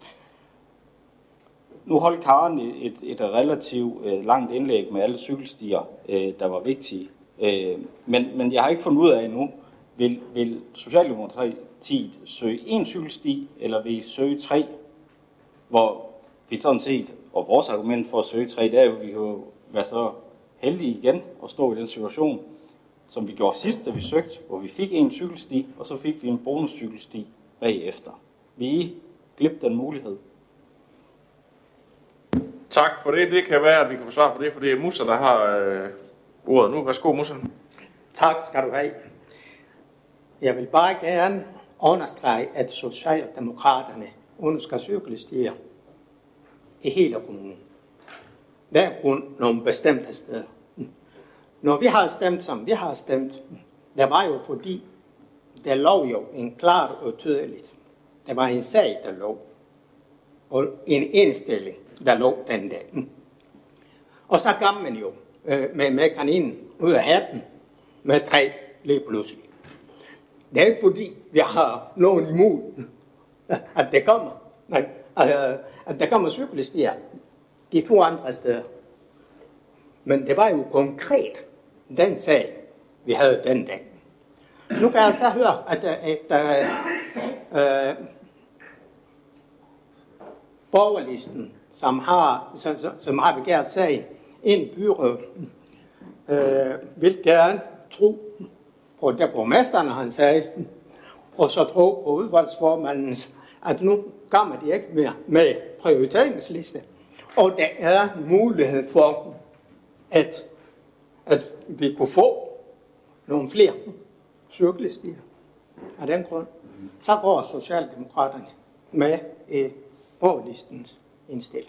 Speaker 12: Nu holdt Karen et relativt langt indlæg med alle cykelstier, der var vigtige, men jeg har ikke fundet ud af endnu, vil Socialdemokratiet søge en cykelsti, eller vil I søge 3, hvor vi sådan set, og vores argument for at søge 3, det er jo, at vi kan være så heldige igen at stå i den situation, som vi gjorde sidst, da vi søgte, hvor vi fik en cykelsti, og så fik vi en bonuscykelsti bagefter. Vil I glippe den mulighed?
Speaker 1: Tak for det. Det kan være, at vi kan få svar på det, for det er Musa, der har ordet nu. Værsgo, Musa.
Speaker 15: Tak skal du have. Jeg vil bare gerne understrege, at Socialdemokraterne ønsker cykelstier i hele kommunen. Der er kun nogle bestemte steder. Når vi har stemt, som vi har stemt, der var jo fordi, der lå jo en klart og tydeligt. Der var en sag, der lå, og en indstilling, der lå den dag. Og så kom man jo med kaninen ud af hatten med 3 lige pludselig. Det er ikke fordi, vi har nogen imod, at det kommer. At der kommer cykelstier de 2 andre steder. Men det var jo konkret den sag, vi havde den dag. Nu kan jeg så høre, at borgerlisten, som har begært sag ind i byrådet, vil gerne tro på det borgmesteren, han sagde, og så tro på udvalgsformandens, at nu kommer de ikke mere med prioriteringsliste. Og der er mulighed for, at vi kunne få nogle flere cykelstier. Af den grund, så går Socialdemokraterne med borgerlistens indstilling.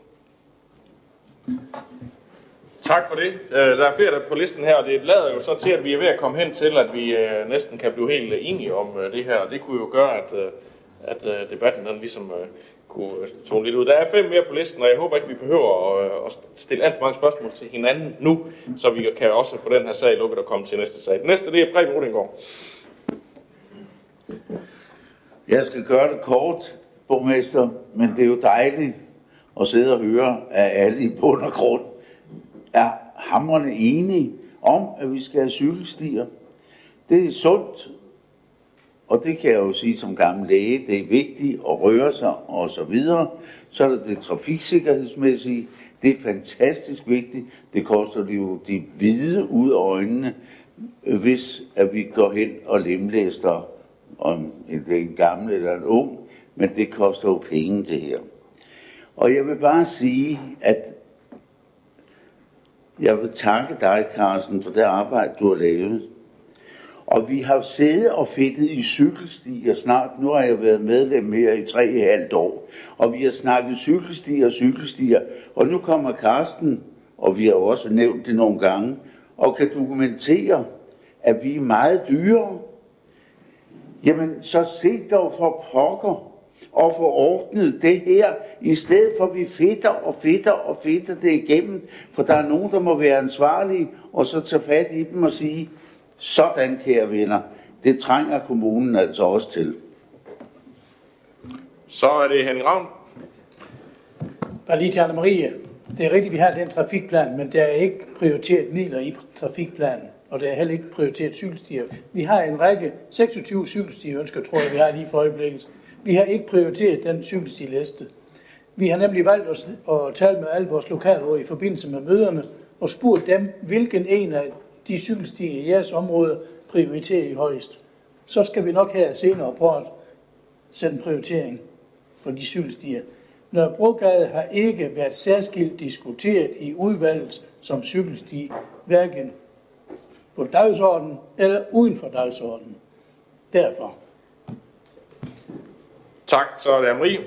Speaker 1: Tak for det. Der er flere på listen her, og det lader jo så til, at vi er ved at komme hen til, at vi næsten kan blive helt enige om det her. Og det kunne jo gøre, at debatten den ligesom kunne tone lidt ud. Der er 5 mere på listen, og jeg håber ikke, vi behøver at stille alt for mange spørgsmål til hinanden nu, så vi kan også få den her sag lukket og komme til næste sag. Den næste, det er Preben Rudinggaard.
Speaker 19: Jeg skal gøre det kort, borgmester, men det er jo dejligt at sidde og høre, at alle i bund og grund er hamrende enige om, at vi skal have cykelstier. Det er sundt, og det kan jeg jo sige som gammel læge, det er vigtigt at røre sig og så videre. Så er der det trafiksikkerhedsmæssige, det er fantastisk vigtigt. Det koster jo de hvide ud af øjnene, hvis at vi går hen og lemlæster om en gammel eller en ung, men det koster jo penge det her. Og jeg vil bare sige, at Jeg vil takke dig, Carsten, for det arbejde, du har lavet. Og vi har siddet og fedtet i cykelstier snart. Nu har jeg været medlem her i 3,5 år. Og vi har snakket cykelstier. Og nu kommer Carsten, og vi har også nævnt det nogle gange, og kan dokumentere, at vi er meget dyre. Jamen, så se dog for pokker og få ordnet det her, i stedet for at vi fedter det igennem. For der er nogen, der må være ansvarlige, og så tage fat i dem og sige, sådan, kære venner, det trænger kommunen altså også til.
Speaker 1: Så er det Henning Ravn.
Speaker 16: Bare lige til Anne-Marie. Det er rigtigt, at vi har den trafikplan, men der er ikke prioriteret midler i trafikplanen, og der er heller ikke prioriteret cykelstier. Vi har en række 26 cykelstier, tror jeg, vi har lige for øjeblikket. Vi har ikke prioriteret den cykelstiliste. Vi har nemlig valgt at tale med alle vores lokalråd i forbindelse med møderne og spurgt dem, hvilken en af de cykelstier i jeres område prioriterer I højst. Så skal vi nok her senere på at sætte en prioritering for de cykelstier. Nørrebrogade har ikke været særskilt diskuteret i udvalget som cykelsti, hverken på dagsordenen eller uden for dagsordenen. Derfor.
Speaker 1: Tak, så er det Anne-Marie.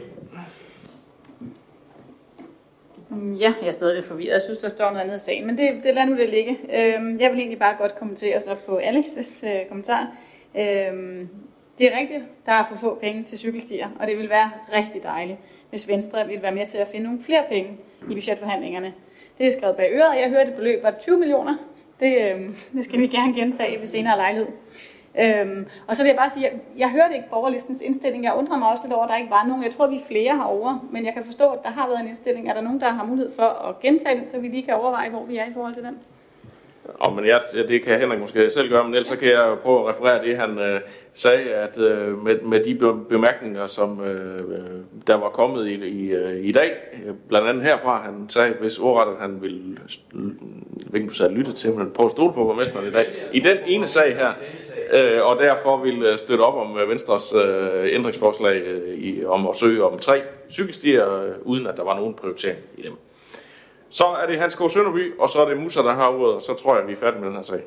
Speaker 9: Ja, jeg er stadig lidt forvirret. Jeg synes, der står noget andet i sagen, men det lader nu det ligge. Jeg vil egentlig bare godt kommentere så på Alex' kommentar. Det er rigtigt, der er for få penge til cykelstier, og det vil være rigtig dejligt, hvis Venstre vil være med til at finde nogle flere penge i budgetforhandlingerne. Det er skrevet bag øret, jeg hørte et beløb var 20 millioner. Det skal vi gerne gentage ved senere lejlighed. Og så vil jeg bare sige, jeg hørte ikke borgerlistens indstilling. Jeg undrer mig også lidt over, at der ikke var nogen. Jeg tror, vi er flere herovre, men jeg kan forstå, at der har været en indstilling. Er der nogen, der har mulighed for at gentage den, så vi lige kan overveje, hvor vi er i forhold til den?
Speaker 1: Men det kan Henrik måske selv gøre, men ellers så kan jeg prøve at referere det, han sagde, at med de bemærkninger, som der var kommet i dag, blandt andet herfra, han sagde, hvis ordrettet han ville, hvilken du sagde lytte til, men prøve at stole på borgmesteren i dag, i den ene sag her, og derfor vil støtte op om Venstres ændringsforslag om at søge om 3 cykelstier, uden at der var nogen prioritering i dem. Så er det Hans K. Sønderby, og så er det Musa, der har ordet, og så tror jeg, vi er færdige med den her sag.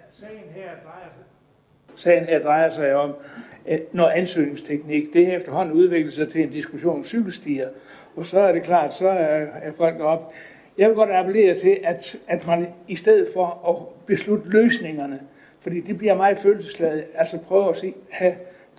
Speaker 8: Sagen her drejer sig om noget ansøgningsteknik. Det her efterhånden udvikler sig til en diskussion om cykelstier, og så er det klart, så er folk op. Jeg vil godt appellere til, at man i stedet for at beslutte løsningerne, fordi det bliver meget følelsesladet, altså prøve at have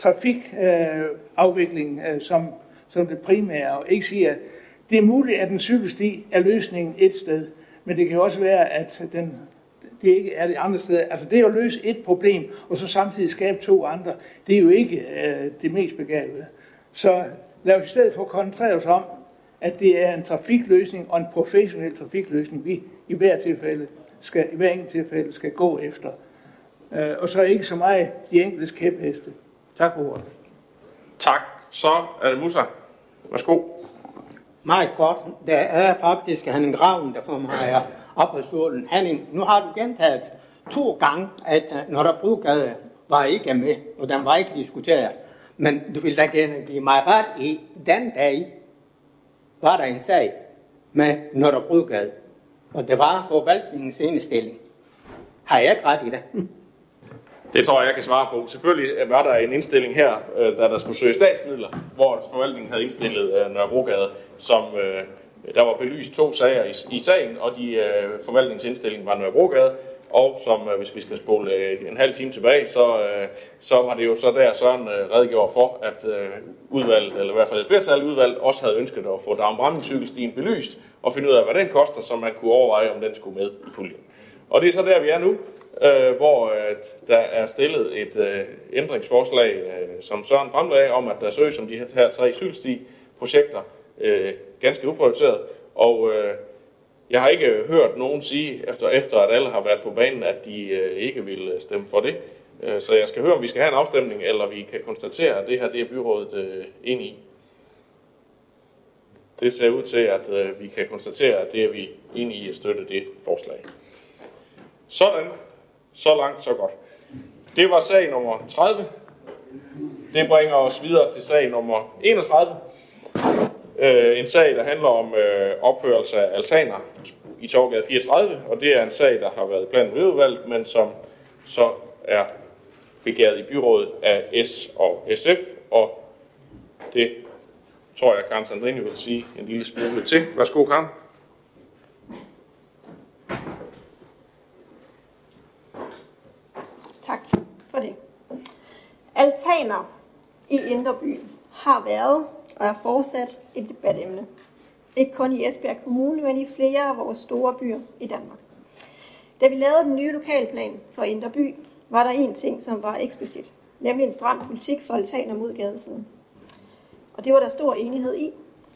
Speaker 8: trafikafvikling som det primære, og ikke sige, at det er muligt, at en cykelsti er løsningen et sted, men det kan også være, at det ikke er det andre sted. Altså det er jo at løse et problem, og så samtidig skabe 2 andre. Det er jo ikke det mest begavede. Så lad os i stedet for koncentrere os om, at det er en trafikløsning og en professionel trafikløsning, vi i hver enkelt tilfælde skal gå efter. Og så ikke så meget de enkeltes kæpheste. Tak for ordet.
Speaker 1: Tak. Så er det Musa. Værsgo.
Speaker 15: Meget godt. Der er faktisk Henning Ravn, der får mig op på stolen. Henning, nu har du gentaget 2 gange, at Nørrebrogade var ikke med, og den var ikke diskuteret. Men du vil da gerne give mig ret i, den dag var der en sag med Nørrebrogade, og det var forvaltningens indstilling. Har jeg ikke ret i det?
Speaker 1: Det tror jeg kan svare på. Selvfølgelig var der en indstilling her, da der skulle søge statsmidler, hvor forvaltningen havde indstillet Nørrebrogade, som der var belyst 2 sager i sagen, og forvaltningens indstilling var Nørrebrogade, og som, hvis vi skal spole en halv time tilbage, så var det jo så der Søren redegjorde for, at udvalget, eller i hvert fald et flertal udvalget, også havde ønsket at få Dagmar-cykelstien belyst, og finde ud af, hvad den koster, så man kunne overveje, om den skulle med i puljen. Og det er så der, vi er nu, hvor der er stillet et ændringsforslag, som Søren fremlagde, om at der søges om de her 3 cykelsti-projekter, ganske uprioriteret, og jeg har ikke hørt nogen sige, efter at alle har været på banen, at de ikke vil stemme for det. Så jeg skal høre, om vi skal have en afstemning, eller vi kan konstatere, at det her det er byrådet enig i. Det ser ud til, at vi kan konstatere, at det er vi enige i at støtte det forslag. Sådan. Så langt, så godt. Det var sag nummer 30. Det bringer os videre til sag nummer 31. En sag, der handler om opførelse af altaner i Torvgade 34, og det er en sag, der har været blandt miljøudvalget, men som så er begæret i byrådet af S og SF, og det tror jeg, Karen Sandrini vil sige en lille smule til. Værsgo, Karen.
Speaker 11: Tak for det. Altaner i Indre By har været og er fortsat et debatemne. Ikke kun i Esbjerg Kommune, men i flere af vores store byer i Danmark. Da vi lavede den nye lokalplan for Indre By, var der en ting, som var eksplicit, nemlig en stram politik for altaner mod gadesiden. Og det var der stor enighed i.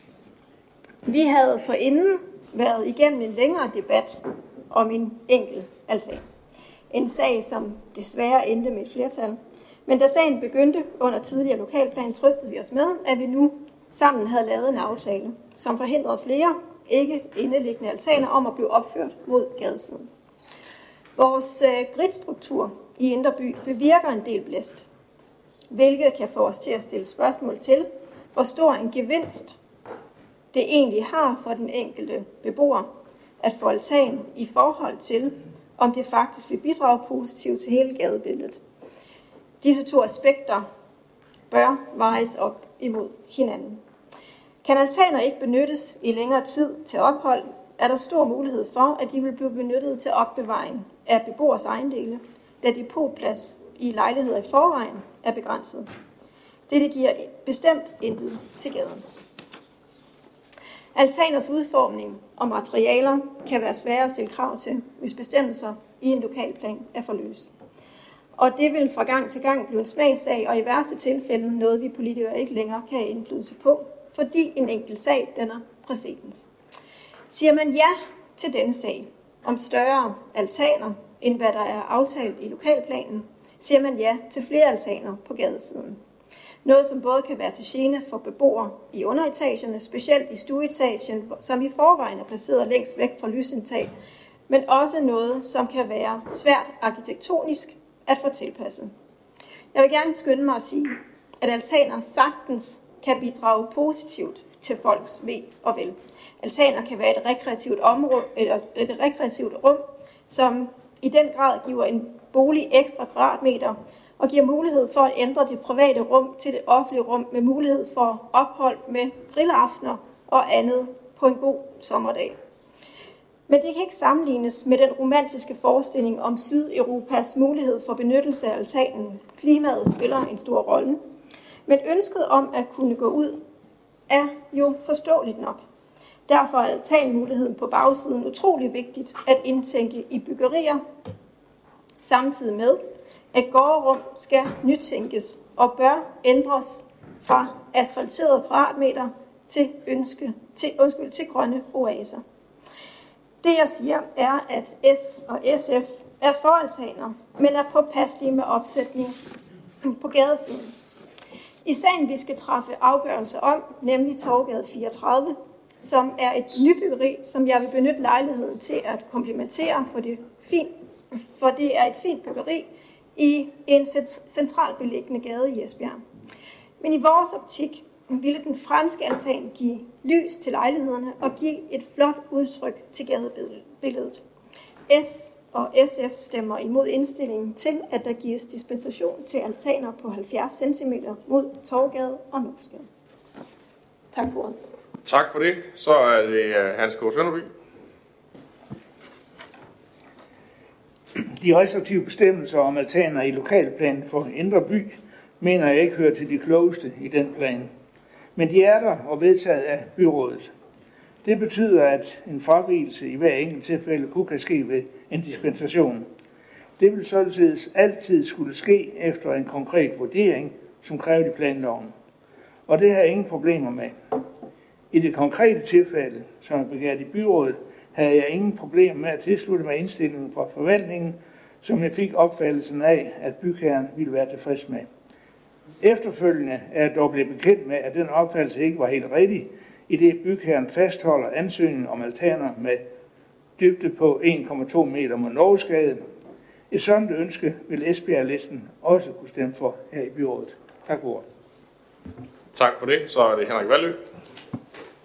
Speaker 11: Vi havde forinden været igennem en længere debat om en enkelt altan. En sag, som desværre endte med et flertal. Men da sagen begyndte under tidligere lokalplan, trøstede vi os med, at vi nu sammen havde lavet en aftale, som forhindrede flere ikke indeliggende altaner om at blive opført mod gadesiden. Vores gridstruktur i Indre By bevirker en del blæst, hvilket kan få os til at stille spørgsmål til, hvor stor en gevinst det egentlig har for den enkelte beboer at få altan i forhold til, om det faktisk vil bidrage positivt til hele gadebilledet. Disse to aspekter bør vejes op imod hinanden. Kan altaner ikke benyttes i længere tid til ophold, er der stor mulighed for, at de vil blive benyttet til opbevaring af beboers ejendele, da depotplads i lejligheder i forvejen er begrænset. Dette giver bestemt intet til gaden. Altaners udformning og materialer kan være svære at stille krav til, hvis bestemmelser i en lokalplan er for løse. Og det vil fra gang til gang blive en smagssag, og i værste tilfælde noget, vi politikere ikke længere kan have indflydelse på, fordi en enkelt sag danner præcedens. Siger man ja til denne sag om større altaner, end hvad der er aftalt i lokalplanen, siger man ja til flere altaner på gadesiden. Noget, som både kan være til gene for beboere i underetagerne, specielt i stueetagen, som i forvejen er placeret længst væk fra lysindtag, men også noget, som kan være svært arkitektonisk at få tilpasset. Jeg vil gerne skynde mig at sige, at altaner sagtens kan bidrage positivt til folks ve og vel. Altaner kan være et rekreativt område eller et rekreativt rum, som i den grad giver en bolig ekstra kvadratmeter og giver mulighed for at ændre det private rum til det offentlige rum med mulighed for ophold med grillaftener og andet på en god sommerdag. Men det kan ikke sammenlignes med den romantiske forestilling om Sydeuropas mulighed for benyttelse af altanen. Klimaet spiller en stor rolle. Men ønsket om at kunne gå ud er jo forståeligt nok. Derfor er altanmuligheden på bagsiden utrolig vigtigt at indtænke i byggerier, samtidig med, at gårdrum skal nytænkes og bør ændres fra asfalterede kvadratmeter til grønne oaser. Det jeg siger er, at S og SF er for altaner, men er påpasselige med opsætning på gadesiden. I sagen vi skal træffe afgørelse om, nemlig Torvgade 34, som er et nybyggeri, som jeg vil benytte lejligheden til at komplementere, for det er et fint byggeri i en centralt beliggende gade i Esbjerg. Men i vores optik ville den franske altan give lys til lejlighederne og give et flot udtryk til gadebilledet. S og SF stemmer imod indstillingen til, at der gives dispensation til altaner på 70 cm mod Torvgade og Nordskade. Tak for ordet.
Speaker 1: Tak for det. Så er det Hans K. Sønderby.
Speaker 8: De restriktive bestemmelser om altaner i lokalplanen for Indre By mener jeg ikke hører til de klogeste i den plan. Men de er der og vedtaget af byrådet. Det betyder, at en fravigelse i hver enkelt tilfælde kun kan ske ved en dispensation. Det vil således altid skulle ske efter en konkret vurdering, som kræver i planloven. Og det har jeg ingen problemer med. I det konkrete tilfælde, som er begært i byrådet, havde jeg ingen problemer med at tilslutte mig indstillingen fra forvaltningen, som jeg fik opfattelsen af, at bygherren ville være tilfreds med. Efterfølgende er jeg dog blevet bekendt med, at den opfattelse ikke var helt rigtig, i det bygherren fastholder ansøgningen om altaner med dybde på 1,2 meter mod Norgesgade. Et sådan ønske vil Esbjerg-listen også kunne stemme for her i byrådet. Tak for ordet.
Speaker 1: Tak for det. Så er det Henrik Valø.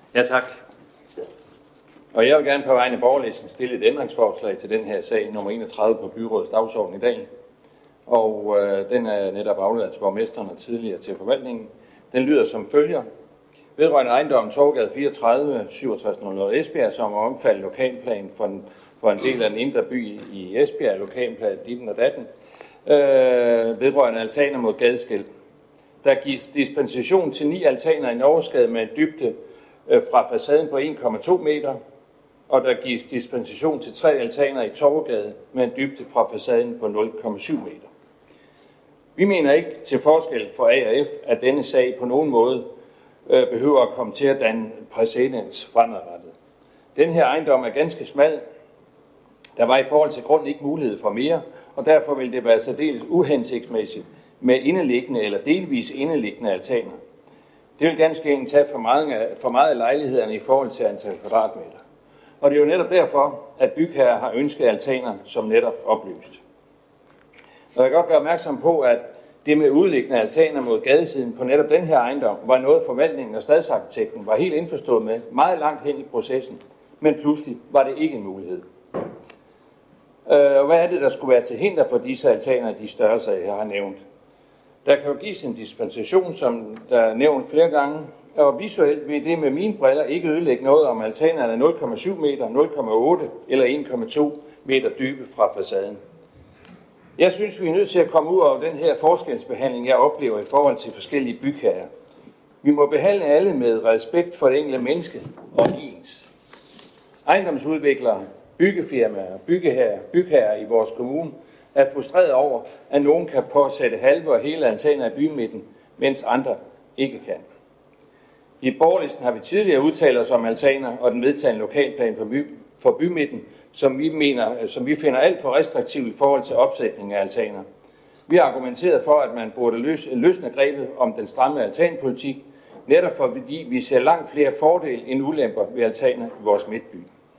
Speaker 17: Ja, tak.
Speaker 13: Og jeg vil gerne på vegne af borgerlæsen stille et ændringsforslag til den her sag, nummer 31 på byrådets dagsorden i dag. Og den er netop afleveret til borgmesteren og tidligere til forvaltningen. Den lyder som følger. Vedrørende ejendommen Torvgade 34, 6700 Esbjerg, som er omfattet lokalplan for en del af den indre by i Esbjerg, lokalplan ditten og datten, vedrørende altaner mod gadeskæld. Der gives dispensation til 9 altaner i Norgesgade med en dybde fra facaden på 1,2 meter, og der gives dispensation til 3 altaner i Torvgade med en dybde fra facaden på 0,7 meter. Vi mener ikke til forskel for A og F, at denne sag på nogen måde behøver at komme til at danne præcedens fremadrettet. Den her ejendom er ganske smal. Der var i forhold til grunden ikke mulighed for mere, og derfor vil det være særdeles uhensigtsmæssigt med indeliggende eller delvis indeliggende altaner. Det vil ganske enkelt tage for meget af lejlighederne i forhold til antal kvadratmeter. Og det er jo netop derfor, at bygherrer har ønsket altaner som netop oplyst. Og jeg kan godt gøre opmærksom på, at det med udliggende altaner mod gadesiden på netop den her ejendom var noget forvaltningen og stadsarkitekten var helt indforstået med meget langt hen i processen, men pludselig var det ikke en mulighed. Og hvad er det, der skulle være til hinder for disse altaner, de størrelser, jeg har nævnt? Der kan jo gives en dispensation, som der er nævnt flere gange, og visuelt vil det med mine briller ikke ødelægge noget, om altanerne er 0,7 meter, 0,8 eller 1,2 meter dybe fra facaden. Jeg synes, vi er nødt til at komme ud af den her forskelsbehandling, jeg oplever i forhold til forskellige bygherrer. Vi må behandle alle med respekt for det enkelte menneske og ens. Ejendomsudviklere, byggefirmaer, bygherrer i vores kommune er frustreret over, at nogen kan påsætte halve og hele altaner i bymidten, mens andre ikke kan. I borgerlisten har vi tidligere udtalt os om altaner og den vedtagne lokalplan for bymidten, som vi finder alt for restriktiv i forhold til opsætning af altaner. Vi har argumenteret for, at man burde løsne grebet om den stramme altanpolitik, netop fordi vi ser langt flere fordele end ulemper ved altaner i vores midtby.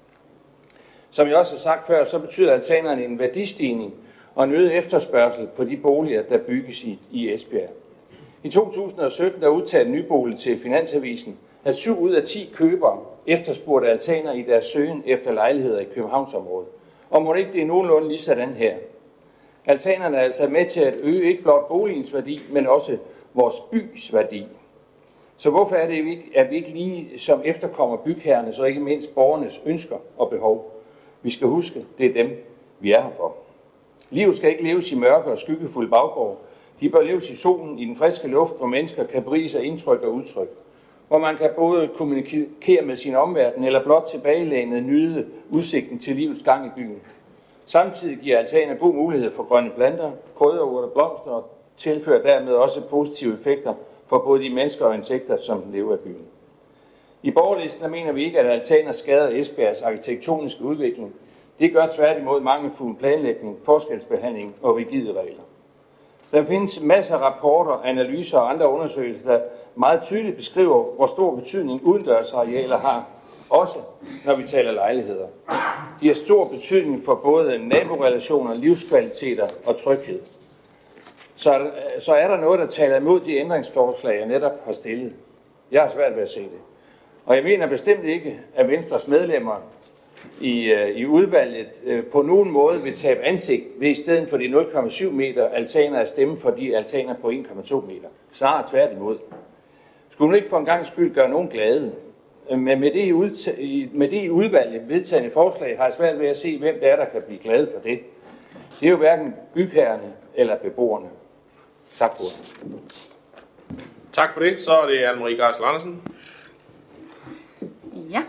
Speaker 13: Som jeg også har sagt før, så betyder altanerne en værdistigning og en øget efterspørgsel på de boliger, der bygges i Esbjerg. I 2017 der udtalte Nybolig til Finansavisen, at 7 ud af 10 købere efterspurgte altaner i deres søgen efter lejligheder i Københavnsområdet. Og må ikke det er nogenlunde lige sådan her. Altanerne er altså med til at øge ikke blot boligens værdi, men også vores bys værdi. Så hvorfor er det, at vi ikke lige som efterkommer bygherrenes og ikke mindst borgernes ønsker og behov? Vi skal huske, det er dem, vi er her for. Livet skal ikke leves i mørke og skyggefulde baggård. De bør leves i solen, i den friske luft, hvor mennesker kan berige sig indtryk og udtryk. Hvor man kan både kommunikere med sin omverden, eller blot tilbagelænet nyde udsigten til livets gang i byen. Samtidig giver altaner god mulighed for grønne planter, krydderurter, blomster og tilfører dermed også positive effekter for både de mennesker og insekter, som lever i byen. I borgerlisten mener vi ikke, at altaner skader Esbjergs arkitektoniske udvikling. Det gør tværtimod mangelfuld planlægning, forskelsbehandling og rigide regler. Der findes masser af rapporter, analyser og andre undersøgelser, der meget tydeligt beskriver, hvor stor betydning udendørsarealer har, også når vi taler lejligheder. De har stor betydning for både naborelationer, livskvaliteter og tryghed. Så er der noget, der taler imod de ændringsforslag, jeg netop har stillet. Jeg har svært ved at se det. Og jeg mener bestemt ikke, at Venstres medlemmer i udvalget på nogen måde vil tabe ansigt ved i stedet for de 0,7 meter altaner at stemme for de altaner på 1,2 meter. Snarere tværtimod. Skulle man ikke for en gang skyld gøre nogen glade? Men med det i udvalget vedtagende forslag har jeg svært ved at se, hvem det er, der kan blive glade for det. Det er jo hverken bygherrerne eller beboerne. Tak for det.
Speaker 1: Tak for det. Så er det Anne-Marie Geisel Andersen.
Speaker 9: Ja.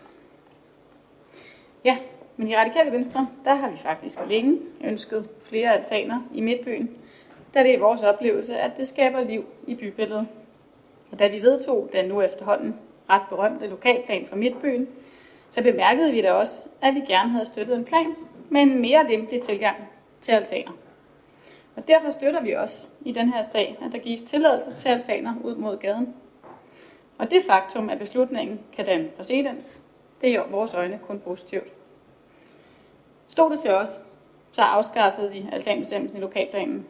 Speaker 9: Ja, men i Radikale Venstre, der har vi faktisk længe ønsket flere altaner i midtbyen, da det er vores oplevelse, at det skaber liv i bybilledet. Og da vi vedtog den nu efterhånden ret berømte lokalplan for midtbyen, så bemærkede vi da også, at vi gerne havde støttet en plan med en mere lempelig tilgang til altaner. Og derfor støtter vi også i den her sag, at der gives tilladelse til altaner ud mod gaden. Og det faktum, at beslutningen kan danne præcedens, det er i vores øjne kun positivt. Stod det til os, så afskaffede vi altanbestemmelsen i lokalplanen.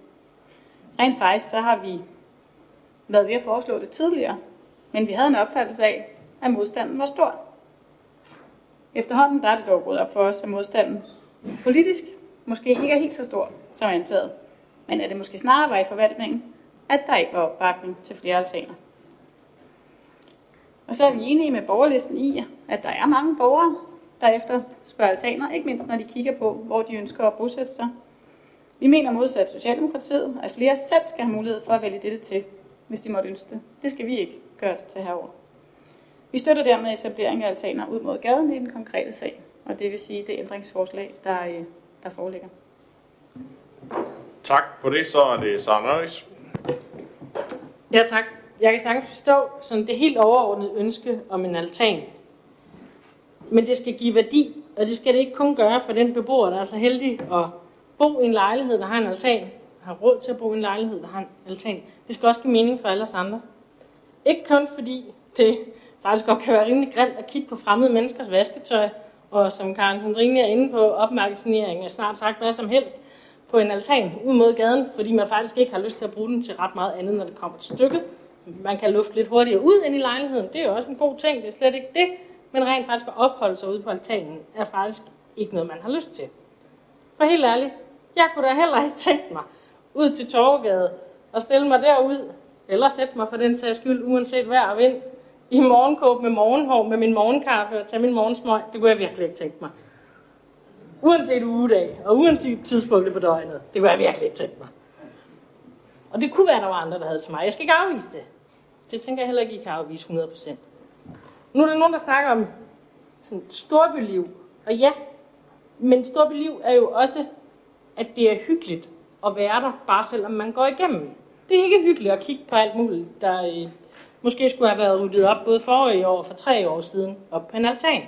Speaker 9: Rent faktisk så har vi været ved at foreslå det tidligere, men vi havde en opfattelse af, at modstanden var stor. Efterhånden der er det dog gået op for os, at modstanden politisk måske ikke er helt så stor som antaget, men at det måske snarere var i forvaltningen, at der ikke var opbakning til flere altaner. Og så er vi enige med borgerlisten i, at der er mange borgere, der efterspørger altaner, ikke mindst når de kigger på, hvor de ønsker at bosætte sig. Vi mener modsat Socialdemokratiet, at flere selv skal have mulighed for at vælge dette til, hvis de måtte ønske det. Det skal vi ikke gøre os til herover. Vi støtter dermed etablering af altaner ud mod gaden i den konkrete sag, og det vil sige det ændringsforslag, der foreligger.
Speaker 1: Tak for det. Så er det Sara Nørris.
Speaker 3: Ja, tak. Jeg kan sagtens forstå sådan det helt overordnede ønske om en altan. Men det skal give værdi, og det skal det ikke kun gøre for den beboer, der er så heldig at bo i en lejlighed, der har en altan, har råd til at bo i en lejlighed, der har en altan. Det skal også give mening for alle os andre. Ikke kun fordi det faktisk godt kan være rimelig grimt at kigge på fremmede menneskers vasketøj, og som Karen Sandrine er inde på, opmagasinering af snart sagt hvad som helst på en altan ud mod gaden, fordi man faktisk ikke har lyst til at bruge den til ret meget andet, når det kommer til stykket. Man kan lufte lidt hurtigere ud ind i lejligheden, det er jo også en god ting, det er slet ikke det, men rent faktisk at opholde sig ude på altanen er faktisk ikke noget, man har lyst til. For helt ærligt, jeg kunne da heller ikke tænke mig ud til Torvegade og stille mig derud, eller sætte mig for den sags skyld, uanset vejr og vind, i morgenkåb med morgenhår, med min morgenkaffe og tage min morgensmøg. Det kunne jeg virkelig ikke tænke mig. Uanset ugedag og uanset tidspunktet på døgnet. Det kunne jeg virkelig ikke tænke mig. Og det kunne være, der var andre, der havde til mig. Jeg skal ikke afvise det. Det tænker jeg heller ikke, I kan afvise 100%. Nu er der nogen, der snakker om sådan storbyliv. Og ja, men storbyliv er jo også, at det er hyggeligt at være der, bare selvom man går igennem. Det er ikke hyggeligt at kigge på alt muligt, der måske skulle have været ryddet op både forrige år og for 3 år siden op på en altan.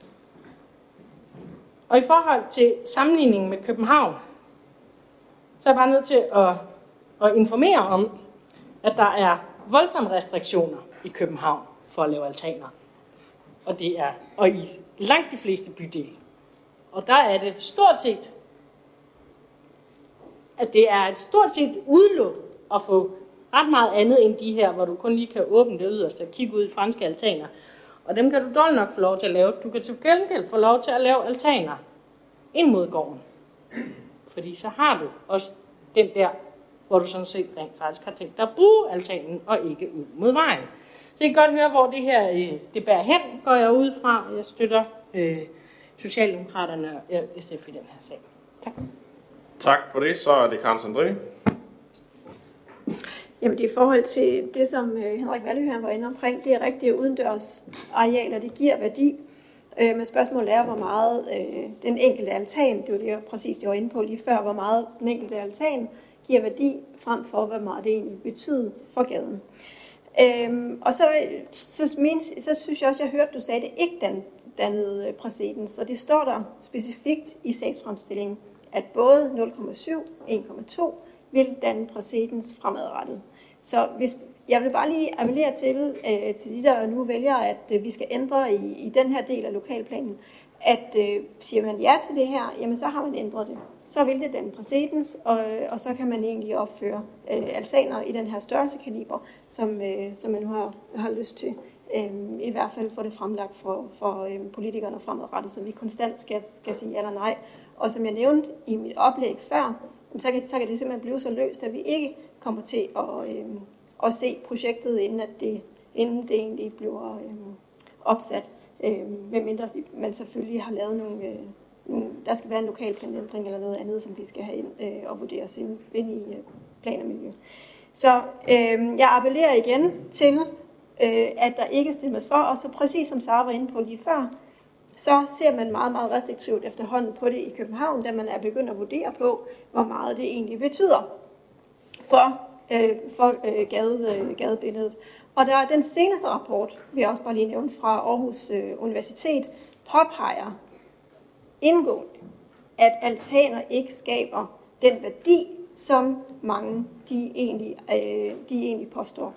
Speaker 3: Og i forhold til sammenligningen med København, så er jeg bare nødt til at informere om, at der er voldsomme restriktioner i København for at lave altaner. Og i langt de fleste bydele. Og der er det stort set, at det er et stort set udelukket at få ret meget andet end de her, hvor du kun lige kan åbne det yderst og kigge ud i franske altaner. Og dem kan du dårligt nok få lov til at lave. Du kan til gengæld få lov til at lave altaner ind mod gården. Fordi så har du også den der, hvor du sådan set rent faktisk har tænkt dig at bruge altanen og ikke ud mod vejen. Så I kan godt høre, hvor det her det bærer hen, går jeg ud fra. Jeg støtter Socialdemokraterne og SF i den her sag. Tak.
Speaker 1: Tak for det. Så er det Karen Sandrine.
Speaker 11: Jamen det er i forhold til det, som Henrik Vallø var inde omkring. Det er rigtigt, at udendørs arealer, det giver værdi. Men spørgsmålet er, hvor meget den enkelte altan, det var det jeg præcis det var inde på lige før, hvor meget den enkelte altan giver værdi, frem for hvor meget det egentlig betyder for gaden. Og så synes jeg også, jeg hørte, du sagde, at det ikke dannede præcedens, og det står der specifikt i sagsfremstillingen, at både 0,7 og 1,2 vil danne præcedens fremadrettet. Så jeg vil bare lige appellere til de, der nu vælger, at vi skal ændre i den her del af lokalplanen, at siger man ja til det her, jamen så har man ændret det. Så vil det danne præcedens, og så kan man egentlig opføre altaner i den her størrelsekaliber, som man nu har lyst til. I hvert fald få det fremlagt for politikerne fremadrettet, så vi konstant skal sige ja eller nej. Og som jeg nævnte i mit oplæg før, så kan det simpelthen blive så løst, at vi ikke kommer til at se projektet, inden det egentlig bliver opsat. Medmindre man selvfølgelig har lavet der skal være en lokalplanændring eller noget andet, som vi skal have ind og vurderes ind i plan og miljø. Så jeg appellerer igen til, at der ikke stemmes for, og så præcis som Sara var inde på lige før, så ser man meget, meget restriktivt efterhånden på det i København, da man er begyndt at vurdere på, hvor meget det egentlig betyder for gadebilledet. Og der er den seneste rapport, vil jeg også bare lige nævne, fra Aarhus Universitet, påpeger indgående, at altaner ikke skaber den værdi, som mange de egentlig påstår.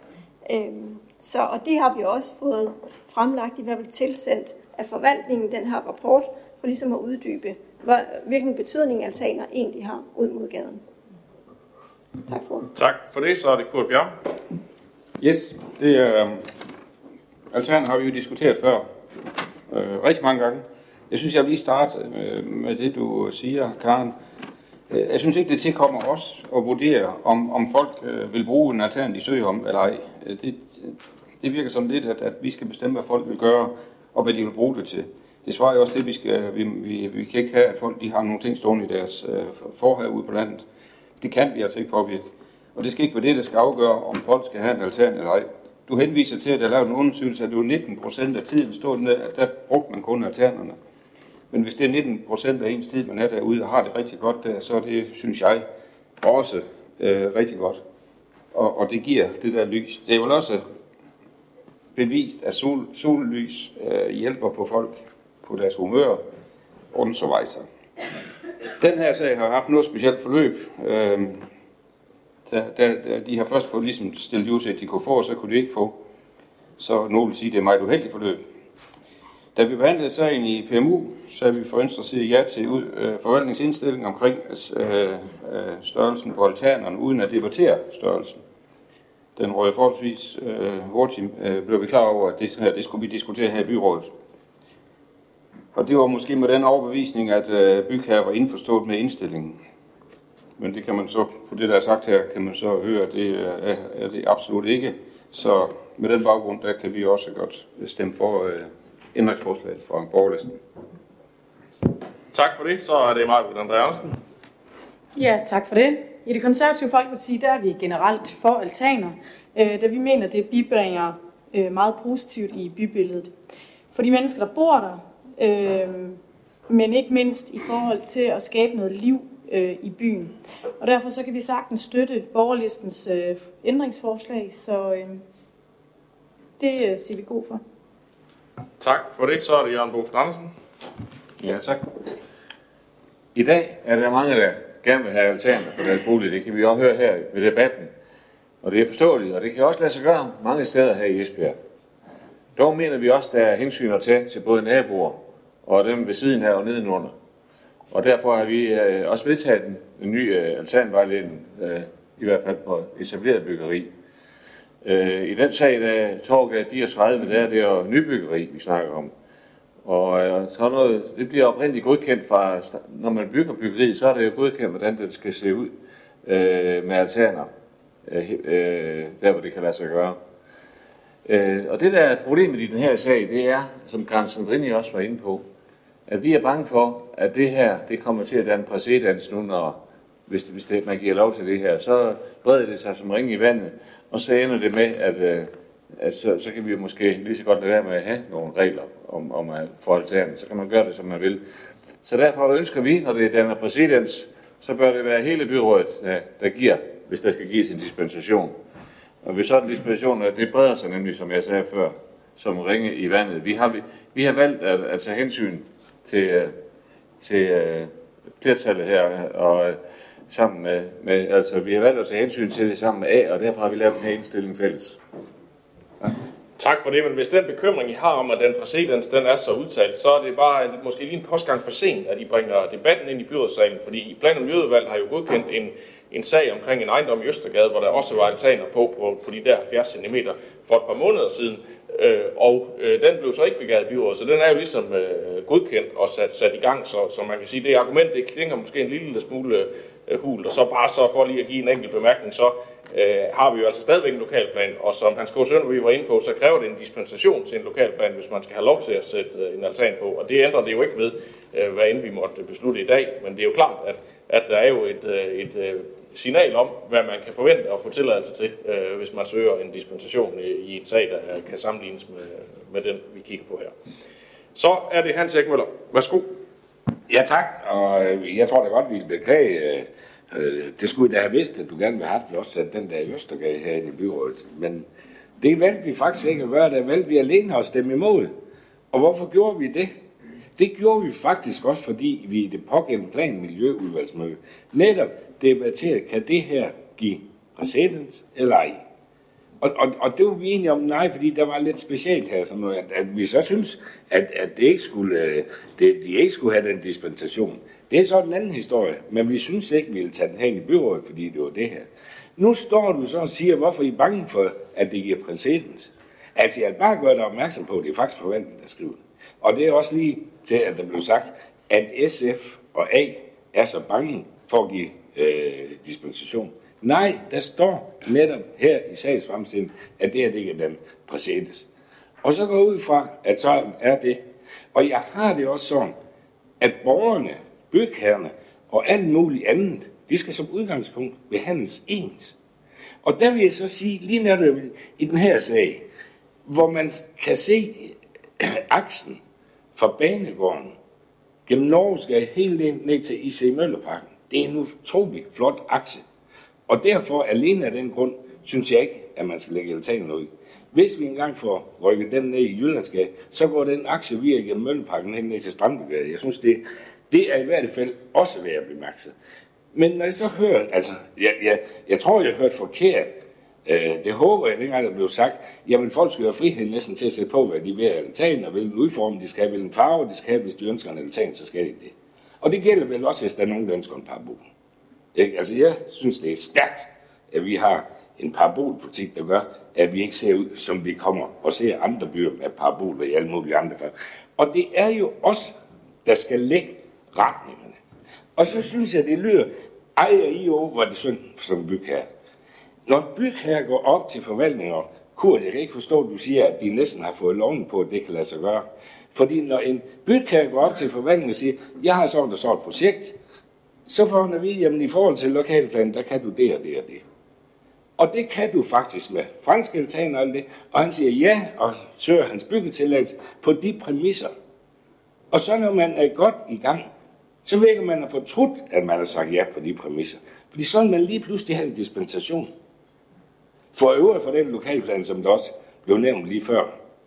Speaker 11: Og det har vi også fået fremlagt, i hvert fald tilsendt af forvaltningen, den her rapport, for ligesom at uddybe, hvilken betydning altaner egentlig har ud mod gaden. Tak for det.
Speaker 1: Tak for det. Så er det Kurt Bjerg.
Speaker 2: Yes, det er Altaner har vi jo diskuteret før, rigtig mange gange. Jeg synes, jeg vil lige starte med det, du siger, Karen. Jeg synes ikke, det tilkommer os at vurdere, om folk vil bruge en altan, de søger om, eller ej. Det virker som lidt, at vi skal bestemme, hvad folk vil gøre, og hvad de vil bruge det til. Det svarer jo også til, at vi kan ikke have, at folk de har nogle ting stående i deres forhave ude på landet. Det kan vi altså ikke påvirke. Og det skal ikke være det, der skal afgøre, om folk skal have en altan eller ej. Du henviser til, at der er lavet en undersøgelse, at det var 19% af tiden stående der, at der brugte man kun altanerne. Men hvis det er 19% af ens tid, man er derude og har det rigtig godt der, så er det, synes jeg, også rigtig godt. Og det giver det der lys. Det er jo også bevist, at sollys hjælper på folk på deres humør og så videre. Den her sag har haft noget specielt forløb. De har først fået ligesom stillet udsigt, at de kunne få, og så kunne de ikke få. Så nogen vil sige, at det er meget uheldigt forløb. Da vi behandlede sagen i PMU, sagde vi for Venstre side ja til forvaltningsindstilling omkring størrelsen på altanerne, uden at debattere størrelsen. Den røg forholdsvis hurtigt, blev vi klar over, at det skulle vi diskutere her i byrådet. Og det var måske med den overbevisning, at bygherre var indforstået med indstillingen. Men det kan man så, på det der er sagt her, kan man så høre, at det er det absolut ikke. Så med den baggrund, der kan vi også godt stemme for ændringsforslaget fra borgerlisten.
Speaker 1: Tak for det. Så er det Margrethe Andreasen.
Speaker 5: Ja, tak for det. I det konservative Folkeparti, der er vi generelt for altaner, da vi mener, det bibringer meget positivt i bybilledet. For de mennesker, der bor der, men ikke mindst i forhold til at skabe noget liv i byen. Og derfor så kan vi sagtens støtte borgerlistens ændringsforslag, så det siger vi god for.
Speaker 1: Tak for det. Så er det Jørgen Bosen Andersen.
Speaker 2: Ja, tak. I dag er der mange, der gerne vil have altaner på deres bolig. Det kan vi også høre her ved debatten. Og det er forståeligt, og det kan også lade sig gøre mange steder her i Esbjerg. Dog mener vi også, der er hensyn at tage til både naboer og dem ved siden her og nedenunder. Og derfor har vi også vedtaget en ny altanvejledning, i hvert fald på etableret byggeri. I den sag, der Torvgade 34, der er det jo nybyggeri, vi snakker om. Og så noget, det bliver oprindeligt godkendt fra, når man bygger byggeriet, så er det jo godkendt, hvordan det skal se ud med altaner, der hvor det kan lade sig gøre. Og det der er problemet i den her sag, det er, som Karen Sandrini også var inde på, at vi er bange for, at det her, det kommer til at danne præcedens nu, når, hvis man giver lov til det her, så breder det sig som ringe i vandet, og så ender det med, at så kan vi måske lige så godt lade være med at have nogle regler om for altaner, så kan man gøre det, som man vil. Så derfor ønsker vi, når det danner præcedens, så bør det være hele byrådet, der giver, hvis der skal gives en dispensation. Og hvis sådan en dispensation, det breder sig nemlig, som jeg sagde før, som ringe i vandet. Vi har valgt at tage hensyn til flertallet her, og sammen med altså vi har valgt at tage hensyn til det sammen med A, og derfor har vi lavet den her indstilling fælles.
Speaker 1: Ja. Tak for det, men hvis den bekymring, I har om, at den præcedens, den er så udtalt, så er det bare måske lige en postgang for sent, at I bringer debatten ind i byrådssalen, fordi Plan- og Miljøudvalget har jo godkendt en sag omkring en ejendom i Østergade, hvor der også var altaner på de der 70 cm for et par måneder siden, og den blev så ikke begæret i byrådet, så den er jo ligesom godkendt og sat i gang, så man kan sige, det argument, det klinger måske en lille smule hult, og så bare så for lige at give en enkelt bemærkning, så har vi jo altså stadigvæk en lokalplan, og som Hans K. Sønderby var inde på, så kræver det en dispensation til en lokalplan, hvis man skal have lov til at sætte en altan på, og det ændrer det jo ikke ved, hvad end vi måtte beslutte i dag, men det er jo klart, at der er jo et signal om, hvad man kan forvente at få tilladelse til, hvis man søger en dispensation i en sag, der kan sammenlignes med den, vi kigger på her. Så er det Hans Erik Møller. Værsgo.
Speaker 14: Ja, tak. Og jeg tror da godt, vi vil beklage. Det skulle vi da have vidst, at du gerne ville have haft også sat den der i Østergade herinde i byrådet. Men det valgte vi faktisk ikke at gøre. Der valgte vi alene at stemme imod. Og hvorfor gjorde vi det? Det gjorde vi faktisk også, fordi vi i det pågældende plan miljøudvalgsmøde netop debatterede, kan det her give præcedens eller ej? Og det var vi enige om nej, fordi der var lidt specielt her, sådan noget, at vi så synes, at det ikke skulle, de ikke skulle have den dispensation. Det er så en anden historie, men vi synes ikke, vi ville tage den her ind i byrådet, fordi det var det her. Nu står du så og siger, hvorfor I er bange for, at det giver præcedens. Altså, jeg vil bare gøre dig opmærksom på, at det er faktisk forvaltningen, der skriver det. Og det er også lige til, at der blev sagt, at SF og A er så bange for at give dispensation. Nej, der står netop her i sagsfremstillingen, at det her det kan den præcedens. Og så går jeg ud fra, at så er det. Og jeg har det også sådan, at borgerne, bygherrerne og alt muligt andet, de skal som udgangspunkt behandles ens. Og der vil jeg så sige, lige netop i den her sag, hvor man kan se aksen fra banegården gennem Norge helt ned til IC Møllerparken. Det er en utrolig flot akse. Og derfor, alene af den grund, synes jeg ikke, at man skal lægge altanen ud. Hvis vi engang får rykket den ned i Jyllandsgade, så går den akse via gennem Møllerparken helt ned til Strandbygade. Jeg synes, det er i hvert fald også værd at bemærke sig. Men når jeg så hører, altså, jeg tror, jeg har hørt forkert. Det håber jeg, dengang der blev sagt, jamen folk skal have frihed næsten til at sætte på, hvad de vil have altan, og hvilken udform de skal have, hvilken farve de skal have, hvis de ønsker en altan, så skal de det. Og det gælder vel også, hvis der er nogen, der ønsker en parabol. Altså jeg synes, det er stærkt, at vi har en parabolpolitik, der gør, at vi ikke ser ud, som vi kommer og ser andre byer med paraboler i alle mulige andre fald. Og det er jo os, der skal lægge retningerne. Og så synes jeg, det lyder, ej og IO var det synd som bygherre. Når bygherre går op til forvaltninger, Kurt, jeg kan ikke forstå, at du siger, at de næsten har fået loven på, at det kan lade sig gøre. Fordi når en bygherre går op til forvaltningen og siger, jeg har sådan og så et projekt, så får han at vide, jamen i forhold til lokalplanen, der kan du det og det og det. Og det kan du faktisk med fransk altan og alt det. Og han siger ja, og søger hans byggetilladelse på de præmisser. Og så når man er godt i gang, så virker man at fortrudt, at man har sagt ja på de præmisser. Fordi så vil man lige pludselig have en dispensation. For øvrigt for den lokalplan, som der også blev nævnt lige før,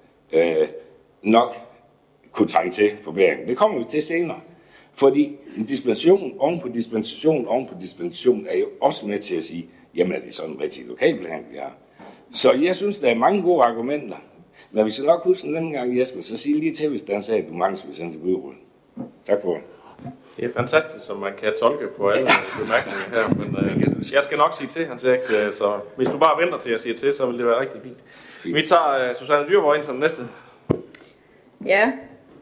Speaker 14: nok kunne trænge til forbedring. Det kommer vi til senere. Fordi en dispensation oven på dispensation er jo også med til at sige, jamen er det sådan en rigtig lokalplan, vi har. Så jeg synes, der er mange gode argumenter. Men vi skal nok huske en anden gang, Jesper, så sig lige til, hvis der er en sag, du mangler, vi sender til byrådet. Tak for det.
Speaker 1: Det er fantastisk, som man kan tolke på alle bemærkninger her, men jeg skal nok sige til, Hans Erik, så hvis du bare venter til at sige til, så vil det være rigtig fint. Vi tager Susanne Dyrborg ind som næste.
Speaker 9: Ja,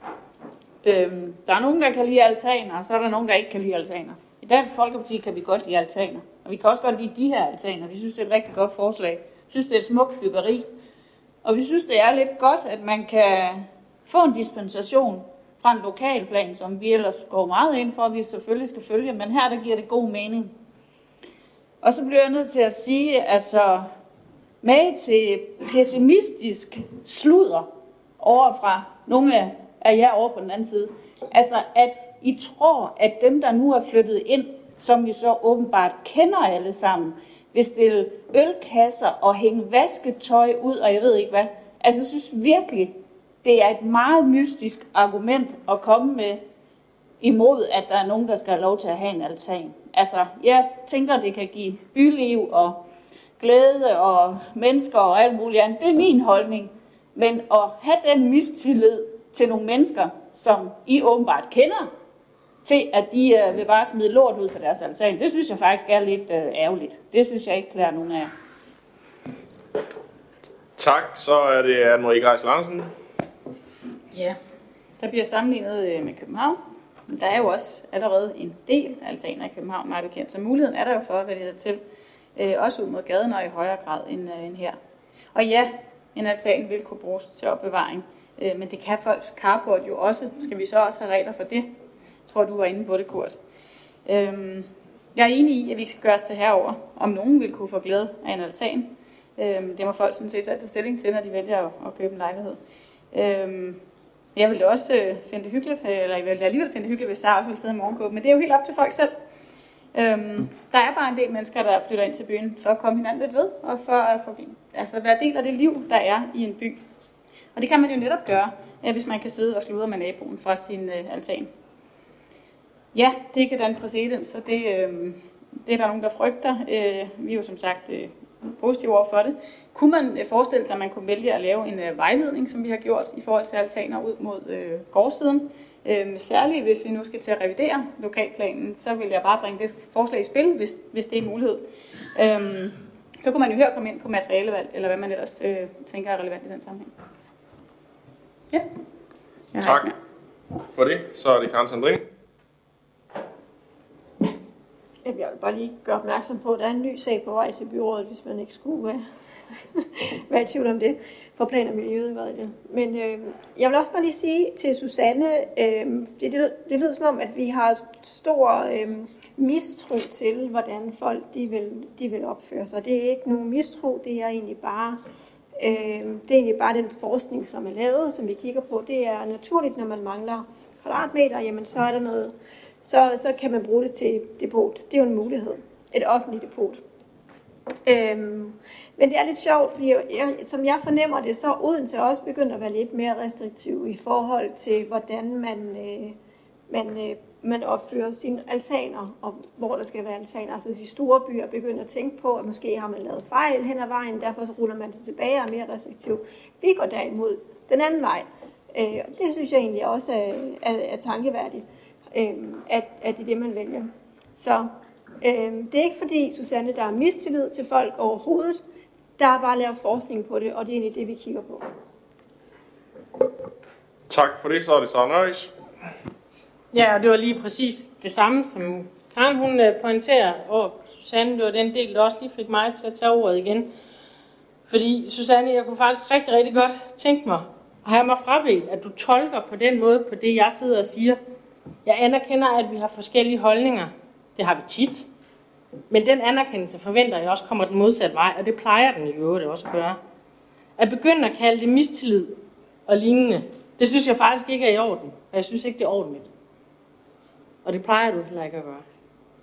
Speaker 9: der er nogen, der kan lide altaner, og så er der nogen, der ikke kan lide altaner. I Dansk Folkeparti kan vi godt lide altaner, og vi kan også godt lide de her altaner. Vi synes, det er et rigtig godt forslag. Vi synes, det er et smukt byggeri, og vi synes, det er lidt godt, at man kan få en dispensation fra en lokalplan, som vi ellers går meget ind for, at vi selvfølgelig skal følge, men her der giver det god mening. Og så bliver jeg nødt til at sige, altså med til pessimistisk sludder over fra nogle af jer over på den anden side. Altså at I tror, at dem der nu er flyttet ind, som vi så åbenbart kender alle sammen, vil stille ølkasser og hænge vasketøj ud, og jeg ved ikke hvad. Altså jeg synes virkelig, det er et meget mystisk argument at komme med imod, at der er nogen, der skal have lov til at have en altan. Altså, jeg tænker, det kan give byliv og glæde og mennesker og alt muligt andet. Det er min holdning. Men at have den mistillid til nogle mennesker, som I åbenbart kender, til at de vil bare smide lort ud på deres altan, det synes jeg faktisk er lidt ærgerligt. Det synes jeg ikke klæder nogen af jer.
Speaker 1: Tak, så er det Anne-Marie Geisel Andersen.
Speaker 9: Ja, der bliver sammenlignet med København. Men der er jo også allerede en del altaner i København, meget bekendt. Så muligheden er der jo for at vælge det til, også ud mod gaden og i højere grad end her. Og ja, en altan vil kunne bruges til opbevaring, men det kan folks carport jo også. Skal vi så også have regler for det? Jeg tror, du var inde på det, Kurt. Jeg er enig i, at vi ikke skal gøre os til herover, om nogen vil kunne få glæde af en altan. Det må folk sådan set tage stilling til, når de vælger at købe en lejlighed. Jeg ville også finde det hyggeligt, eller jeg ville alligevel finde det hyggeligt, hvis jeg også ville sidde i morgenkåben, men det er jo helt op til folk selv. Der er bare en del mennesker, der flytter ind til byen for at komme hinanden lidt ved, og for at være del af det liv, der er i en by. Og det kan man jo netop gøre, hvis man kan sidde og sludre med naboen fra sin altan. Ja, det kan danne præcedens, så det er der nogen, der frygter. Vi er jo som sagt positive over for det. Kunne man forestille sig, at man kunne vælge at lave en vejledning, som vi har gjort i forhold til altaner ud mod gårdsiden? Særligt hvis vi nu skal til at revidere lokalplanen, så vil jeg bare bringe det forslag i spil, hvis det er en mulighed. Så kunne man jo her komme ind på materialevalg, eller hvad man ellers tænker er relevant i den sammenhæng. Ja.
Speaker 1: Tak for det. Så er det Karen Sandrine.
Speaker 11: Jeg vil bare lige gøre opmærksom på, at der er en ny sag på vej til byrådet, hvis man ikke skulle være i tvivl om det, for plan- og miljøudvalget. Men jeg vil også bare lige sige til Susanne, det lyder som om, at vi har stor mistro til, hvordan folk de vil opføre sig. Det er ikke nogen mistro, det er egentlig bare den forskning, som er lavet, som vi kigger på. Det er naturligt, når man mangler kvadratmeter, jamen så er der noget, så kan man bruge det til depot. Det er jo en mulighed. Et offentligt depot. Men det er lidt sjovt, fordi som jeg fornemmer det, så er Odense også begyndt at være lidt mere restriktiv i forhold til, hvordan man opfører sine altaner, og hvor der skal være altaner. Altså de store byer begynder at tænke på, at måske har man lavet fejl hen ad vejen, derfor så ruller man det tilbage og er mere restriktiv. Vi går derimod den anden vej. Det synes jeg egentlig også er tankeværdigt, at det er det, man vælger. Så det er ikke fordi, Susanne, der er mistillid til folk overhovedet. Der er bare lavet forskning på det, og det er egentlig det, vi kigger på.
Speaker 1: Tak for det. Så er det Sara Nøjes.
Speaker 3: Ja, og det var lige præcis det samme, som Karen hun pointerer, og Susanne, det var den del, der også lige fik mig til at tage ordet igen. Fordi Susanne, jeg kunne faktisk rigtig, rigtig godt tænke mig at have mig frabedt, at du tolker på den måde på det, jeg sidder og siger. Jeg anerkender, at vi har forskellige holdninger. Det har vi tit. Men den anerkendelse forventer jeg også kommer den modsatte vej, og det plejer den i øvrigt også at gøre. At begynde at kalde det mistillid og lignende, det synes jeg faktisk ikke er i orden, og jeg synes ikke, det er ordentligt. Og det plejer du heller ikke at gøre.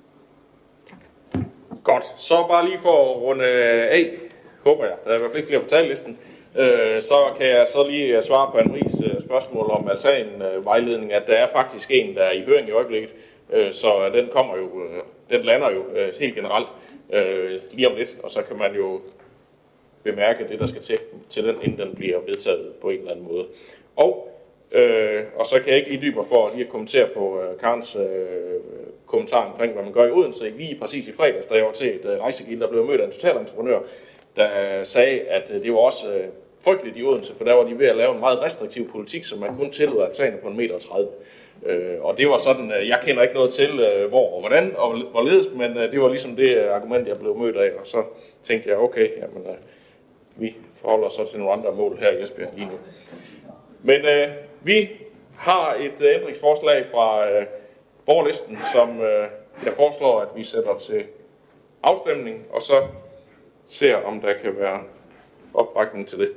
Speaker 1: Godt. Så bare lige for at runde af, håber jeg, der er i hvert fald ikke flere på tallisten, så kan jeg så lige svare på Anne-Maries spørgsmål om altanvejledning, at der er faktisk en, der er i høring i øjeblikket, så den kommer jo, den lander jo helt generelt lige om lidt, og så kan man jo bemærke det, der skal til den, inden den bliver vedtaget på en eller anden måde. Og så kan jeg ikke lige dybe mig for lige at kommentere på Karens kommentar omkring, hvad man gør i Odense. Lige præcis i fredags, da jeg var til et rejsegilde, der blev mødt af en totalentreprenør, der sagde, at det var også frygteligt i Odense, for der var de ved at lave en meget restriktiv politik, som man kun tillod altaner på 1,30 meter. Og det var sådan, jeg kender ikke noget til, hvor og hvordan og hvorledes, men det var ligesom det argument, jeg blev mødt af, og så tænkte jeg, okay, jamen, vi forholder os så til nogle andre mål her i Esbjerg lige nu. Men vi har et ændringsforslag fra borgerlisten, som jeg foreslår, at vi sætter til afstemning, og så ser, om der kan være opbakning til det.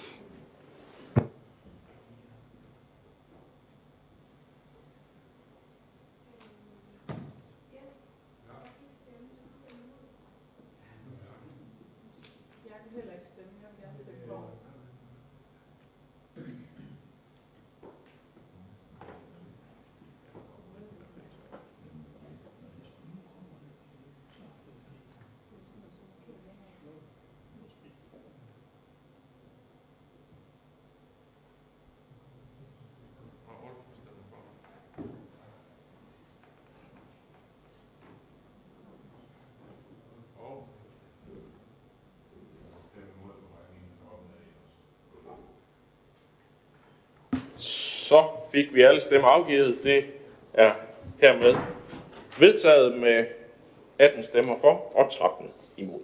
Speaker 1: Så fik vi alle stemmer afgivet. Det er hermed vedtaget med 18 stemmer for og 13 imod.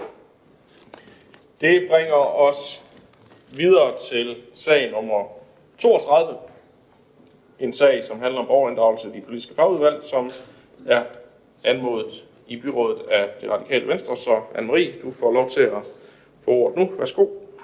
Speaker 1: Det bringer os videre til sag nummer 32. En sag, som handler om borgerinddragelse i de politiske fagudvalg, som er anmodet i byrådet af det radikale Venstre. Så Anne-Marie, du får lov til at få ordet nu. Værsgo.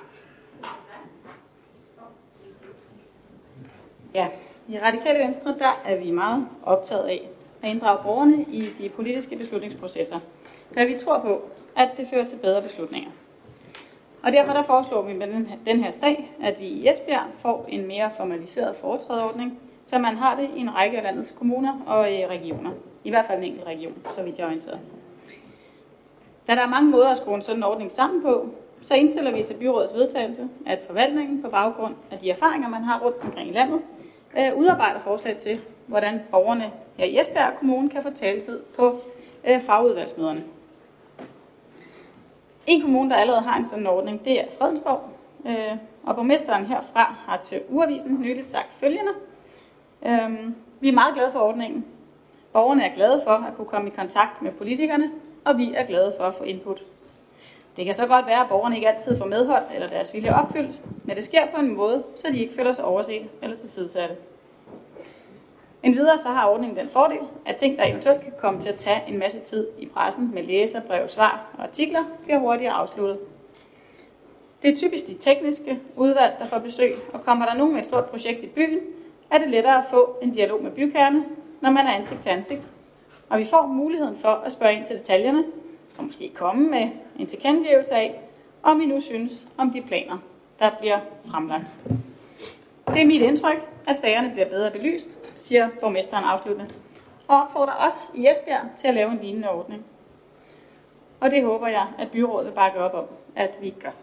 Speaker 9: Ja, i Radikale Venstre, der er vi meget optaget af at inddrage borgerne i de politiske beslutningsprocesser, da vi tror på, at det fører til bedre beslutninger. Og derfor der foreslår vi med den her sag, at vi i Esbjerg får en mere formaliseret foretrædeordning, så man har det i en række af landets kommuner og i regioner. I hvert fald en enkelt region, så vidt jeg er orienteret. Da der er mange måder at skrue en sådan ordning sammen på, så indstiller vi til byrådets vedtagelse, at forvaltningen på baggrund af de erfaringer, man har rundt omkring i landet, udarbejder forslag til, hvordan borgerne her i Esbjerg Kommune kan få taletid på fagudvalgsmøderne. En kommune, der allerede har en sådan ordning, det er Fredensborg. Og borgmesteren herfra har til Ugeavisen nyligt sagt følgende. Vi er meget glade for ordningen. Borgerne er glade for at kunne komme i kontakt med politikerne, og vi er glade for at få input. Det kan så godt være, at borgerne ikke altid får medhold eller deres vilje opfyldt, men det sker på en måde, så de ikke føler sig overset eller tilsidesatte. Endvidere så har ordningen den fordel, at ting, der eventuelt kan komme til at tage en masse tid i pressen med læser, brev, svar og artikler, bliver hurtigere afsluttet. Det er typisk de tekniske udvalg, der får besøg, og kommer der nogen med et stort projekt i byen, er det lettere at få en dialog med bykerne, når man er ansigt til ansigt. Og vi får muligheden for at spørge ind til detaljerne, og måske komme med en tilkendegivelse af, om vi nu synes om de planer, der bliver fremlagt. Det er mit indtryk, at sagerne bliver bedre belyst, siger borgmesteren afsluttende, og opfordrer os i Esbjerg til at lave en lignende ordning. Og det håber jeg, at byrådet vil bakke op om, at vi gør.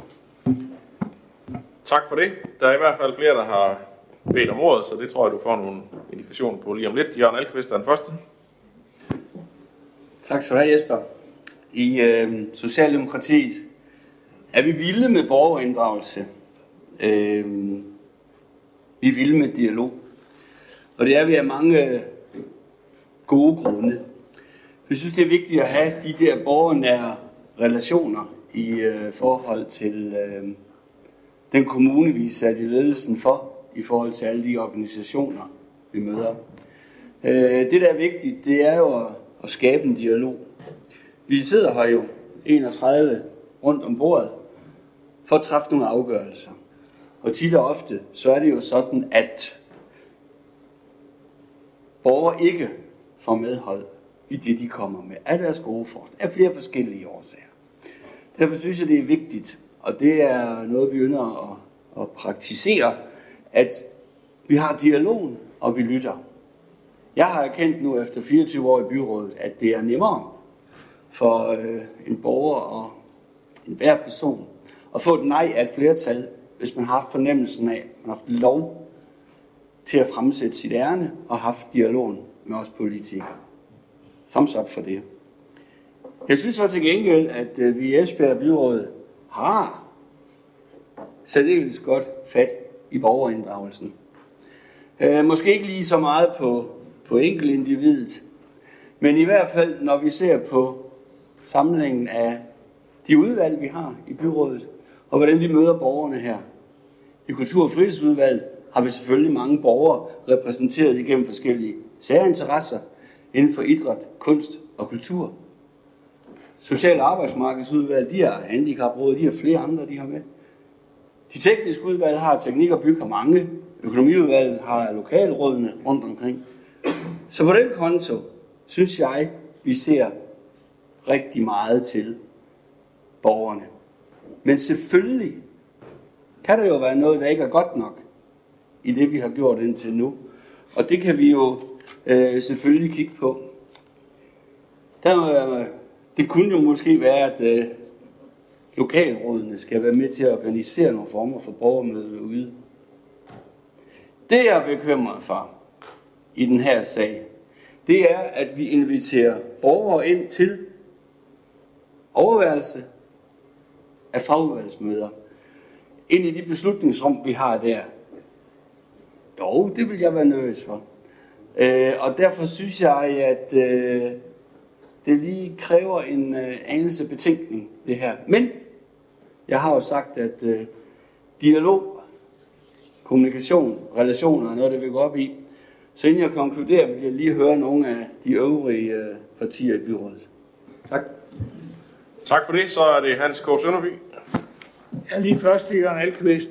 Speaker 1: Tak for det. Der er i hvert fald flere, der har bedt om ordet, så det tror jeg, du får nogle indikationer på lige om lidt. Jørgen Alkvist er den første.
Speaker 20: Tak skal du have, Jesper. I Socialdemokratiet er vi vilde med borgerinddragelse. Vi er vilde med dialog. Og det er vi af mange gode grunde. Vi synes, det er vigtigt at have de der borgernære relationer i forhold til den kommune, vi er sat i ledelsen for, i forhold til alle de organisationer, vi møder. Det, der er vigtigt, det er jo at skabe en dialog. Vi sidder her jo 31 rundt om bordet for at træffe nogle afgørelser. Og tit og ofte, så er det jo sådan, at borgere ikke får medhold i det, de kommer med, af deres gode forslag, af flere forskellige årsager. Derfor synes jeg, det er vigtigt, og det er noget, vi ønsker at praktisere, at vi har dialogen, og vi lytter. Jeg har erkendt nu efter 24 år i byrådet, at det er nemmere for en borger og enhver person at få et nej af et flertal, hvis man har haft fornemmelsen af, at man har haft lov til at fremsætte sit ærne og haft dialogen med os politikere. Thumbs up for det. Jeg synes også til gengæld, at vi i Esbjerg byrådet har særdeles godt fat i borgerinddragelsen. Måske ikke lige så meget på enkeltindividet, men i hvert fald, når vi ser på samlingen af de udvalg, vi har i byrådet, og hvordan vi møder borgerne her. I Kultur- og Fritidsudvalget har vi selvfølgelig mange borgere repræsenteret igennem forskellige særinteresser inden for idræt, kunst og kultur. Social- og arbejdsmarkedsudvalg, de har handicapråd, de har flere andre, de har med. De tekniske udvalg har teknik og byg, har mange. Økonomiudvalget har lokalrådene rundt omkring. Så på den konto, synes jeg, vi ser rigtig meget til borgerne. Men selvfølgelig kan der jo være noget, der ikke er godt nok i det, vi har gjort indtil nu. Og det kan vi jo selvfølgelig kigge på. Det kunne jo måske være, at lokalrådene skal være med til at organisere nogle former for borgermøder ude. Det jeg er bekymret for i den her sag, det er, at vi inviterer borgere ind til overværelse af fagudvalgsmøder. Ind i de beslutningsrum, vi har der. Jo, det vil jeg være nervøs for. Og derfor synes jeg, at det lige kræver en anelse betænkning, det her. Men jeg har jo sagt, at dialog, kommunikation, relationer er noget, det vil gå op i. Så inden jeg konkluderer, vil jeg lige høre nogle af de øvrige partier i byrådet. Tak.
Speaker 1: Tak for det. Så er det Hans K. Sønderby.
Speaker 8: Ja, lige først, Jørgen Alkvist.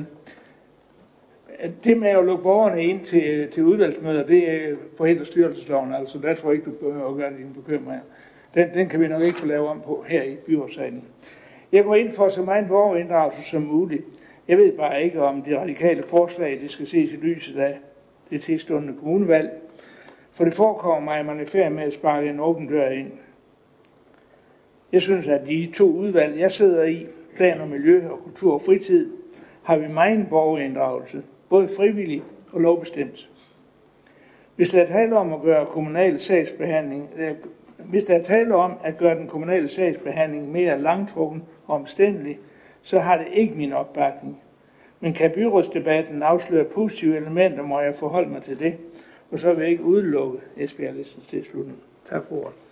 Speaker 8: Det med at lukke borgerne ind til udvalgsmøder, det forhindrer styrelsesloven, altså der tror jeg ikke, du behøver at gøre dine bekymringer. Den kan vi nok ikke få lavet om på her i byrådssalen. Jeg går ind for så meget borgerinddragelse som muligt. Jeg ved bare ikke, om det radikale forslag, det skal ses i lyset af det tilstående kommunevalg. For det forekommer mig, at man er færdig med at sparke en åben dør ind. Jeg synes, at de to udvalg, jeg sidder i, plan og miljø og kultur og fritid, har vi meget borgerinddragelse, både frivilligt og lovbestemt. Hvis det handler om at gøre kommunal sagsbehandling, Hvis der er tale om at gøre den kommunale sagsbehandling mere langtrukken og omstændelig, så har det ikke min opbakning. Men kan byrådsdebatten afsløre positive elementer, må jeg forholde mig til det, og så vil jeg ikke udelukke Esbjerg-listens tilslutning. Tak for ordet.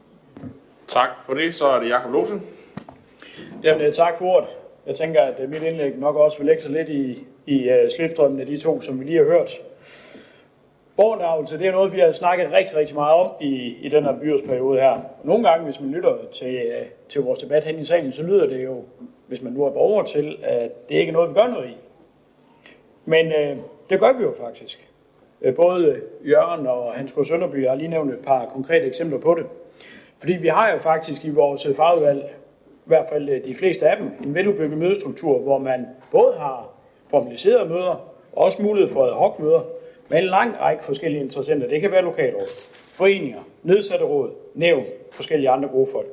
Speaker 1: Tak for det. Så er det Jakob Losen.
Speaker 6: Jamen, tak for ordet. Jeg tænker, at mit indlæg nok også vil lægge sig lidt i slipstrømmen af de to, som vi lige har hørt. Borgerinddragelse, det er noget, vi har snakket rigtig, rigtig meget om i den her byrådsperiode her. Nogle gange, hvis man lytter til vores debat hen i salen, så lyder det jo, hvis man nu er borger til, at det ikke er noget, vi gør noget i. Men det gør vi jo faktisk. Både Jørgen og Hans K. Sønderby har lige nævnt et par konkrete eksempler på det. Fordi vi har jo faktisk i vores fagudvalg, i hvert fald de fleste af dem, en veludbygget mødestruktur, hvor man både har formaliserede møder, og også mulighed for ad hoc møder, med en lang række forskellige interessenter. Det kan være lokalråd, foreninger, nedsatte råd, nævn, forskellige andre gode folk.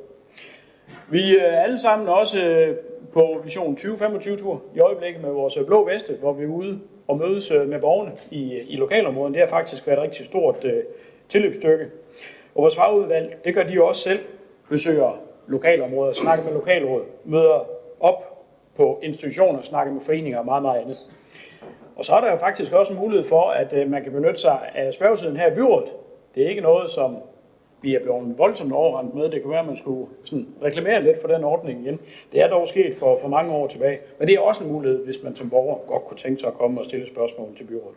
Speaker 6: Vi er alle sammen også på Vision 2025-tur i øjeblikket med vores blå veste, hvor vi er ude og mødes med borgerne i lokalområdet. Det har faktisk været et rigtig stort tilløbsstykke. Og vores fagudvalg, det gør de jo også selv, besøger lokalområder, snakker med lokalråd, møder op på institutioner, snakker med foreninger og meget, meget andet. Og så er der jo faktisk også en mulighed for, at man kan benytte sig af spørgetiden her i byrådet. Det er ikke noget, som vi er blevet voldsomt overrendt med. Det kan være, at man skulle sådan reklamere lidt for den ordning igen. Det er dog sket for mange år tilbage. Men det er også en mulighed, hvis man som borger godt kunne tænke sig at komme og stille spørgsmål til byrådet.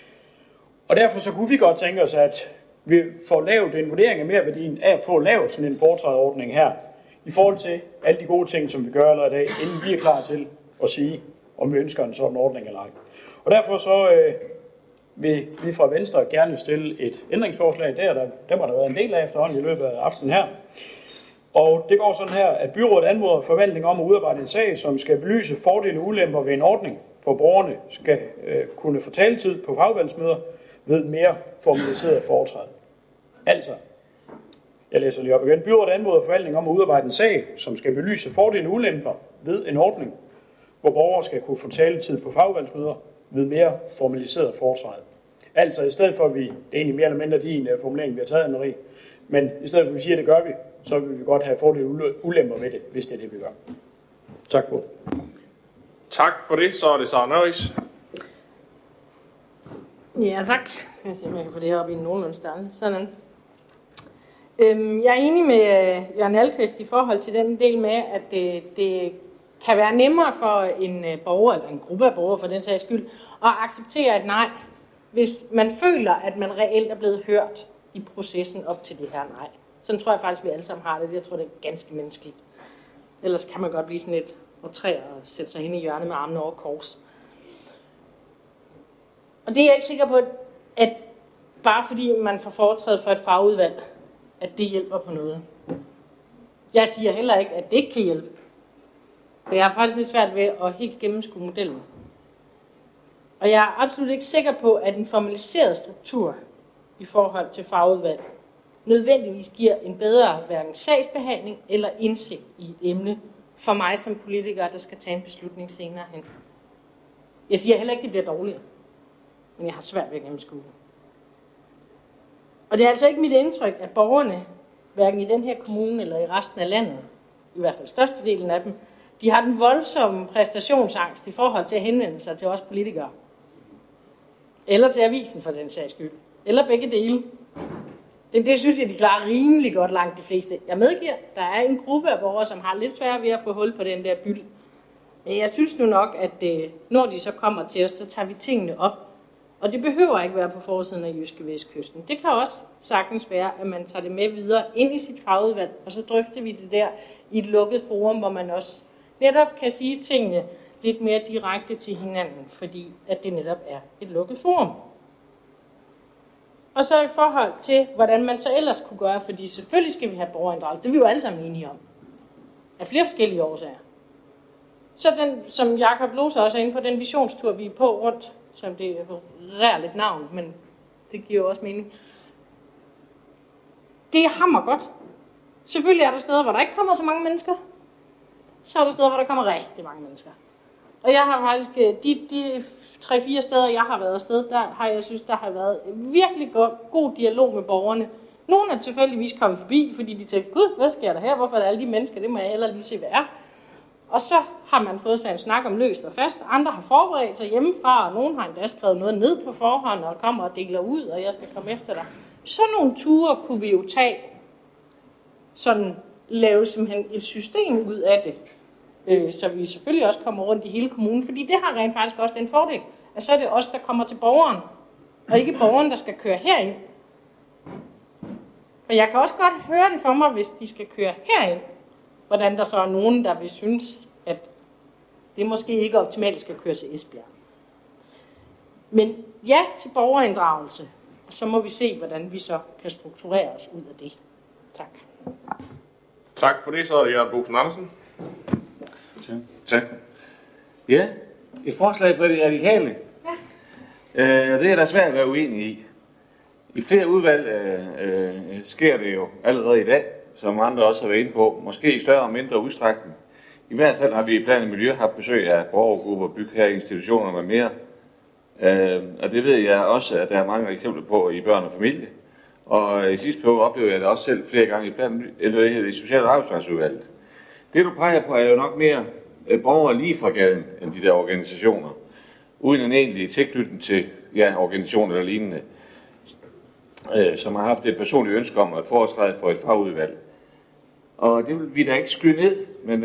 Speaker 6: Og derfor så kunne vi godt tænke os, at vi får lavet en vurdering af merværdien af at få lavet sådan en foretrædeordning her, i forhold til alle de gode ting, som vi gør allerede i dag, inden vi er klar til at sige, om vi ønsker en sådan ordning eller ej. Og derfor så vil vi fra Venstre gerne stille et ændringsforslag der må der være en del af efterhånden i løbet af aftenen her. Og det går sådan her, at byrådet anmoder forvaltningen om at udarbejde en sag, som skal belyse fordele og ulemper ved en ordning, hvor borgerne skal kunne få taletid på fagudvalgsmøder ved mere formaliseret foretræde. Altså, jeg læser lige op igen. Byrådet anmoder forvaltningen om at udarbejde en sag, som skal belyse fordele og ulemper ved en ordning, hvor borgere skal kunne få taletid på fagudvalgsmøder ved mere formaliseret foretræde. Altså i stedet for, at det er egentlig mere eller mindre din formulering, vi har taget, Marie, men i stedet for, at vi siger, at det gør vi, så vil vi godt have fordele og ulemper ved det, hvis det er det, vi gør. Tak for det.
Speaker 1: Tak for det. Så er det Sara Nøris.
Speaker 3: Ja, tak. Jeg skal se, om jeg kan få det her op i en nogenlunde størrelse. Sådan. Jeg er enig med Jørgen Alkvist i forhold til den del med, at det kan være nemmere for en borger, eller en gruppe af borgere for den sags skyld, at acceptere et nej, hvis man føler, at man reelt er blevet hørt i processen op til det her nej. Sådan tror jeg faktisk, vi alle sammen har det. Jeg tror, det er ganske menneskeligt. Ellers kan man godt blive sådan lidt træ og sætte sig hen i hjørnet med armene over kors. Og det er jeg ikke sikker på, at bare fordi man får foretræde for et fagudvalg, at det hjælper på noget. Jeg siger heller ikke, at det ikke kan hjælpe. For jeg har faktisk lidt svært ved at helt gennemskue modellen. Og jeg er absolut ikke sikker på, at en formaliseret struktur i forhold til fagudvalg nødvendigvis giver en bedre hverken sagsbehandling eller indsigt i et emne for mig som politiker, der skal tage en beslutning senere hen. Jeg siger heller ikke, at det bliver dårligere, men jeg har svært ved at gennemskue. Og det er altså ikke mit indtryk, at borgerne, hverken i den her kommune eller i resten af landet, i hvert fald størstedelen af dem, de har den voldsomme præstationsangst i forhold til at henvende sig til os politikere. Eller til avisen for den sags skyld. Eller begge dele. Det synes jeg, de klarer rimelig godt langt de fleste. Jeg medgiver, der er en gruppe af borgere, som har lidt svært ved at få hul på den der byld. Men jeg synes nu nok, at når de så kommer til os, så tager vi tingene op. Og det behøver ikke være på forsiden af Jyske Vestkysten. Det kan også sagtens være, at man tager det med videre ind i sit fagudvalg, og så drøfter vi det der i et lukket forum, hvor man også netop kan sige tingene lidt mere direkte til hinanden, fordi at det netop er et lukket forum. Og så i forhold til, hvordan man så ellers kunne gøre, fordi selvfølgelig skal vi have borgerinddragelse, det er vi jo alle sammen enige om, af flere forskellige årsager. Så den, som Jakob Lose også er inde på, den visionstur, vi er på rundt, som det er et lidt navn, men det giver jo også mening. Det er hammer godt. Selvfølgelig er der steder, hvor der ikke kommer så mange mennesker. Så er der steder, hvor der kommer rigtig mange mennesker. Og jeg har faktisk, de 3-4 steder, jeg har været afsted, der har jeg synes, der har været virkelig god dialog med borgerne. Nogle er tilfældigvis kommet forbi, fordi de tænkte, gud, hvad sker der her? Hvorfor er der alle de mennesker? Det må jeg hellere lige se, hvad er. Og så har man fået sig en snak om løst og fast. Andre har forberedt sig hjemmefra, og nogen har endda skrevet noget ned på forhånd, og kommer og deler ud, og jeg skal komme efter dig. Sådan nogle ture kunne vi jo tage, sådan lave simpelthen et system ud af det. Så vi selvfølgelig også kommer rundt i hele kommunen, fordi det har rent faktisk også den fordel, at så er det os, der kommer til borgeren, og ikke borgeren, der skal køre herind. For jeg kan også godt høre det for mig, hvis de skal køre herind, hvordan der så er nogen, der vil synes, at det måske ikke optimalt skal køre til Esbjerg. Men ja til borgerinddragelse, og så må vi se, hvordan vi så kan strukturere os ud af det. Tak.
Speaker 1: Tak for det, så er det Jørgen Bosen Andersen.
Speaker 2: Tak. Ja, et forslag fra de radikale. Ja. Det er da svært at være uenig i. I flere udvalg sker det jo allerede i dag, som andre også har været inde på, måske i større og mindre udstrækning. I hvert fald har vi i Plan og Miljø haft besøg af borgergrupper, bygherrer, institutioner med mere. Og det ved jeg også, at der er mange eksempler på i børn og familie. Og i sidste periode oplevede jeg det også selv flere gange i Social- og Arbejdsmarkedsudvalget. Det du peger på er jo nok mere borgere lige fra gaden end de der organisationer, uden en egentlig tilknytning til organisationer eller lignende, som har haft et personligt ønske om at foretræde for et fagudvalg. Og det vil vi da ikke skyde ned, men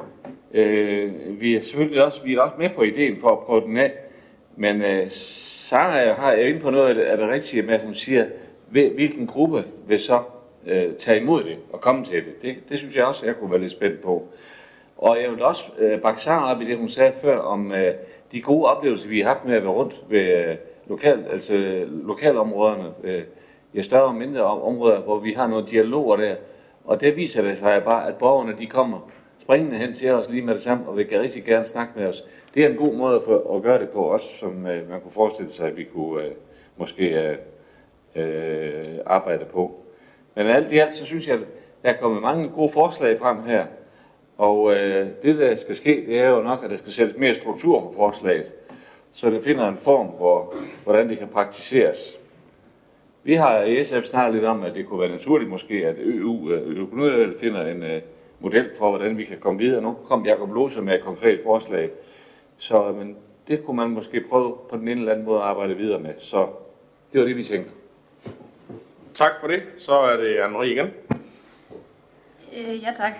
Speaker 2: vi er selvfølgelig også med på ideen for at prøve den af. Men Sara har inde på noget af det rigtige med, at hun siger, hvilken gruppe vil så tage imod det og komme til det. Det synes jeg også, jeg kunne være lidt spændt på. Og jeg vil også bakke Sara op i det, hun sagde før, om de gode oplevelser, vi har haft med at være rundt ved lokalområderne, større og mindre områder, hvor vi har nogle dialoger der. Og det viser det sig bare, at borgerne de kommer springende hen til os lige med det samme, og vil rigtig gerne snakke med os. Det er en god måde at gøre det på, også som man kunne forestille sig, at vi kunne måske arbejde på. Men alt i alt, så synes jeg, at der er kommet mange gode forslag frem her. Og det, der skal ske, det er jo nok, at der skal sættes mere struktur på forslaget, så det finder en form, hvordan det kan praktiseres. Vi har i SF snakket lidt om, at det kunne være naturligt måske, at økonomiudvalget finder en model for, hvordan vi kan komme videre. Nu kom Jacob Lose med et konkret forslag, men det kunne man måske prøve på den ene eller anden måde at arbejde videre med. Så det var det, vi tænkte.
Speaker 1: Tak for det. Så er det Anne-Marie igen.
Speaker 9: Ja, tak.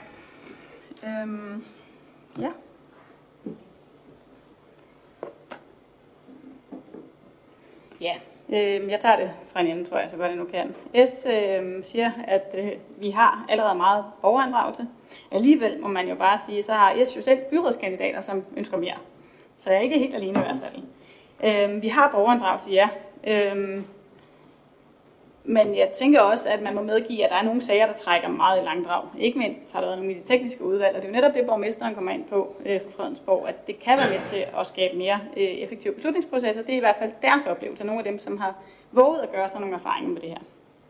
Speaker 9: Ja. Ja, jeg tager det fra en ende, tror jeg, så godt jeg nu kan. S siger, at vi har allerede meget borgerinddragelse. Alligevel må man jo bare sige, så har S jo selv byrådskandidater, som ønsker mere. Så jeg er ikke helt alene i hvert fald. Vi har borgerinddragelse, ja. Men jeg tænker også, at man må medgive, at der er nogle sager, der trækker meget i langdrag. Ikke mindst har der været nogle i de tekniske udvalg, og det er jo netop det, borgmesteren kommer ind på fra Fredensborg, at det kan være med til at skabe mere effektive beslutningsprocesser. Det er i hvert fald deres oplevelse, nogle af dem, som har våget at gøre sig nogle erfaringer med det her.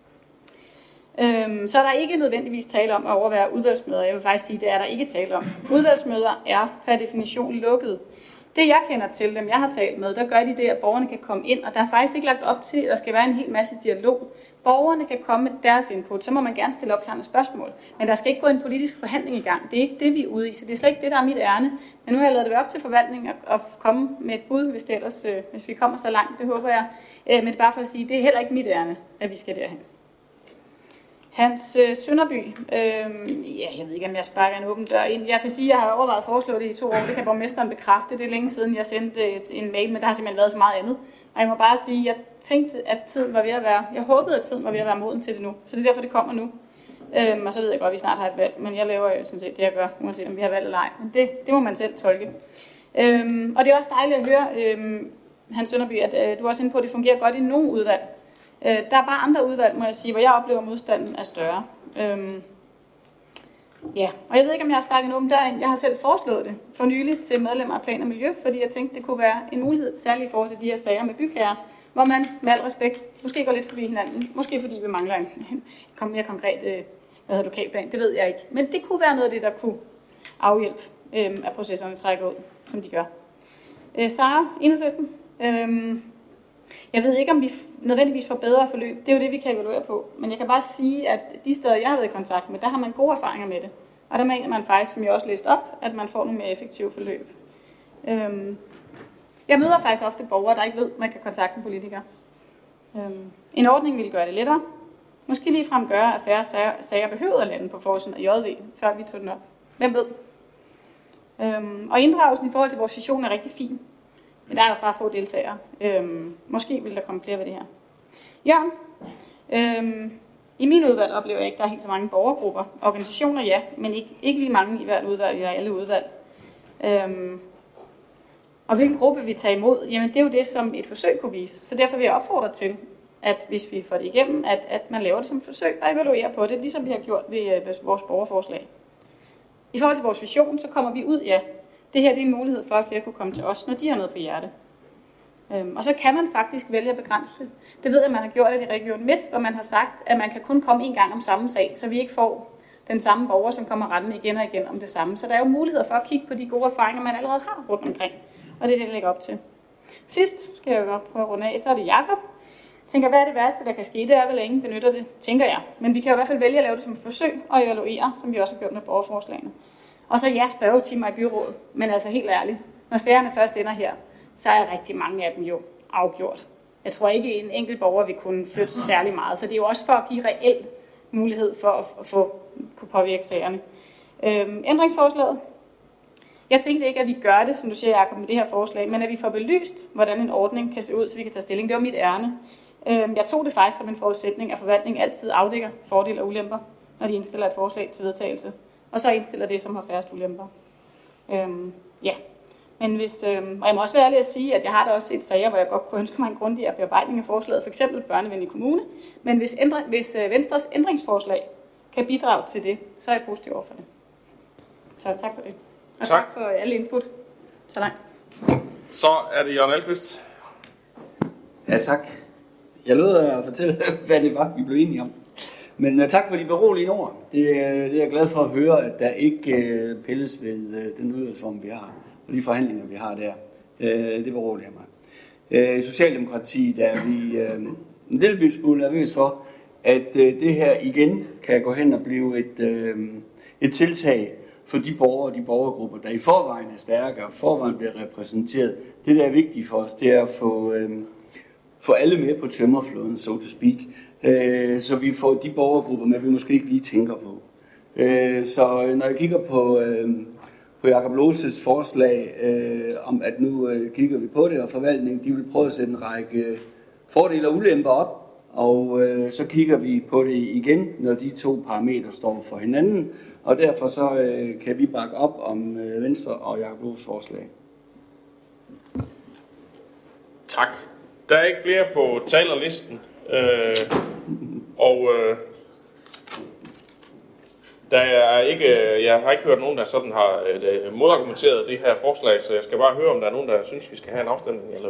Speaker 9: Så er der ikke nødvendigvis tale om at overvære udvalgsmøder. Jeg vil faktisk sige, at det er der ikke tale om. Udvalgsmøder er per definition lukkede. Det jeg kender til dem, jeg har talt med, der gør de det, at borgerne kan komme ind, og der er faktisk ikke lagt op til, at der skal være en hel masse dialog. Borgerne kan komme med deres input, så må man gerne stille opklarende spørgsmål. Men der skal ikke gå en politisk forhandling i gang. Det er ikke det, vi er ude i, så det er slet ikke det, der er mit ærne. Men nu har jeg lavet det op til forvaltningen at komme med et bud, hvis vi kommer så langt, det håber jeg. Men det er bare for at sige, det er heller ikke mit ærne, at vi skal derhen. Hans Sønderby, jeg ved ikke, om jeg sparker en åben dør ind. Jeg kan sige, at jeg har overvejet at foreslå det i 2 år. Det kan borgmesteren bekræfte. Det er længe siden, jeg sendte en mail, men der har simpelthen været så meget andet. Og jeg må bare sige, at jeg tænkte, at tiden var ved at være... Jeg håbede, at tiden var ved at være moden til det nu. Så det er derfor, det kommer nu. Og så ved jeg godt, at vi snart har et valg. Men jeg laver jo sådan set det, jeg gør, uanset om vi har valg eller ej. Men det må man selv tolke. Og det er også dejligt at høre, Hans Sønderby, at du er også inde på, at det fungerer godt i nogle udvalg. Der er bare andre udvalg, må jeg sige, hvor jeg oplever, at modstanden er større. Ja, og jeg ved ikke, om jeg har sparket en åben dør ind. Jeg har selv foreslået det for nylig til medlemmer af Plan og Miljø, fordi jeg tænkte, det kunne være en mulighed, særligt i forhold til de her sager med bygherrer, hvor man med al respekt måske går lidt forbi hinanden. Måske fordi vi mangler en mere konkret lokalplan, det ved jeg ikke. Men det kunne være noget af det, der kunne afhjælpe, at processerne trækker ud, som de gør. Sara, Enhedslisten. Jeg ved ikke, om vi nødvendigvis får bedre forløb. Det er jo det, vi kan evaluere på. Men jeg kan bare sige, at de steder, jeg har været i kontakt med, der har man gode erfaringer med det. Og der mener man faktisk, som jeg også læste op, at man får nogle mere effektive forløb. Jeg møder faktisk ofte borgere, der ikke ved, at man kan kontakte en politiker. En ordning ville gøre det lettere. Måske ligefrem gøre, at færre sager behøvede at lande på forsiden af JV, før vi tog den op. Hvem ved? Og inddragelsen i forhold til vores session er rigtig fin. Men der er jo bare få deltagere. Måske vil der komme flere ved det her. Jørgen, i min udvalg oplever jeg ikke, at der er helt så mange borgergrupper. Organisationer, ja, men ikke lige mange i hvert udvalg, eller alle udvalg. Og hvilken gruppe vi tager imod, jamen det er jo det, som et forsøg kunne vise. Så derfor vil jeg opfordre til, at hvis vi får det igennem, at man laver det som et forsøg og evaluerer på det, ligesom vi har gjort ved vores borgerforslag. I forhold til vores vision, så kommer vi ud, ja. Det her det er en mulighed for, at flere kunne komme til os, når de har noget på hjerte. Og så kan man faktisk vælge at begrænse det. Det ved jeg, at man har gjort det i Region Midt, hvor man har sagt, at man kan kun komme en gang om samme sag, så vi ikke får den samme borger, som kommer rettende igen og igen om det samme. Så der er jo muligheder for at kigge på de gode erfaringer, man allerede har rundt omkring. Og det er det, jeg lægger op til. Sidst skal jeg jo prøve at runde af, så er det Jakob. Jeg tænker, hvad er det værste, der kan ske? Det er vel, at ingen benytter det, tænker jeg. Men vi kan jo i hvert fald vælge at lave det som et forsøg og evaluere, som vi også har gjort med borgerforslagene. Og så spørgetimer i byrådet. Men altså helt ærligt, når sagerne først ender her, så er rigtig mange af dem jo afgjort. Jeg tror ikke, en enkelt borger vil kunne flytte særlig meget. Så det er jo også for at give reel mulighed for at kunne påvirke sagerne. Ændringsforslaget. Jeg tænkte ikke, at vi gør det, som du siger, Jacob, med det her forslag, men at vi får belyst, hvordan en ordning kan se ud, så vi kan tage stilling. Det var mit ærne. Jeg tog det faktisk som en forudsætning, at forvaltningen altid afdækker fordele og ulemper, når de indstiller et forslag til vedtagelse. Og så indstiller det, som har færrest ulemper. Ja. Men hvis, og jeg må også være ærlig at sige, at jeg har da også set sager, hvor jeg godt kunne ønske mig en grundigere bearbejdning af forslaget, f.eks. børnevenlig kommune. Men hvis Venstres ændringsforslag kan bidrage til det, så er jeg positiv over for det. Så tak for det. Og tak for alle input. Så langt.
Speaker 1: Så er det Jørgen Alqvist.
Speaker 20: Ja, tak. Jeg lød at fortælle, hvad det var, vi blev enige om. Men tak for de beroligende ord. Det er jeg glad for at høre, at der ikke pilles ved den udvalgsform, vi har, og de forhandlinger, vi har der. Det beroliger mig. I Socialdemokratiet er vi en lille smule nervøs for, at det her igen kan gå hen og blive et tiltag for de borgere og de borgergrupper, der i forvejen er stærke og forvejen bliver repræsenteret. Det, der er vigtigt for os, det er at få alle med på tømmerflåden, so to speak, så vi får de borgergrupper med, vi måske ikke lige tænker på. Så når jeg kigger på Jacob Loses forslag om, at nu kigger vi på det, og forvaltningen, de vil prøve at sætte en række fordele og ulemper op, og så kigger vi på det igen, når de to parametre står for hinanden, og derfor så kan vi bakke op om Venstre og Jacob Loses forslag.
Speaker 1: Tak. Der er ikke flere på talerlisten, der er ikke, jeg har ikke hørt nogen, der sådan har modargumenteret det her forslag, så jeg skal bare høre, om der er nogen, der synes, vi skal have en afstemning, eller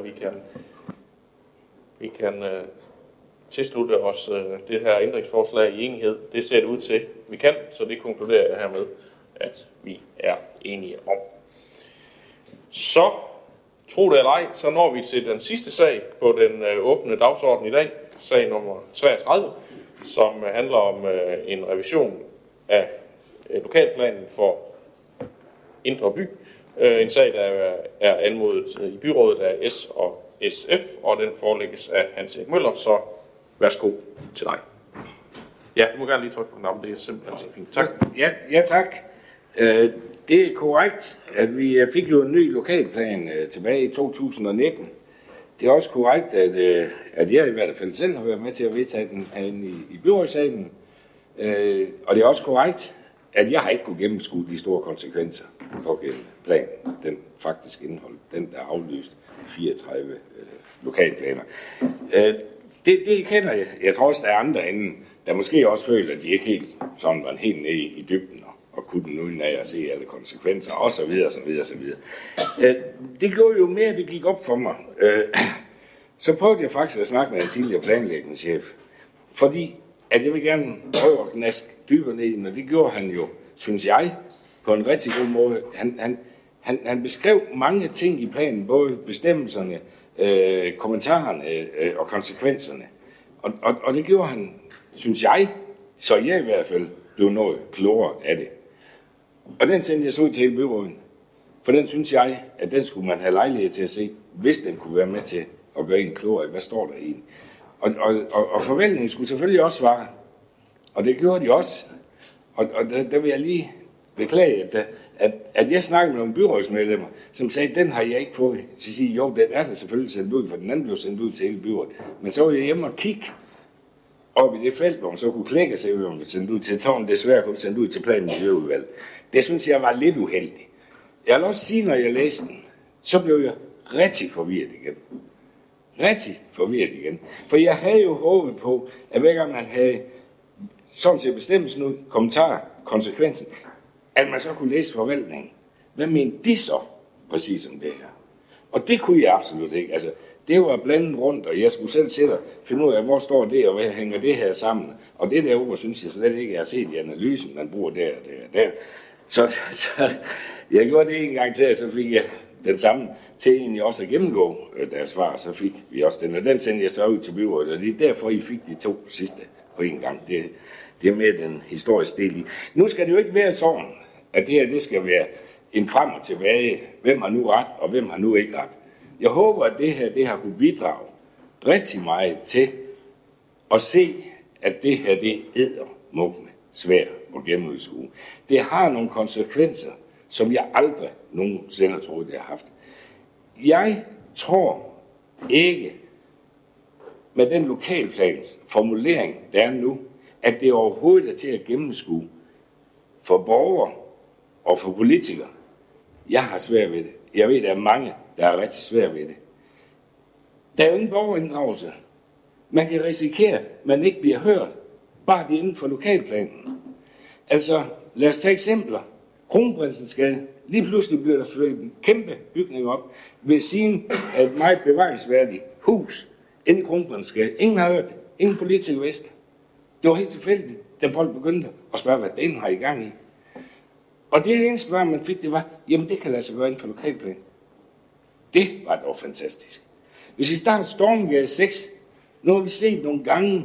Speaker 1: vi kan tilslutte os det her ændringsforslag i enighed. Det ser det ud til, vi kan, så det konkluderer jeg hermed, at vi er enige om. Så tro det eller ej, så når vi til den sidste sag på den åbne dagsorden i dag, sag nummer 33, som handler om en revision af lokalplanen for Indre By. En sag, der er anmodet i byrådet af S og SF, og den forelægges af Hans Erik Møller, så værsgo til dig. Ja, du må gerne lige trykke på knappen, det er simpelthen så fint. Tak.
Speaker 14: Ja, tak. Det er korrekt, at vi fik jo en ny lokalplan tilbage i 2019. Det er også korrekt, at jeg i hvert fald selv har været med til at vedtage den herinde i byrådssalen. Og det er også korrekt, at jeg har ikke kunne gennemskue de store konsekvenser på plan. Den faktisk indhold, den der aflyst 34 lokalplaner. Det kender jeg. Jeg tror også, der er andre inde, der måske også føler, at de ikke helt sådan var helt nede i dybden og kunne den uden af at se alle konsekvenser, og så videre, så videre, så videre. Det gjorde jo mere, at det gik op for mig. Så prøvede jeg faktisk at snakke med en tidligere planlægningschef, fordi at jeg vil gerne prøve at gnaske dybere ned i den, og det gjorde han jo, synes jeg, på en rigtig god måde. Han beskrev mange ting i planen, både bestemmelserne, kommentarerne og konsekvenserne. Og det gjorde han, synes jeg, så jeg i hvert fald blev noget klogere af det. Og den sendte jeg så ud til hele byråden. For den synes jeg, at den skulle man have lejlighed til at se, hvis den kunne være med til at gøre en klogere, hvad står der i den. Og forvaltningen skulle selvfølgelig også svare. Og det gjorde de også. Og der vil jeg lige beklage, at jeg snakkede med nogle byrådsmedlemmer, som sagde, at den har jeg ikke fået. Så sige, jo, den er der selvfølgelig sendt ud, for den anden blev sendt ud til hele byrådet. Men så var jeg hjemme og kigge op i det felt, hvor man så kunne klikke sig, hvor man blev sendt ud til tårn, desværre kunne sendt ud til planen i miljøudvalget. Det synes jeg var lidt uheldigt. Jeg vil også sige, når jeg læste den, så blev jeg rigtig forvirret igen. For jeg havde jo håbet på, at hver gang man havde sådan til bestemmelsen ud, kommentarer, konsekvensen, at man så kunne læse forvaltningen. Hvad mente de så præcis om det her? Og det kunne jeg absolut ikke. Altså, det var blandet rundt, og jeg skulle selv sætte og finde ud af, hvor står det, og hvad hænger det her sammen. Og det derovre, synes jeg slet ikke, jeg har set i analysen, man bruger der og der. Så jeg gjorde det en gang til, og så fik jeg den samme til egentlig også at gennemgå deres svar, så fik vi også den. Og den sendte jeg så ud til byrådet, og det er derfor, I fik de 2 sidste på en gang. Det er med den historiske del i. Nu skal det jo ikke være sådan, at det her det skal være en frem og tilbage. Hvem har nu ret, og hvem har nu ikke ret? Jeg håber, at det her det har kunne bidrage rigtig meget til at se, at det her det eddermukkende svært at gennemskue. Det har nogle konsekvenser, som jeg aldrig nogensinde troede, det har haft. Jeg tror ikke, med den lokalplans formulering, der er nu, at det overhovedet er til at gennemskue for borgere og for politikere. Jeg har svært ved det. Jeg ved, at der er mange, der er rigtig svært ved det. Der er jo ingen borgerinddragelse. Man kan risikere, at man ikke bliver hørt, bare det inden for lokalplanen. Altså, lad os tage eksempler. Kronprinsens Gade. Lige pludselig bliver der ført en kæmpe bygning op ved siden af et meget bevaringsværdigt hus inde i Kronprinsens Gade. Ingen har hørt det. Ingen politikere vidste det. Det var helt tilfældigt, da folk begyndte at spørge, hvad den har i gang i. Og det eneste svar, man fik, det var, jamen det kan lade sig gøre inden for lokalplan. Det var dog fantastisk. Hvis vi starter Stormgade 6, nu har vi set nogle gange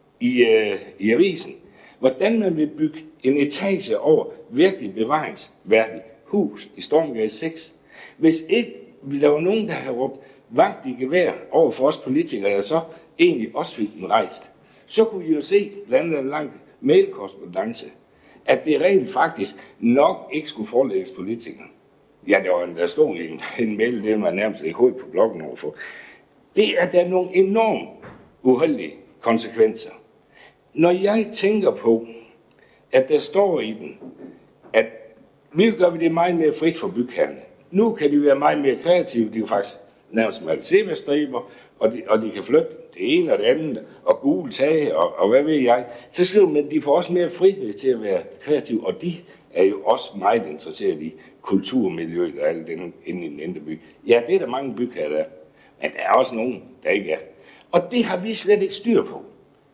Speaker 14: i avisen, hvordan man vil bygge en etage over virkelig bevaringsværdigt hus i Stormgade 6. Hvis ikke der var nogen, der havde råbt vagt i gevær over for os politikere, der så egentlig også fik den rejst, så kunne vi jo se, blandt andet en lang mailkorrespondance, at det rent faktisk nok ikke skulle forelægges politikere. Ja, der stod en mail, det var nærmest ikke hovedet på bloggen overfor. Det er der nogle enormt uheldige konsekvenser. Når jeg tænker på, at der står i den, at nu gør vi det meget mere frit for bygherrerne. Nu kan de være meget mere kreative. De kan faktisk nærmest med CV-striber, og de kan flytte det ene og det andet, og gule tage, og hvad ved jeg. Så skriver man, at de får også mere frihed til at være kreative, og de er jo også meget interesseret i kulturmiljøet og alt det inde i den indre by. Ja, det er der mange bygherrer, der er. Men der er også nogen, der ikke er. Og det har vi slet ikke styr på.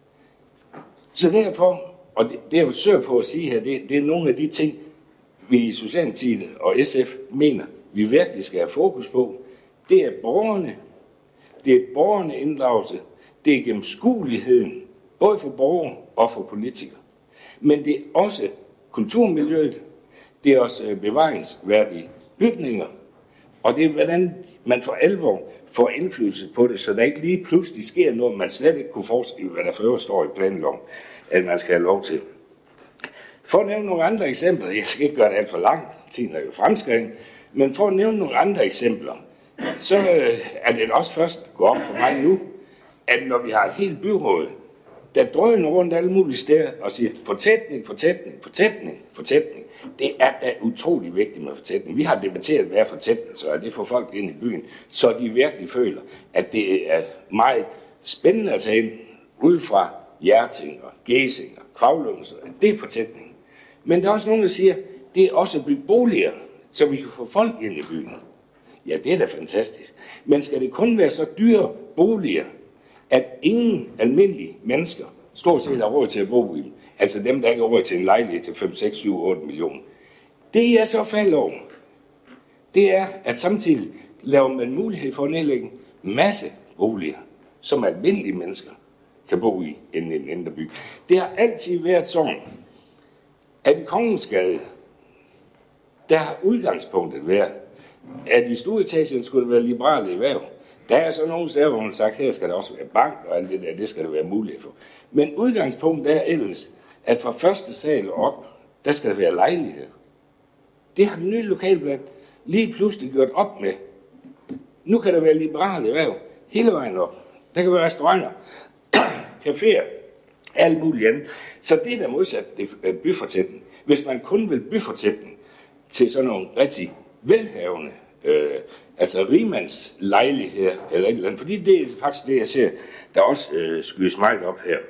Speaker 14: Så derfor, og det jeg forsøger på at sige her, det er nogle af de ting, vi i Socialdemokratiet og SF mener, vi virkelig skal have fokus på. Det er borgerne. Det er borgerne inddragelse. Det er gennemskueligheden, både for borgere og for politikere. Men det er også kulturmiljøet. Det er også bevaringsværdige bygninger. Og det er, hvordan man for alvor får indflydelse på det, så der ikke lige pludselig sker noget, man slet ikke kunne forestille, hvad der for øvrigt står i planloven, at man skal have lov til. For at nævne nogle andre eksempler, jeg skal ikke gøre det alt for langt, tiden er jo fremskreden, men for at nævne nogle andre eksempler, så er det også først gået op for mig nu, at når vi har et helt byråd, der drøner rundt alle mulige steder og siger fortætning, det er da utrolig vigtigt med fortætning. Vi har debatteret, hvad er fortætning, så er det for folk ind i byen, så de virkelig føler, at det er meget spændende at tage ind ud fra Hjerting og Gæsing og Kvavlund, så det er fortætning. Men der er også nogen, der siger, det er også at bygge boliger, så vi kan få folk ind i byen. Ja, det er da fantastisk. Men skal det kun være så dyre boliger, at ingen almindelige mennesker stort set har råd til at bo i dem, altså dem, der ikke har råd til en lejlighed til 5, 6, 7, 8 millioner. Det jeg så falder over, det er, at samtidig laver man mulighed for at nedlægge masse boliger, som almindelige mennesker kan bo i inde i den indre by. Det har altid været sådan, at i Kongensgade, der har udgangspunktet været, at i stueetagen skulle det være liberale erhverv. Der er så nogle steder, hvor man har sagt, her skal der også være bank, og alt det der, det skal der være mulighed for. Men udgangspunktet er ellers, at fra første sal op, der skal der være lejlighed. Det har den nye lokalplan lige pludselig gjort op med. Nu kan der være liberale erhverv hele vejen op. Der kan være restauranter, caféer, alt muligt andet. Så det er der modsat det er byfortætning. Hvis man kun vil byfortætning til sådan nogle rigtig velhavende, altså rigmandslejligheder eller et eller andet, fordi det er faktisk det, jeg ser, der også skydes meget op her.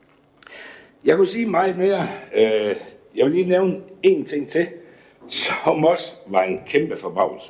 Speaker 14: Jeg kunne sige meget mere. Jeg vil lige nævne en ting til, som også var en kæmpe forbavelse.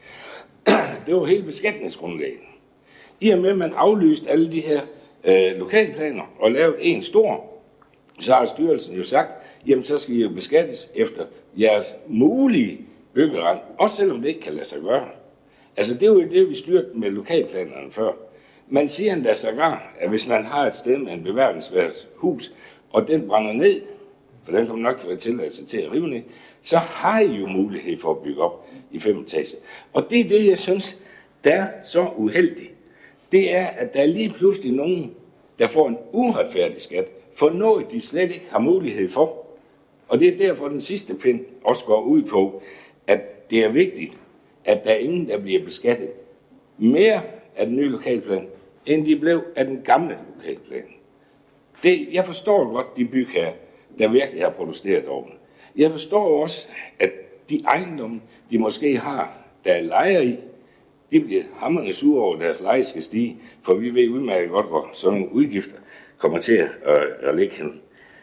Speaker 14: Det var hele beskatningsgrundlaget. I og med, at man aflyste alle de her lokalplaner og lavede en stor, så har styrelsen jo sagt, jamen så skal I jo beskattes efter jeres mulige byggeret, også selvom det ikke kan lade sig gøre. Altså det er jo det, vi styrte med lokalplanerne før. Man siger endda sågar, at hvis man har et sted med en beværelsesværdigt hus, og den brænder ned, for den kan man nok få tilladelse til at rive ned, så har I jo mulighed for at bygge op i 5 etager. Og det er det, jeg synes, der er så uheldigt. Det er, at der er lige pludselig nogen, der får en uretfærdig skat, for noget de slet ikke har mulighed for. Og det er derfor, den sidste pind også går ud på, at det er vigtigt, at der er ingen, der bliver beskattet mere af den nye lokalplan, end de blev af den gamle lokalplan. Jeg forstår godt de bygherrer, der virkelig har protesteret over det. Jeg forstår også, at de ejendomme, de måske har, der er lejer i, de bliver hamrende sure over, at deres leje skal stige, for vi ved udmærket godt, hvor sådan nogle udgifter kommer til at ligge hen.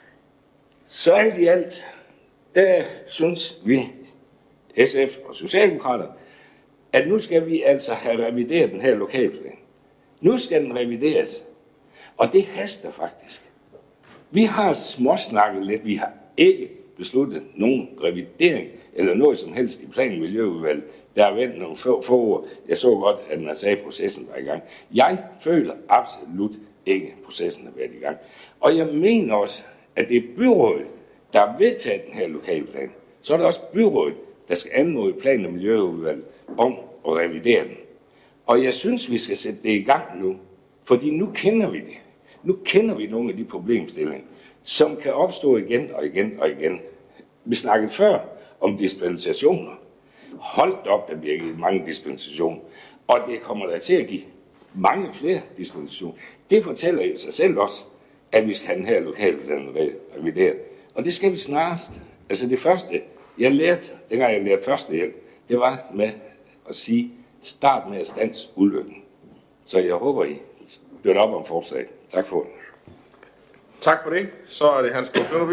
Speaker 14: Så alt i alt, der synes vi, SF og Socialdemokrater, at nu skal vi altså have revideret den her lokalplan. Nu skal den revideres, og det haster faktisk. Vi har småsnakket lidt, vi har ikke besluttet nogen revidering eller noget som helst i planmiljøudvalget. Der er vendt nogle få ord. Jeg så godt, at man sagde, at processen var i gang. Jeg føler absolut ikke, at processen har været i gang. Og jeg mener også, at det er byrådet, der har vedtaget den her lokalplan. Så er det også byrådet, der skal anmode plan- og miljøudvalget om at revidere den. Og jeg synes, vi skal sætte det i gang nu, fordi nu kender vi det. Nu kender vi nogle af de problemstillinger, som kan opstå igen og igen og igen. Vi snakkede før om dispensationer. Hold op, der bliver givet mange dispensationer. Og det kommer der til at give mange flere dispensationer. Det fortæller jo sig selv også, at vi skal have den her lokalplan revideret. Og det skal vi snarest. Altså det første, jeg lærte, dengang jeg lærte førstehjælp, det var med at sige, start med at stands ulykken. Så jeg håber, I støtter op om forslaget. Tak for det.
Speaker 1: Tak for det. Så er det Hans K. Sønderby.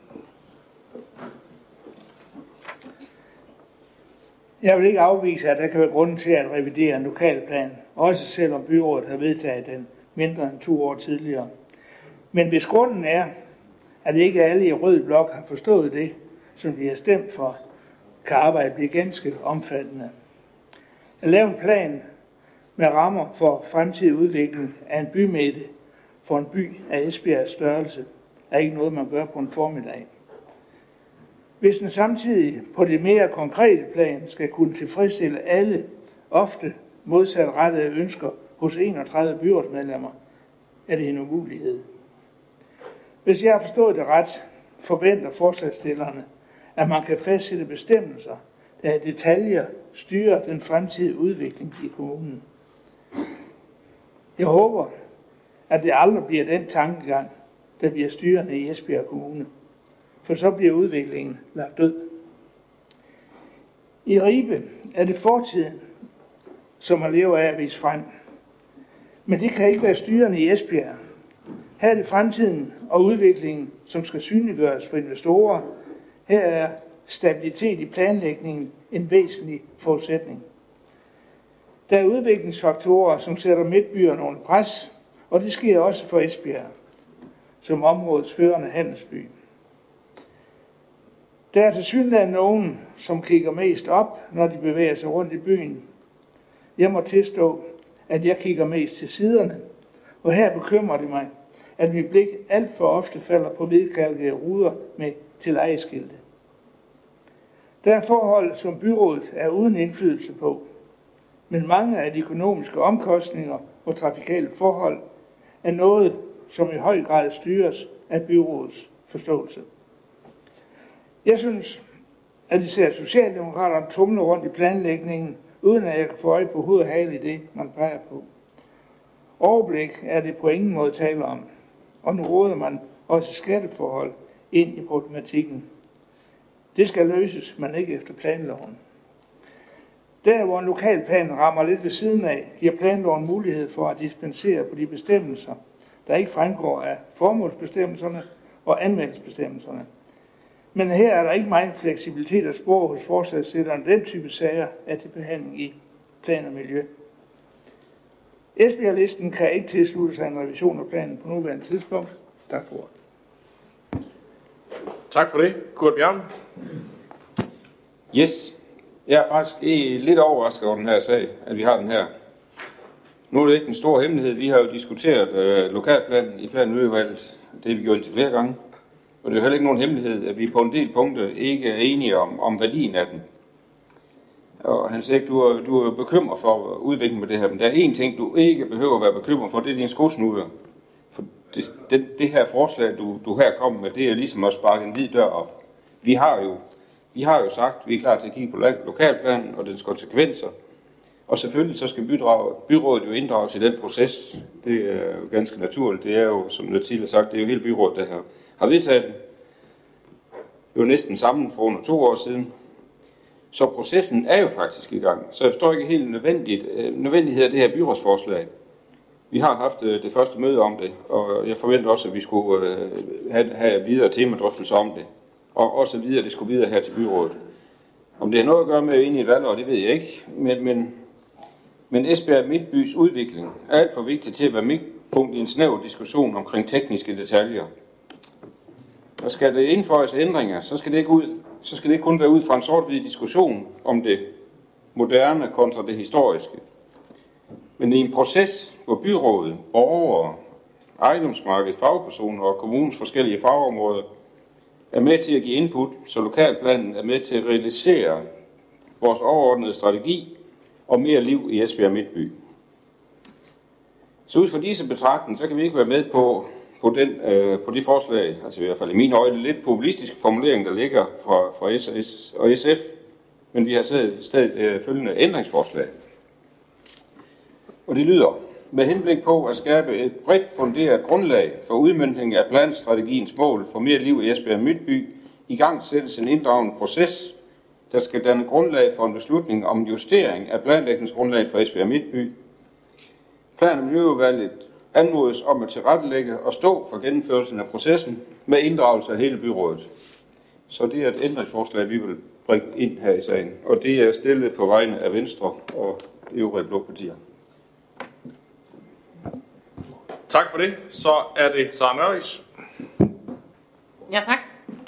Speaker 8: Jeg vil ikke afvise, at der kan være grund til at revidere en lokalplan, også selvom byrådet har vedtaget den mindre end 2 år tidligere. Men hvis grunden er, at ikke alle i rød blok har forstået det, som de har stemt for, kan arbejdet blive ganske omfattende. At lave en plan med rammer for fremtidig udvikling af en bymidte for en by af Esbjergs størrelse er ikke noget, man gør på en formiddag. Hvis den samtidig på det mere konkrete plan skal kunne tilfredsstille alle ofte modsatrettede ønsker hos 31 byrådsmedlemmer, er det en umulighed. Hvis jeg har forstået det ret, forventer forslagsstillerne, at man kan fastsætte bestemmelser, der i detaljer styrer den fremtidige udvikling i kommunen. Jeg håber, at det aldrig bliver den tankegang, der bliver styrende i Esbjerg Kommune, for så bliver udviklingen lagt død. I Ribe er det fortiden, som man lever af at vise frem. Men det kan ikke være styrende i Esbjerg. Her er det fremtiden og udviklingen, som skal synliggøres for investorer. Her er stabilitet i planlægningen en væsentlig forudsætning. Der er udviklingsfaktorer, som sætter midtbyerne under pres, og det sker også for Esbjerg, som områdets førende handelsby. Der er tilsyneladende nogen, som kigger mest op, når de bevæger sig rundt i byen. Jeg må tilstå, at jeg kigger mest til siderne. Og her bekymrer det mig, at mit blik alt for ofte falder på hvidkalkede ruder med til ejeskilte. Der er forhold, som byrådet er uden indflydelse på, men mange af de økonomiske omkostninger og trafikale forhold er noget, som i høj grad styres af byrådets forståelse. Jeg synes, at især Socialdemokraterne tumler rundt i planlægningen, uden at jeg kan få øje på hoved og hale i det, man peger på. Overblik er det på ingen måde tale om, og nu råder man også skatteforhold ind i problematikken. Det skal løses, men ikke efter planloven. Der, hvor en lokalplan rammer lidt ved siden af, giver planloven mulighed for at dispensere på de bestemmelser, der ikke fremgår af formålsbestemmelserne og anvendelsesbestemmelserne. Men her er der ikke meget fleksibilitet at spore hos forslagsstillerne. Den type sager er til behandling i plan og miljø. Esbjerg-listen kan ikke tilslutte sig en revision af planen på nuværende tidspunkt. Tak for ordet.
Speaker 1: Tak for det. Kurt Bjørn.
Speaker 13: Yes. Jeg er faktisk lidt overrasket over den her sag, at vi har den her. Nu er det ikke en stor hemmelighed. Vi har jo diskuteret lokalplanen i planudvalget. Det har vi gjort til flere gange. Og det er heller ikke nogen hemmelighed, at vi på en del punkter ikke er enige om værdien af den. Og han siger, du er bekymret for udviklingen med det her, men der er én ting, du ikke behøver at være bekymret for, det er din skosnuder. For det her forslag, du her kommer med, det er ligesom at sparke en hvid dør op. Vi har jo sagt, at vi er klar til at kigge på lokalplanen og dens konsekvenser. Og selvfølgelig så skal byrådet jo inddrages i den proces. Det er jo ganske naturligt. Det er jo, som jeg tidligere sagt, det er jo hele byrådet, der har vedtaget den. Det var næsten sammen for under 2 år siden. Så processen er jo faktisk i gang. Så jeg forstår ikke helt nødvendighed af det her byrådsforslag. Vi har haft det første møde om det, og jeg forventer også, at vi skulle have videre temadrøftelser om det. Og også videre, det skulle videre her til byrådet. Om det har noget at gøre med ind i et valgår, det ved jeg ikke. Men Esbjerg Midtbys udvikling er alt for vigtig til at være midtpunkt i en snæver diskussion omkring tekniske detaljer. Og skal det indføres ændringer, så skal det ikke kun være ud fra en sort-hvid diskussion om det moderne kontra det historiske. Men i en proces, hvor byrådet, borgere, ejendomsmarkedet, fagpersoner og kommunens forskellige fagområder er med til at give input, så lokalplanen er med til at realisere vores overordnede strategi og mere liv i Esbjerg Midtby. Så ud fra disse betragtninger, så kan vi ikke være med på de forslag, altså i hvert fald i mine øjne lidt populistiske formulering, der ligger fra SS og SF, men vi har stadig følgende ændringsforslag. Og det lyder, med henblik på at skabe et bredt funderet grundlag for udmøntning af planstrategiens mål for mere liv i Esbjerg Midtby, i gang sættes en inddragende proces, der skal danne grundlag for en beslutning om justering af planlægningsgrundlaget for Esbjerg Midtby. Plan- og Miljøudvalget anmodes om at tilrettelægge og stå for gennemførelsen af processen med inddragelse af hele byrådet. Så det er et ændringsforslag, vi vil bringe ind her i sagen, og det er stillet på vegne af Venstre og øvrige blå partier.
Speaker 1: Tak for det. Så er det Sara Nørris.
Speaker 3: Ja, tak.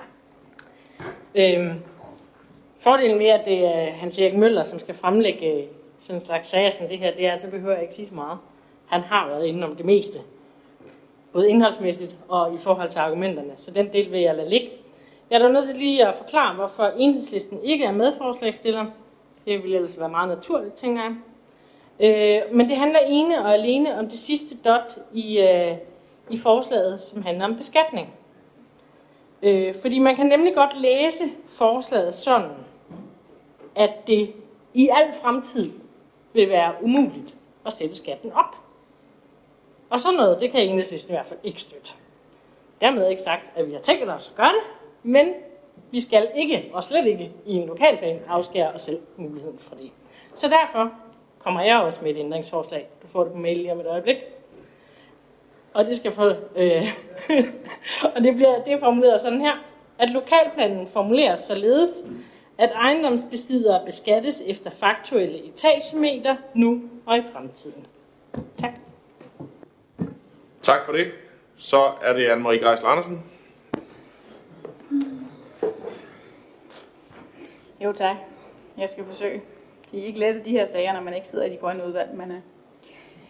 Speaker 3: Fordelen ved, at det er Hans Erik Møller, som skal fremlægge sådan en slags sager som det her, det er, så behøver jeg ikke sige så meget. Han har været inde om det meste. Både indholdsmæssigt og i forhold til argumenterne. Så den del vil jeg lade ligge. Jeg er dog nødt til lige at forklare, hvorfor Enhedslisten ikke er medforslagsstiller. Det vil ellers være meget naturligt, tænker jeg. Men det handler ene og alene om det sidste dot i forslaget, som handler om beskatning. Fordi man kan nemlig godt læse forslaget sådan, at det i al fremtid vil være umuligt at sætte skatten op. Og sådan noget, det kan Enhedslisten i hvert fald ikke støtte. Dermed ikke sagt, at vi har tænkt os at gøre det, men vi skal ikke, og slet ikke i en lokalplan, afskære os selv muligheden for det. Så derfor kommer jeg også med et ændringsforslag. Du får det på mail lige om et øjeblik. Og det skal få, og det er formuleret sådan her, at lokalplanen formuleres således, at ejendomsbesiddere beskattes efter faktuelle etagemeter nu og i fremtiden. Tak.
Speaker 1: Tak for det. Så er det Anne-Marie Geisler Andersen.
Speaker 9: Jo tak. Jeg skal forsøge. De er ikke lette de her sager, når man ikke sidder i de grønne udvalg, men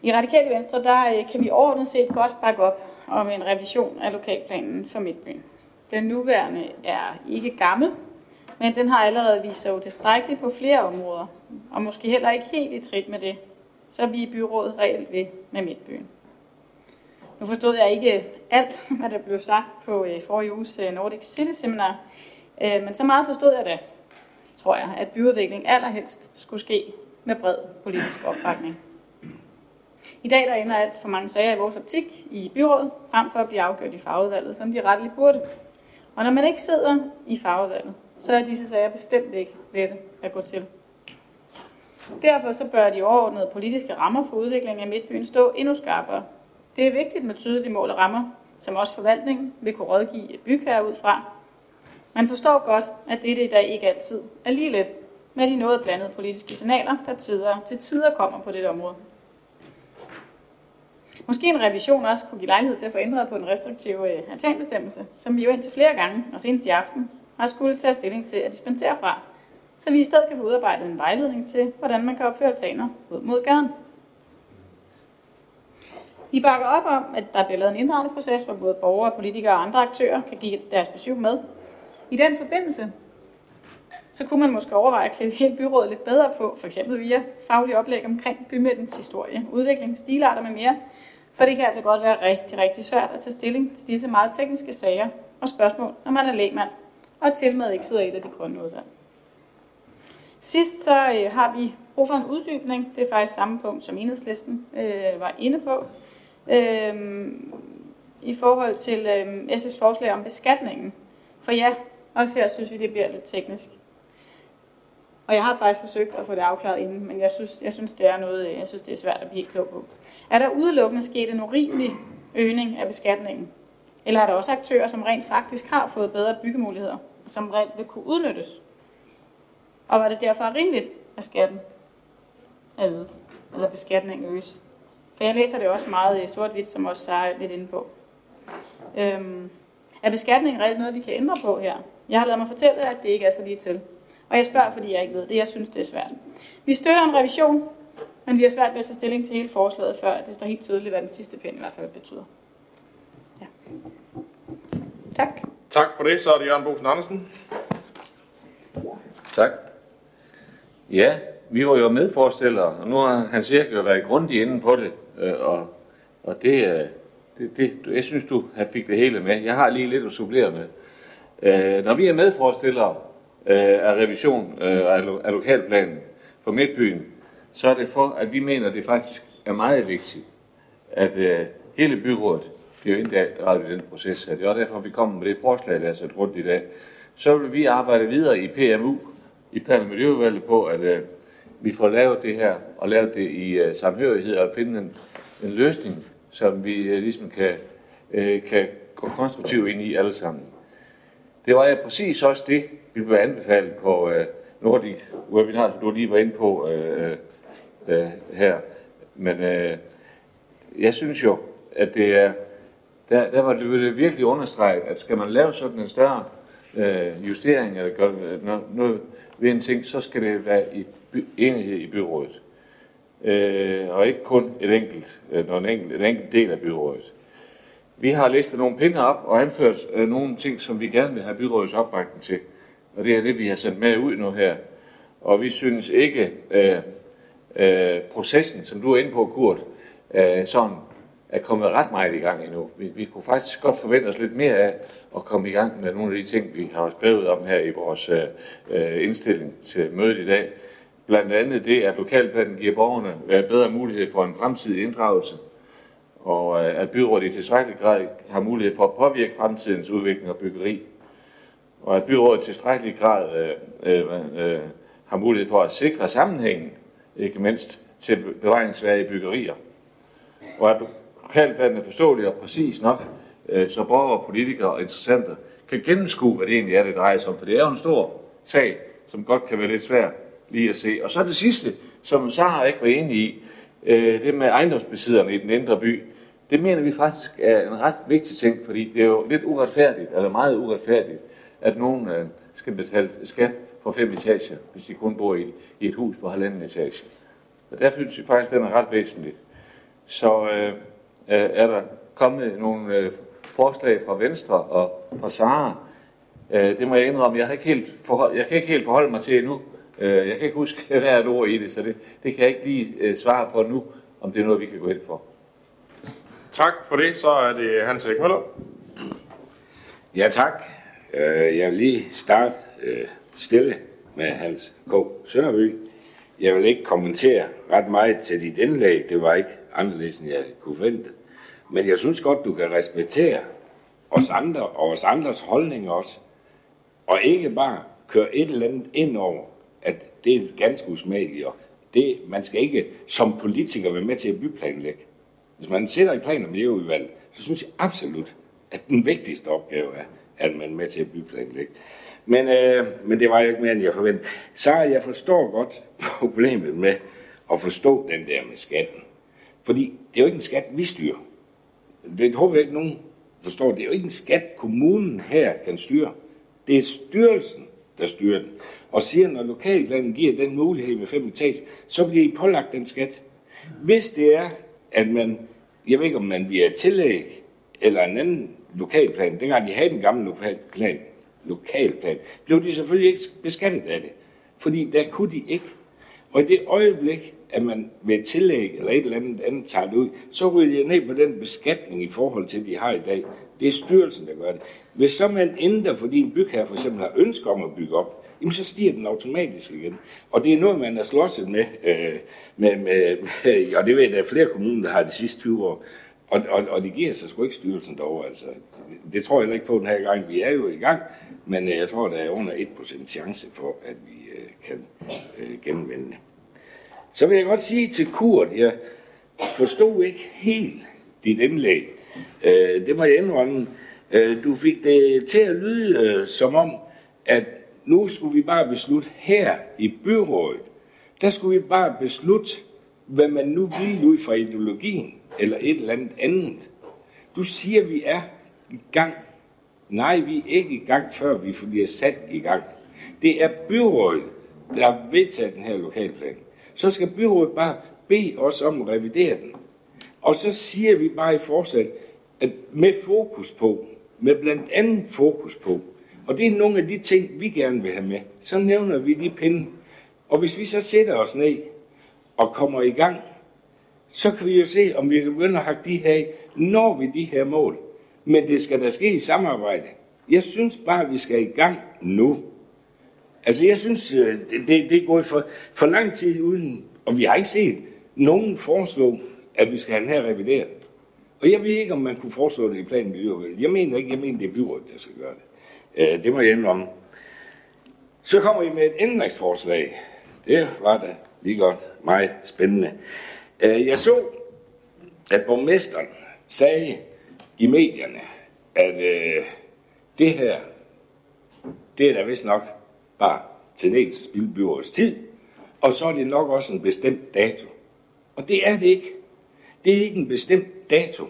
Speaker 9: I Radikale Venstre, der kan vi overordnet set godt bakke op om en revision af lokalplanen for Midtbyen. Den nuværende er ikke gammel, men den har allerede vist sig utilstrækkelig på flere områder, og måske heller ikke helt i trit med det, så vi i byrådet reelt ved med Midtbyen. Nu forstod jeg ikke alt, hvad der blev sagt på forrige uges Nordic City Seminar, men så meget forstod jeg da, tror jeg, at byudvikling allerhelst skulle ske med bred politisk opbakning. I dag der ender alt for mange sager i vores optik i byrådet, frem for at blive afgjort i fagudvalget, som de retteligt burde. Og når man ikke sidder i fagudvalget, så er disse sager bestemt ikke lette at gå til. Derfor så bør de overordnede politiske rammer for udviklingen af Midtbyen stå endnu skarpere. Det er vigtigt med tydelige mål og rammer, som også forvaltningen vil kunne rådgive bygherrer ud fra. Man forstår godt, at dette i dag ikke altid er lige let med de noget blandede politiske signaler, der til tider kommer på dette område. Måske en revision også kunne give lejlighed til at få ændret på den restriktive altanbestemmelse, som vi jo indtil flere gange, og senest i aften, har skulle tage stilling til at dispensere fra, så vi i stedet kan få udarbejdet en vejledning til, hvordan man kan opføre altaner ud mod gaden. Vi bakker op om, at der bliver lavet en inddragende proces, hvor både borgere, politikere og andre aktører kan give deres besøg med. I den forbindelse, så kunne man måske overveje at klæde hele byrådet lidt bedre på, f.eks. via faglige oplæg omkring bymidtens historie, udvikling, stilarter med mere, for det kan altså godt være rigtig, rigtig svært at tage stilling til disse meget tekniske sager og spørgsmål, når man er lægmand, og tilmed ikke sidder i et af de grønne udvalg. Sidst så har vi brug for en uddybning, det er faktisk samme punkt, som Enhedslisten var inde på, i forhold til SF's forslag om beskatningen. For ja, også her synes vi, det bliver lidt teknisk. Og jeg har faktisk forsøgt at få det afklaret inden, men jeg synes, det er noget, jeg synes, det er svært at blive helt klog på. Er der udelukkende sket en urimelig øgning af beskatningen? Eller er der også aktører, som rent faktisk har fået bedre byggemuligheder, som reelt vil kunne udnyttes? Og var det derfor rimeligt, at skatten er øget, eller beskatningen øges? For jeg læser det også meget sort-hvidt, som også er lidt inde på. Er beskatningen reelt noget, vi kan ændre på her? Jeg har ladet mig fortælle, at det ikke er så lige til. Og jeg spørger, fordi jeg ikke ved det. Jeg synes, det er svært. Vi støtter en revision, men vi har svært ved at tage stilling til hele forslaget, før det står helt tydeligt, hvad den sidste pind i hvert fald betyder. Ja. Tak.
Speaker 1: Tak for det. Så er det Jørgen Bosen Andersen.
Speaker 2: Tak. Ja, vi var jo medforestillere, og nu har Hans Erik jo været grundig inde på det, og det, jeg synes, du fik det hele med. Jeg har lige lidt at supplere med. Når vi er medforestillere af revision af lokalplanen for Midtbyen, så er det for, at vi mener, at det faktisk er meget vigtigt, at hele byrådet bliver inddraget i den proces. Det er derfor, vi kommer med det forslag, der er sat rundt i dag. Så vil vi arbejde videre i PMU, i Plan- og Miljøudvalget, på, at vi får lavet det her, og lavet det i samhørighed, og finde en løsning, som vi ligesom kan gå konstruktivt ind i alle sammen. Det var præcis også det, vi blev anbefalet på Nordic Webinar, som du lige var inde på her. Men jeg synes jo, at det er, der var det virkelig understreget, at skal man lave sådan en større justering, eller gøre noget ved en ting, så skal det være i enighed i byrådet. Og ikke kun en enkelt del af byrådet. Vi har listet nogle pinde op og anført nogle ting, som vi gerne vil have byrådets opbakning til. Og det er det, vi har sendt med ud nu her. Og vi synes ikke, processen, som du er inde på, Kurt, sådan er kommet ret meget i gang endnu. Vi kunne faktisk godt forvente os lidt mere af at komme i gang med nogle af de ting, vi har skrevet om her i vores indstilling til mødet i dag. Blandt andet det, at lokalplanen giver borgerne bedre mulighed for en fremtidig inddragelse, og at byrådet i tilstrækkelig grad har mulighed for at påvirke fremtidens udvikling og byggeri, og at byrådet i tilstrækkelig grad har mulighed for at sikre sammenhængen, ikke mindst til bevaringsværdige byggerier, og at lokalplanen er forståelig og præcis nok, så borgere, politikere og interessenter kan gennemskue, hvad det egentlig er, det drejer sig om, for det er jo en stor sag, som godt kan være lidt svær lige at se. Og så det sidste, som Sara ikke var enig i, det med ejendomsbesidderne i den indre by, det mener vi faktisk er en ret vigtig ting, fordi det er jo lidt uretfærdigt, eller meget uretfærdigt, at nogen skal betale skat for 5 etager, hvis de kun bor i et hus på 1,5 etage. Og derfor synes vi faktisk, den er ret væsentligt. Så er der kommet nogle forslag fra Venstre og fra Sara. Det må jeg indrømme. Jeg kan ikke helt forholde mig til endnu. Jeg kan ikke huske hvert ord i det, så det kan jeg ikke lige svare for nu, om det er noget, vi kan gå ind for.
Speaker 1: Tak for det. Så er det Hans Erik Møller.
Speaker 14: Ja, tak. Jeg vil lige starte stille med Hans K. Sønderby. Jeg vil ikke kommentere ret meget til dit indlæg. Det var ikke anderledes, end jeg kunne forvente. Men jeg synes godt, du kan respektere os andre og os andres holdninger også. Og ikke bare køre et eller andet ind over, at det er ganske usmageligt. Man skal ikke som politiker være med til at byplanlægge. Hvis man sidder i plan- og miljøudvalget, så synes jeg absolut, at den vigtigste opgave er, at man er med til at byplanlægge. Men det var jo ikke mere, end jeg forventede. Så jeg forstår godt problemet med at forstå den der med skatten. Fordi det er jo ikke en skat, vi styrer. Det håber jeg ikke, nogen forstår. Det er jo ikke en skat, kommunen her kan styre. Det er styrelsen, der styrer den. Og siger, når lokalplanen giver den mulighed med 5 etager, så bliver I pålagt den skat. Hvis det er, at man, jeg ved ikke om man via tillæg eller en anden lokalplan, dengang de havde den gamle lokalplan, blev de selvfølgelig ikke beskattet af det. Fordi der kunne de ikke. Og i det øjeblik, at man ved et tillæg eller et eller andet tager det ud, så ryger jeg ned på den beskatning i forhold til, de har i dag. Det er styrelsen, der gør det. Hvis så man ændrer, fordi en bygherre for eksempel har ønsker om at bygge op, jamen så stiger den automatisk igen. Og det er noget, man har slåsset med, og det ved jeg, der er flere kommuner, der har de sidste 20 år. Og det giver sig sgu ikke styrelsen derovre. Altså. Det tror jeg heller ikke på den her gang. Vi er jo i gang, men jeg tror, der er under 1% chance for, at vi kan gennemvende det. Så vil jeg godt sige til Kurt, jeg forstod ikke helt dit indlæg. Det må jeg indrømme. Du fik det til at lyde som om, at nu skulle vi bare beslutte her i byrådet, der skulle vi bare beslutte, hvad man nu vil ud fra ideologien, eller et eller andet. Du siger, vi er i gang. Nej, vi er ikke i gang, før vi bliver sat i gang. Det er byrådet, der har vedtaget den her lokalplan. Så skal byrådet bare bede os om at revidere den. Og så siger vi bare i forsat, at med fokus på, med blandt andet fokus på, og det er nogle af de ting, vi gerne vil have med, så nævner vi de pinde. Og hvis vi så sætter os ned og kommer i gang, så kan vi jo se, om vi kan begynde at hakke de her, når vi de her mål. Men det skal da ske i samarbejde. Jeg synes bare, at vi skal i gang nu. Altså jeg synes, det er gået for lang tid uden, og vi har ikke set nogen foreslå, at vi skal have den her revideret. Og jeg ved ikke, om man kunne foreslå det i planen miljøudvalget. Jeg mener det er byrådet, der skal gøre det. Det må jeg indrømme. Så kommer I med et ændringsforslag. Det var da lige godt meget spændende. Jeg så, at borgmesteren sagde i medierne, at det her, det er da vist nok bare til næste spildbyrådets tid, og så er det nok også en bestemt dato. Og det er det ikke. Det er ikke en bestemt dato.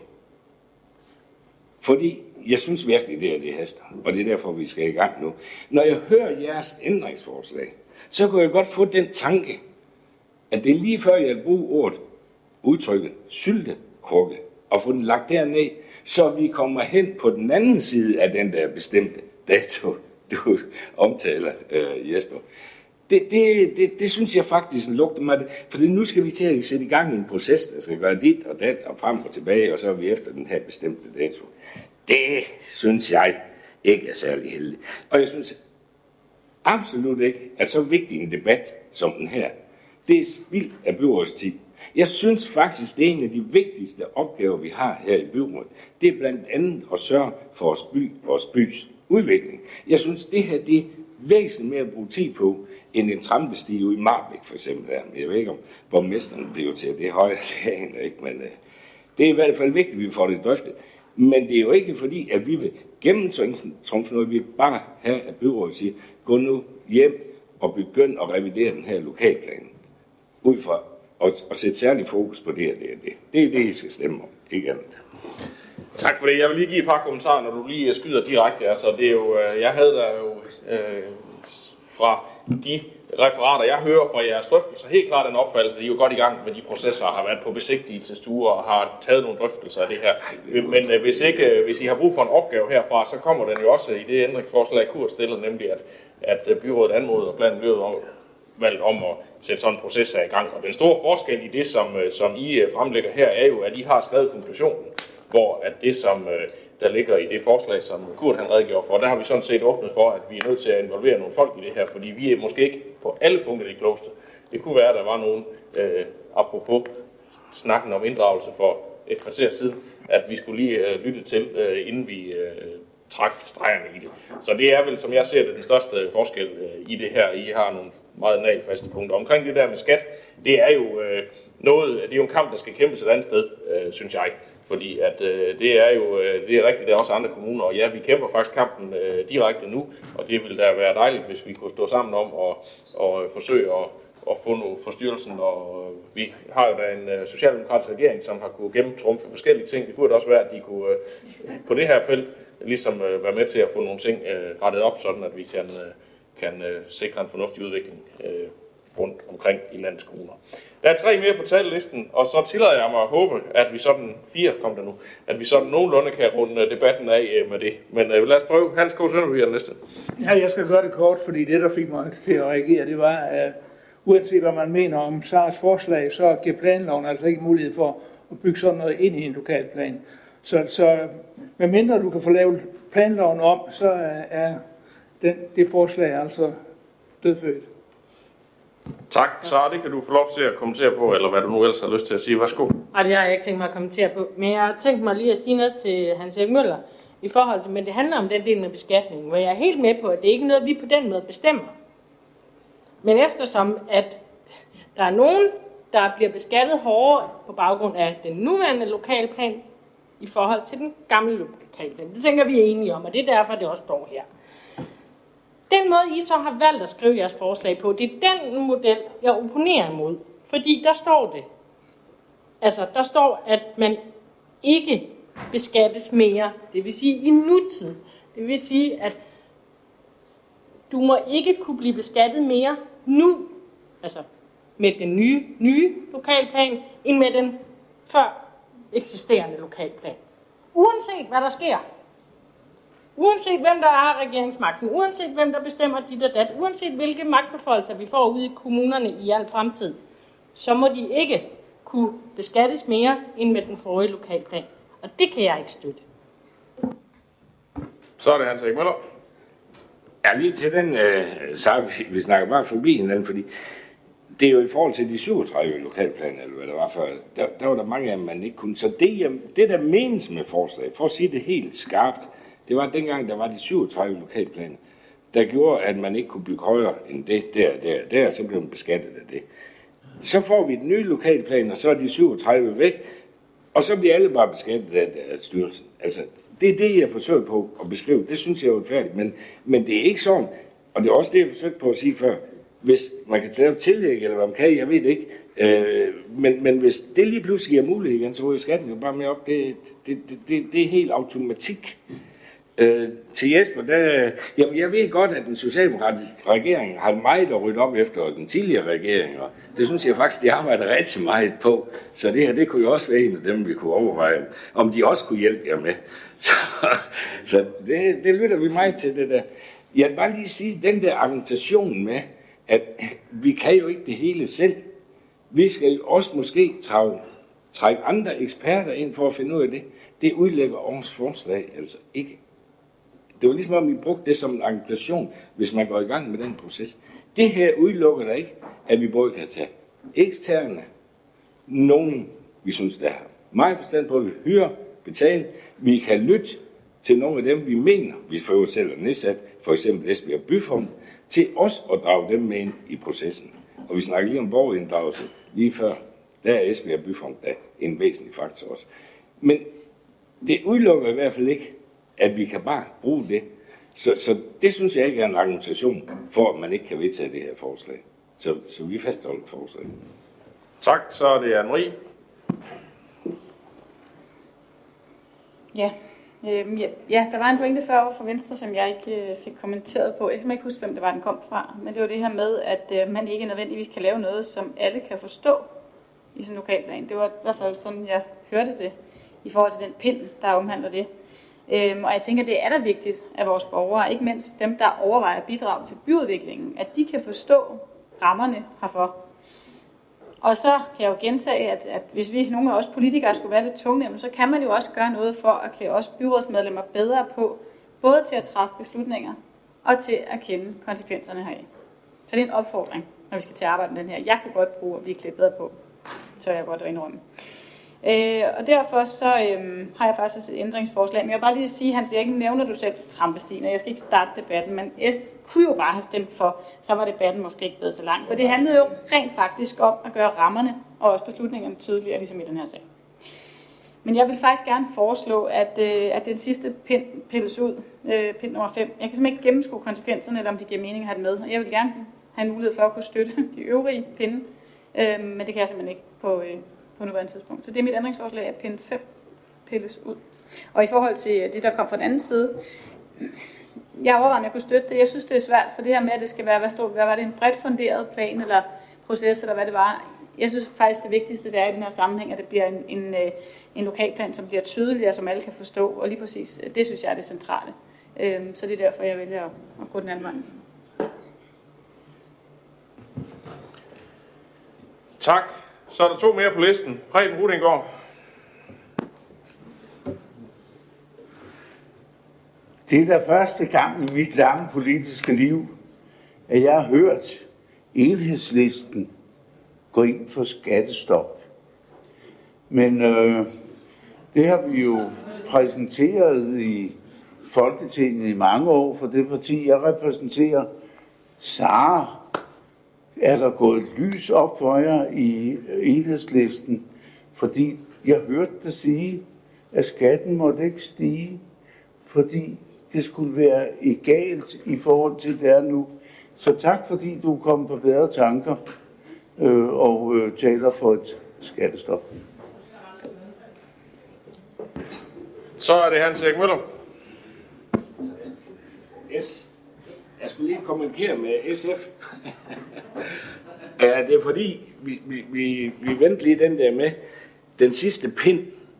Speaker 14: Fordi jeg synes virkelig, det haster, og det er derfor, vi skal i gang nu. Når jeg hører jeres ændringsforslag, så kan jeg godt få den tanke, at det er lige før, jeg bruger udtrykket syltekrukke, og få den lagt derned, så vi kommer hen på den anden side af den der bestemte dato, du omtaler, Jesper. Det synes jeg faktisk lugter mig. For nu skal vi til at sætte i gang i en proces, der skal gøre dit og dat og frem og tilbage, og så er vi efter den her bestemte dato. Det synes jeg ikke er særlig heldigt. Og jeg synes absolut ikke, at så vigtig en debat som den her, det er spild af byrådets tid. Jeg synes faktisk, det er en af de vigtigste opgaver, vi har her i byrådet. Det er blandt andet at sørge for vores bys udvikling. Jeg synes, det her det er væsentligt mere at bruge tid på, end en trampestige ude i Marbæk for eksempel. Jeg ved ikke, om borgmesteren bliver til det højere, det aner ikke, men det er i hvert fald vigtigt, at vi får det drøftet. Men det er jo ikke fordi, at vi vil gennemtrumfe noget, vi bare have, at byrådet siger, gå nu hjem og begynd at revidere den her lokalplan. Ud fra at sætte særlig fokus på det og det og det. Det er det, I skal stemme om, ikke andet.
Speaker 1: Tak for det. Jeg vil lige give et par kommentarer, når du lige skyder direkte. Altså, det er jo, jeg havde der jo fra de referater, jeg hører fra jeres drøftelser, helt klart den opfattelse, at I er jo godt i gang med de processer, har været på besigtigelsesture og har taget nogle drøftelser af det her. Men hvis I har brug for en opgave herfra, så kommer den jo også i det ændringsforslag, Kurt stiller, nemlig at byrådet anmoder og blandt valgt om at sætte sådan en proces i gang. Og den store forskel i det, som I fremlægger her, er jo, at I har skrevet konklusionen, hvor at det, som der ligger i det forslag, som Kurt han redegjorde for, der har vi sådan set åbnet for, at vi er nødt til at involvere nogle folk i det her, fordi vi er måske ikke på alle punkter de klogeste. Det kunne være, at der var nogen, apropos snakken om inddragelse for et kvarter siden, at vi skulle lige lytte til, inden vi træk stregerne i det. Så det er vel, som jeg ser det, den største forskel i det her. I har nogle meget nalfaste punkter. Omkring det der med skat, det er jo det er jo en kamp, der skal kæmpes et andet sted, synes jeg. Fordi at det er rigtigt, der er også andre kommuner, og ja, vi kæmper faktisk kampen direkte nu, og det ville da være dejligt, hvis vi kunne stå sammen om og forsøge at få noget forstyrrelsen, og vi har jo da en socialdemokratisk regering, som har kunne gennemtrumfe forskellige ting. Det burde også være, at de kunne på det her felt ligesom være med til at få nogle ting rettet op, sådan at vi kan sikre en fornuftig udvikling rundt omkring i landets kommuner. Der er 3 mere på talelisten, og så tillader jeg mig at håbe, at vi sådan 4 kom der nu, at vi sådan nogenlunde kan runde debatten af med det. Men lad os prøve. Hans K. Sønderby er den næste.
Speaker 8: Ja, jeg skal gøre det kort, fordi det, der fik mig til at reagere, det var, at uanset hvad man mener om Sars forslag, så giver planloven altså ikke mulighed for at bygge sådan noget ind i en lokalplan. Så medmindre du kan få lavet planloven om, så er det forslag altså dødfødt.
Speaker 1: Tak. Så det kan du få lov til at kommentere på, eller hvad du nu ellers har lyst til at sige. Værsgo.
Speaker 3: Nej, det har jeg ikke tænkt mig at kommentere på. Men jeg har tænkt mig lige at sige noget til Hans Erik Møller i forhold til, men det handler om den del med beskatningen, hvor jeg er helt med på, at det ikke er noget, vi på den måde bestemmer. Men eftersom, at der er nogen, der bliver beskattet hårdere på baggrund af den nuværende lokalplan i forhold til den gamle lokalplan. Det tænker vi er enige om, og det er derfor, det også står her. Den måde, I så har valgt at skrive jeres forslag på, det er den model, jeg opponerer imod. Fordi der står det. Altså, der står, at man ikke beskattes mere. Det vil sige i nutid. Det vil sige, at du må ikke kunne blive beskattet mere nu, altså med den nye lokalplan, end med den før eksisterende lokalplan. Uanset hvad der sker. Uanset hvem der har regeringsmagten, uanset hvem der bestemmer dit og dat, uanset hvilke magtbeføjelser vi får ude i kommunerne i al fremtid, så må de ikke kunne beskattes mere end med den forrige lokalplan. Og det kan jeg ikke støtte.
Speaker 1: Så er det Hans Erik Møller.
Speaker 14: Ja, lige til den, så vi snakker bare forbi hinanden, fordi det er jo i forhold til de 37 lokalplaner, eller hvad der var før, der var der mange af dem, man ikke kunne. Så det der menes med forslag, for at sige det helt skarpt, det var dengang, der var de 37 lokalplaner, der gjorde, at man ikke kunne bygge højere end det, der, så blev man beskattet af det. Så får vi den nye lokalplan, og så er de 37 væk, og så bliver alle bare beskattet af styrelsen. Altså, det er det, jeg forsøger på at beskrive. Det synes jeg er uretfærdigt, men det er ikke sådan, og det er også det, jeg forsøgte på at sige før. Hvis man kan tage tillæg, eller hvad man kan, jeg ved det ikke, men hvis det lige pludselig giver mulighed igen, så ryger skatten jo bare med op. Det er helt automatik. Til Jesper, jamen jeg ved godt, at den socialdemokratiske regering har meget at rydde op efter den tidligere regering, og det synes jeg faktisk, de arbejder rigtig meget på. Så det her, det kunne jo også være en af dem, vi kunne overveje, om de også kunne hjælpe jer med. Så det lytter vi meget til, det der. Jeg vil bare lige sige, den der argumentation med, at vi kan jo ikke det hele selv. Vi skal jo også måske trække andre eksperter ind for at finde ud af det. Det udlægger Aarhus forslag altså ikke. Det var ligesom om vi brugte det som en argumentation, hvis man går i gang med den proces. Det her udelukker der ikke, at vi både kan tage eksterne, nogen vi synes, der har meget forstand på, at vi hyrer, betale. Vi kan lytte til nogle af dem, vi mener, vi får selv er nedsat, for eksempel Esbjerg Byfond, til os at drage dem med ind i processen. Og vi snakker lige om borgerinddragelse lige før. Der er Esbjerg Byfond en væsentlig faktor også. Men det udelukker i hvert fald ikke, at vi kan bare bruge det. Så det synes jeg ikke er en argumentation for, at man ikke kan vedtage det her forslag. Så vi fastholder forslaget.
Speaker 1: Tak, så er det Anne-Marie.
Speaker 9: Ja, Ja, der var en pointe før fra Venstre, som jeg ikke fik kommenteret på. Jeg kan ikke huske, hvem det var, den kom fra. Men det var det her med, at man ikke nødvendigvis kan lave noget, som alle kan forstå i sådan en lokalplan. Det var i hvert fald sådan, jeg hørte det i forhold til den pind, der omhandler det. Og jeg tænker, det er da vigtigt, at vores borgere, ikke mindst dem, der overvejer at bidrage til byudviklingen, at de kan forstå rammerne herfor. Og så kan jeg jo gentage, at hvis vi, nogle af os politikere, skulle være lidt tungnemme, så kan man jo også gøre noget for at klæde os byrådsmedlemmer bedre på, både til at træffe beslutninger og til at kende konsekvenserne heraf. Så det er en opfordring, når vi skal til at arbejde med den her. Jeg kunne godt bruge at blive klædt bedre på, så jeg godt indrømme. Og derfor så har jeg faktisk et ændringsforslag. Men jeg vil bare lige sige, Hans Erik, nævner du selv trampestien, og jeg skal ikke starte debatten, men S kunne jo bare have stemt for, så var debatten måske ikke blevet så lang. For det handlede jo rent faktisk om at gøre rammerne og også beslutningerne tydeligere, ligesom i den her sag. Men jeg vil faktisk gerne foreslå, at den sidste pind pilles ud, pind nummer 5. Jeg kan simpelthen ikke gennemskue konsekvenserne, eller om det giver mening at have den med. Jeg vil gerne have en mulighed for at kunne støtte de øvrige pinde, men det kan jeg simpelthen ikke på nuværende tidspunkt. Så det er mit ændringsforslag, at pind 5 pilles ud. Og i forhold til det, der kom fra den anden side, jeg overvejer, om jeg kunne støtte det. Jeg synes, det er svært for det her med, at det skal være, hvad var det, en bredt funderet plan eller proces, eller hvad det var. Jeg synes faktisk, det vigtigste det er i den her sammenhæng, at det bliver en lokalplan, som bliver tydeligere, som alle kan forstå. Og lige præcis, det synes jeg er det centrale. Så det er derfor, jeg vælger at gå den anden vej.
Speaker 1: Tak. Så er der 2 mere på listen. Preben Rudinggaard.
Speaker 19: Det er da første gang i mit lange politiske liv, at jeg har hørt Enhedslisten gå ind for skattestop. Men det har vi jo præsenteret i Folketinget i mange år for det parti, jeg repræsenterer. Sara, er der gået et lys op for jer i Enhedslisten, fordi jeg hørte dig sige, at skatten måtte ikke stige, fordi det skulle være egalt i forhold til det er nu. Så tak, fordi du kom på bedre tanker og taler for et skattestop.
Speaker 1: Så er det Hans Erik Møller.
Speaker 14: Yes. Jeg skulle lige kommunikere med SF. Ja, det er fordi, vi venter lige den der med den sidste pind.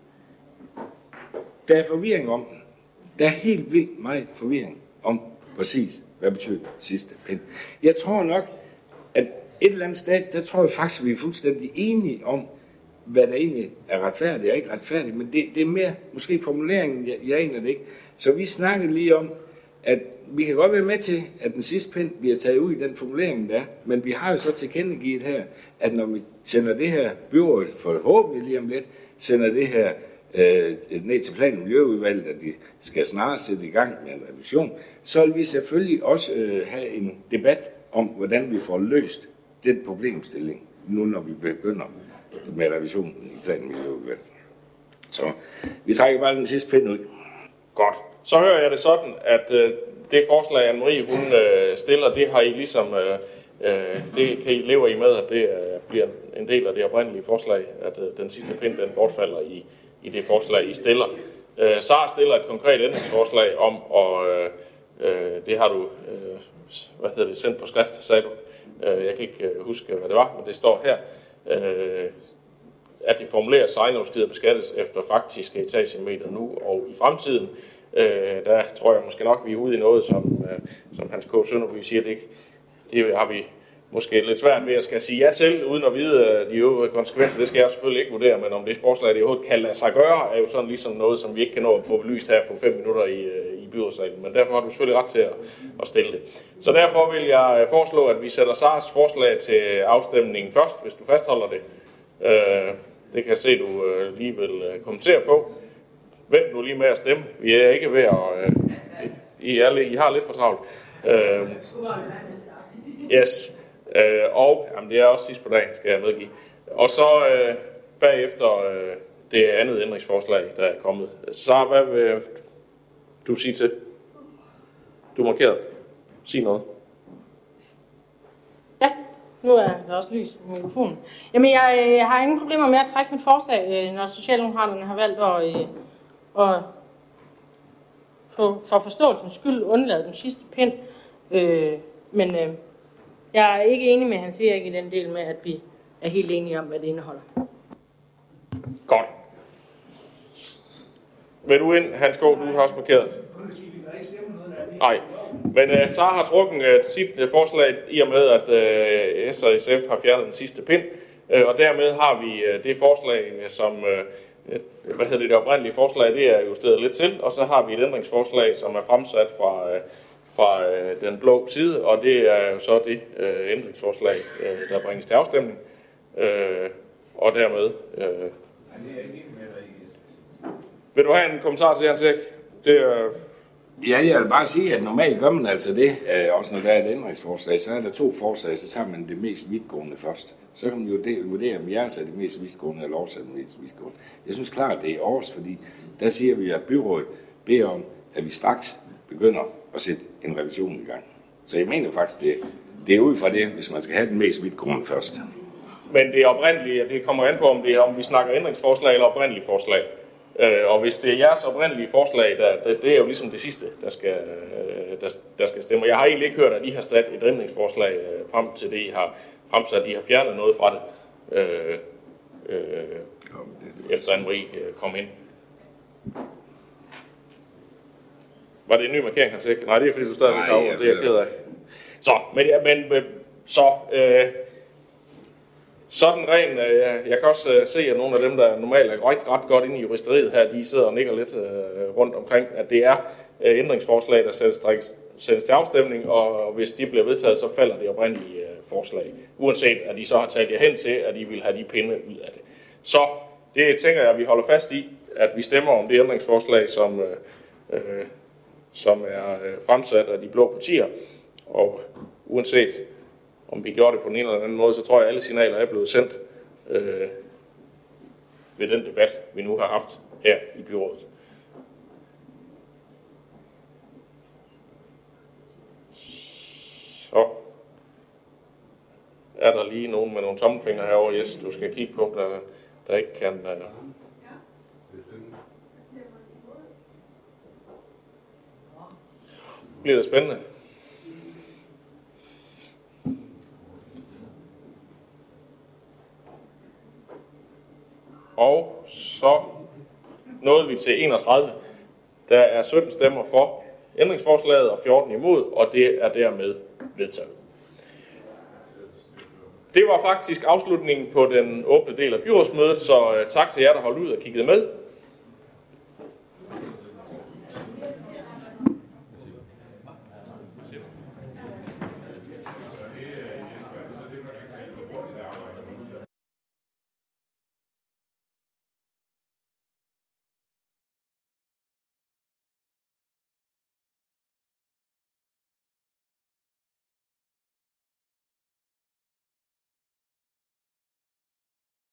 Speaker 14: Der er forvirring om den. Der er helt vildt meget forvirring om præcis, hvad betyder sidste pind. Jeg tror nok, at et eller andet sted, der tror jeg faktisk, at vi er fuldstændig enige om, hvad der egentlig er retfærdigt og ikke retfærdigt. Men det er mere måske formuleringen, jeg aner det ikke. Så vi snakkede lige om, at vi kan godt være med til, at den sidste pind bliver taget ud i den formulering, der er. Men vi har jo så tilkendegivet her, at når vi sender det her byråd, forhåbentlig lige om lidt, sender det her ned til Plan- og Miljøudvalget, at de skal snart sætte i gang med en revision, så vil vi selvfølgelig også have en debat om, hvordan vi får løst den problemstilling, nu når vi begynder med revisionen i Plan- og Miljøudvalget. Så vi trækker bare den sidste pind ud.
Speaker 1: Godt. Så hører jeg det sådan, at det forslag, Anne-Marie hun stiller, det har I ligesom, det kan I leve i med, at det bliver en del af det oprindelige forslag, at den sidste pind, den bortfalder i det forslag, I stiller. Sara stiller et konkret ændringsforslag om, og det har du sendt på skrift, sagde du. Jeg kan ikke huske, hvad det var, men det står her, at det formuleres, at ejendomsgider beskattes efter faktiske etagemeter nu og i fremtiden. Der tror jeg måske nok, vi er ude i noget, som Hans K. Sønderby siger, det har vi måske lidt svært ved at skal sige ja til, uden at vide de øvrige konsekvenser. Det skal jeg selvfølgelig ikke vurdere, men om det forslag, det overhovedet kan lade sig gøre, er jo sådan ligesom noget, som vi ikke kan nå at få belyst her på 5 minutter i byrådssalen. Men derfor har du selvfølgelig ret til at stille det. Så derfor vil jeg foreslå, at vi sætter Saras forslag til afstemningen først, hvis du fastholder det. Det kan jeg se, du lige vil kommentere på. Vent nu lige med at stemme. Vi er ikke ved at... I har lidt for travlt. Yes. Og jamen, det er også sidst på dagen, skal jeg medgive. Og så bagefter det andet ændringsforslag, der er kommet. Så hvad vil du sige til? Du markerede. Sig noget.
Speaker 3: Ja, nu er der også lys i mikrofonen. Jamen, jeg har ingen problemer med at trække mit forslag, når Socialdemokraterne har valgt for forståelsens skyld undlade den sidste pind. Men jeg er ikke enig med Hans Erik i den del med, at vi er helt enige om, hvad det indeholder.
Speaker 1: Godt. Vil du ind, Hans Gård, du har også markeret? Nej, men Sara har trukket sit forslag i og med, at S og SF har fjernet den sidste pind, og dermed har vi det forslag, som, det oprindelige forslag, det er justeret lidt til, og så har vi et ændringsforslag, som er fremsat fra den blå side, og det er jo så det ændringsforslag, der bringes til afstemning, og dermed... Vil du have en kommentar til, Hans Erik?
Speaker 14: Ja, jeg vil bare sige, at normalt gør man altså det, også når der er et ændringsforslag, så er der 2 forslag, så tager man det mest vidtgående først. Så kan man jo vurdere, om jeres er det mest vidtgående, eller også er det mest vidtgående. Jeg synes klart, det er års, fordi der siger vi, at byrådet beder om, at vi straks begynder at sætte en revision i gang. Så jeg mener faktisk, det er ud fra det, hvis man skal have den mest vidtgående først.
Speaker 1: Men det oprindelige, det kommer an på, om vi snakker ændringsforslag eller oprindelige forslag. Og hvis det er jeres oprindelige forslag, det er jo ligesom det sidste, der skal stemme. Jeg har egentlig ikke hørt, at I har sat et ændringsforslag frem til det, I har fremsat. I har fjernet noget fra det, efter Anne-Marie kom ind. Var det en ny markering, Hans Erik? Nej, det er fordi, du stadigvæk har over. Det er jeg ked af. Sådan ren, jeg kan også se, at nogle af dem, der normalt er ret godt inde i juristeriet her, de sidder og nikker lidt rundt omkring, at det er ændringsforslag, der sættes til afstemning, og hvis de bliver vedtaget, så falder det oprindelige forslag. Uanset at de så har taget jer hen til, at de vil have de pinde ud af det. Så det tænker jeg, at vi holder fast i, at vi stemmer om det ændringsforslag, som er fremsat af de blå partier, og uanset om vi gjorde det på en eller anden måde, så tror jeg, at alle signaler er blevet sendt ved den debat, vi nu har haft her i byrådet. Så er der lige nogen med nogle tommelfingre herovre, Jes, du skal kigge på, der ikke kan... Bliver det spændende? Og så nåede vi til 31. Der er 17 stemmer for ændringsforslaget og 14 imod, og det er dermed vedtaget. Det var faktisk afslutningen på den åbne del af byrådsmødet, så tak til jer, der holdt ud og kiggede med.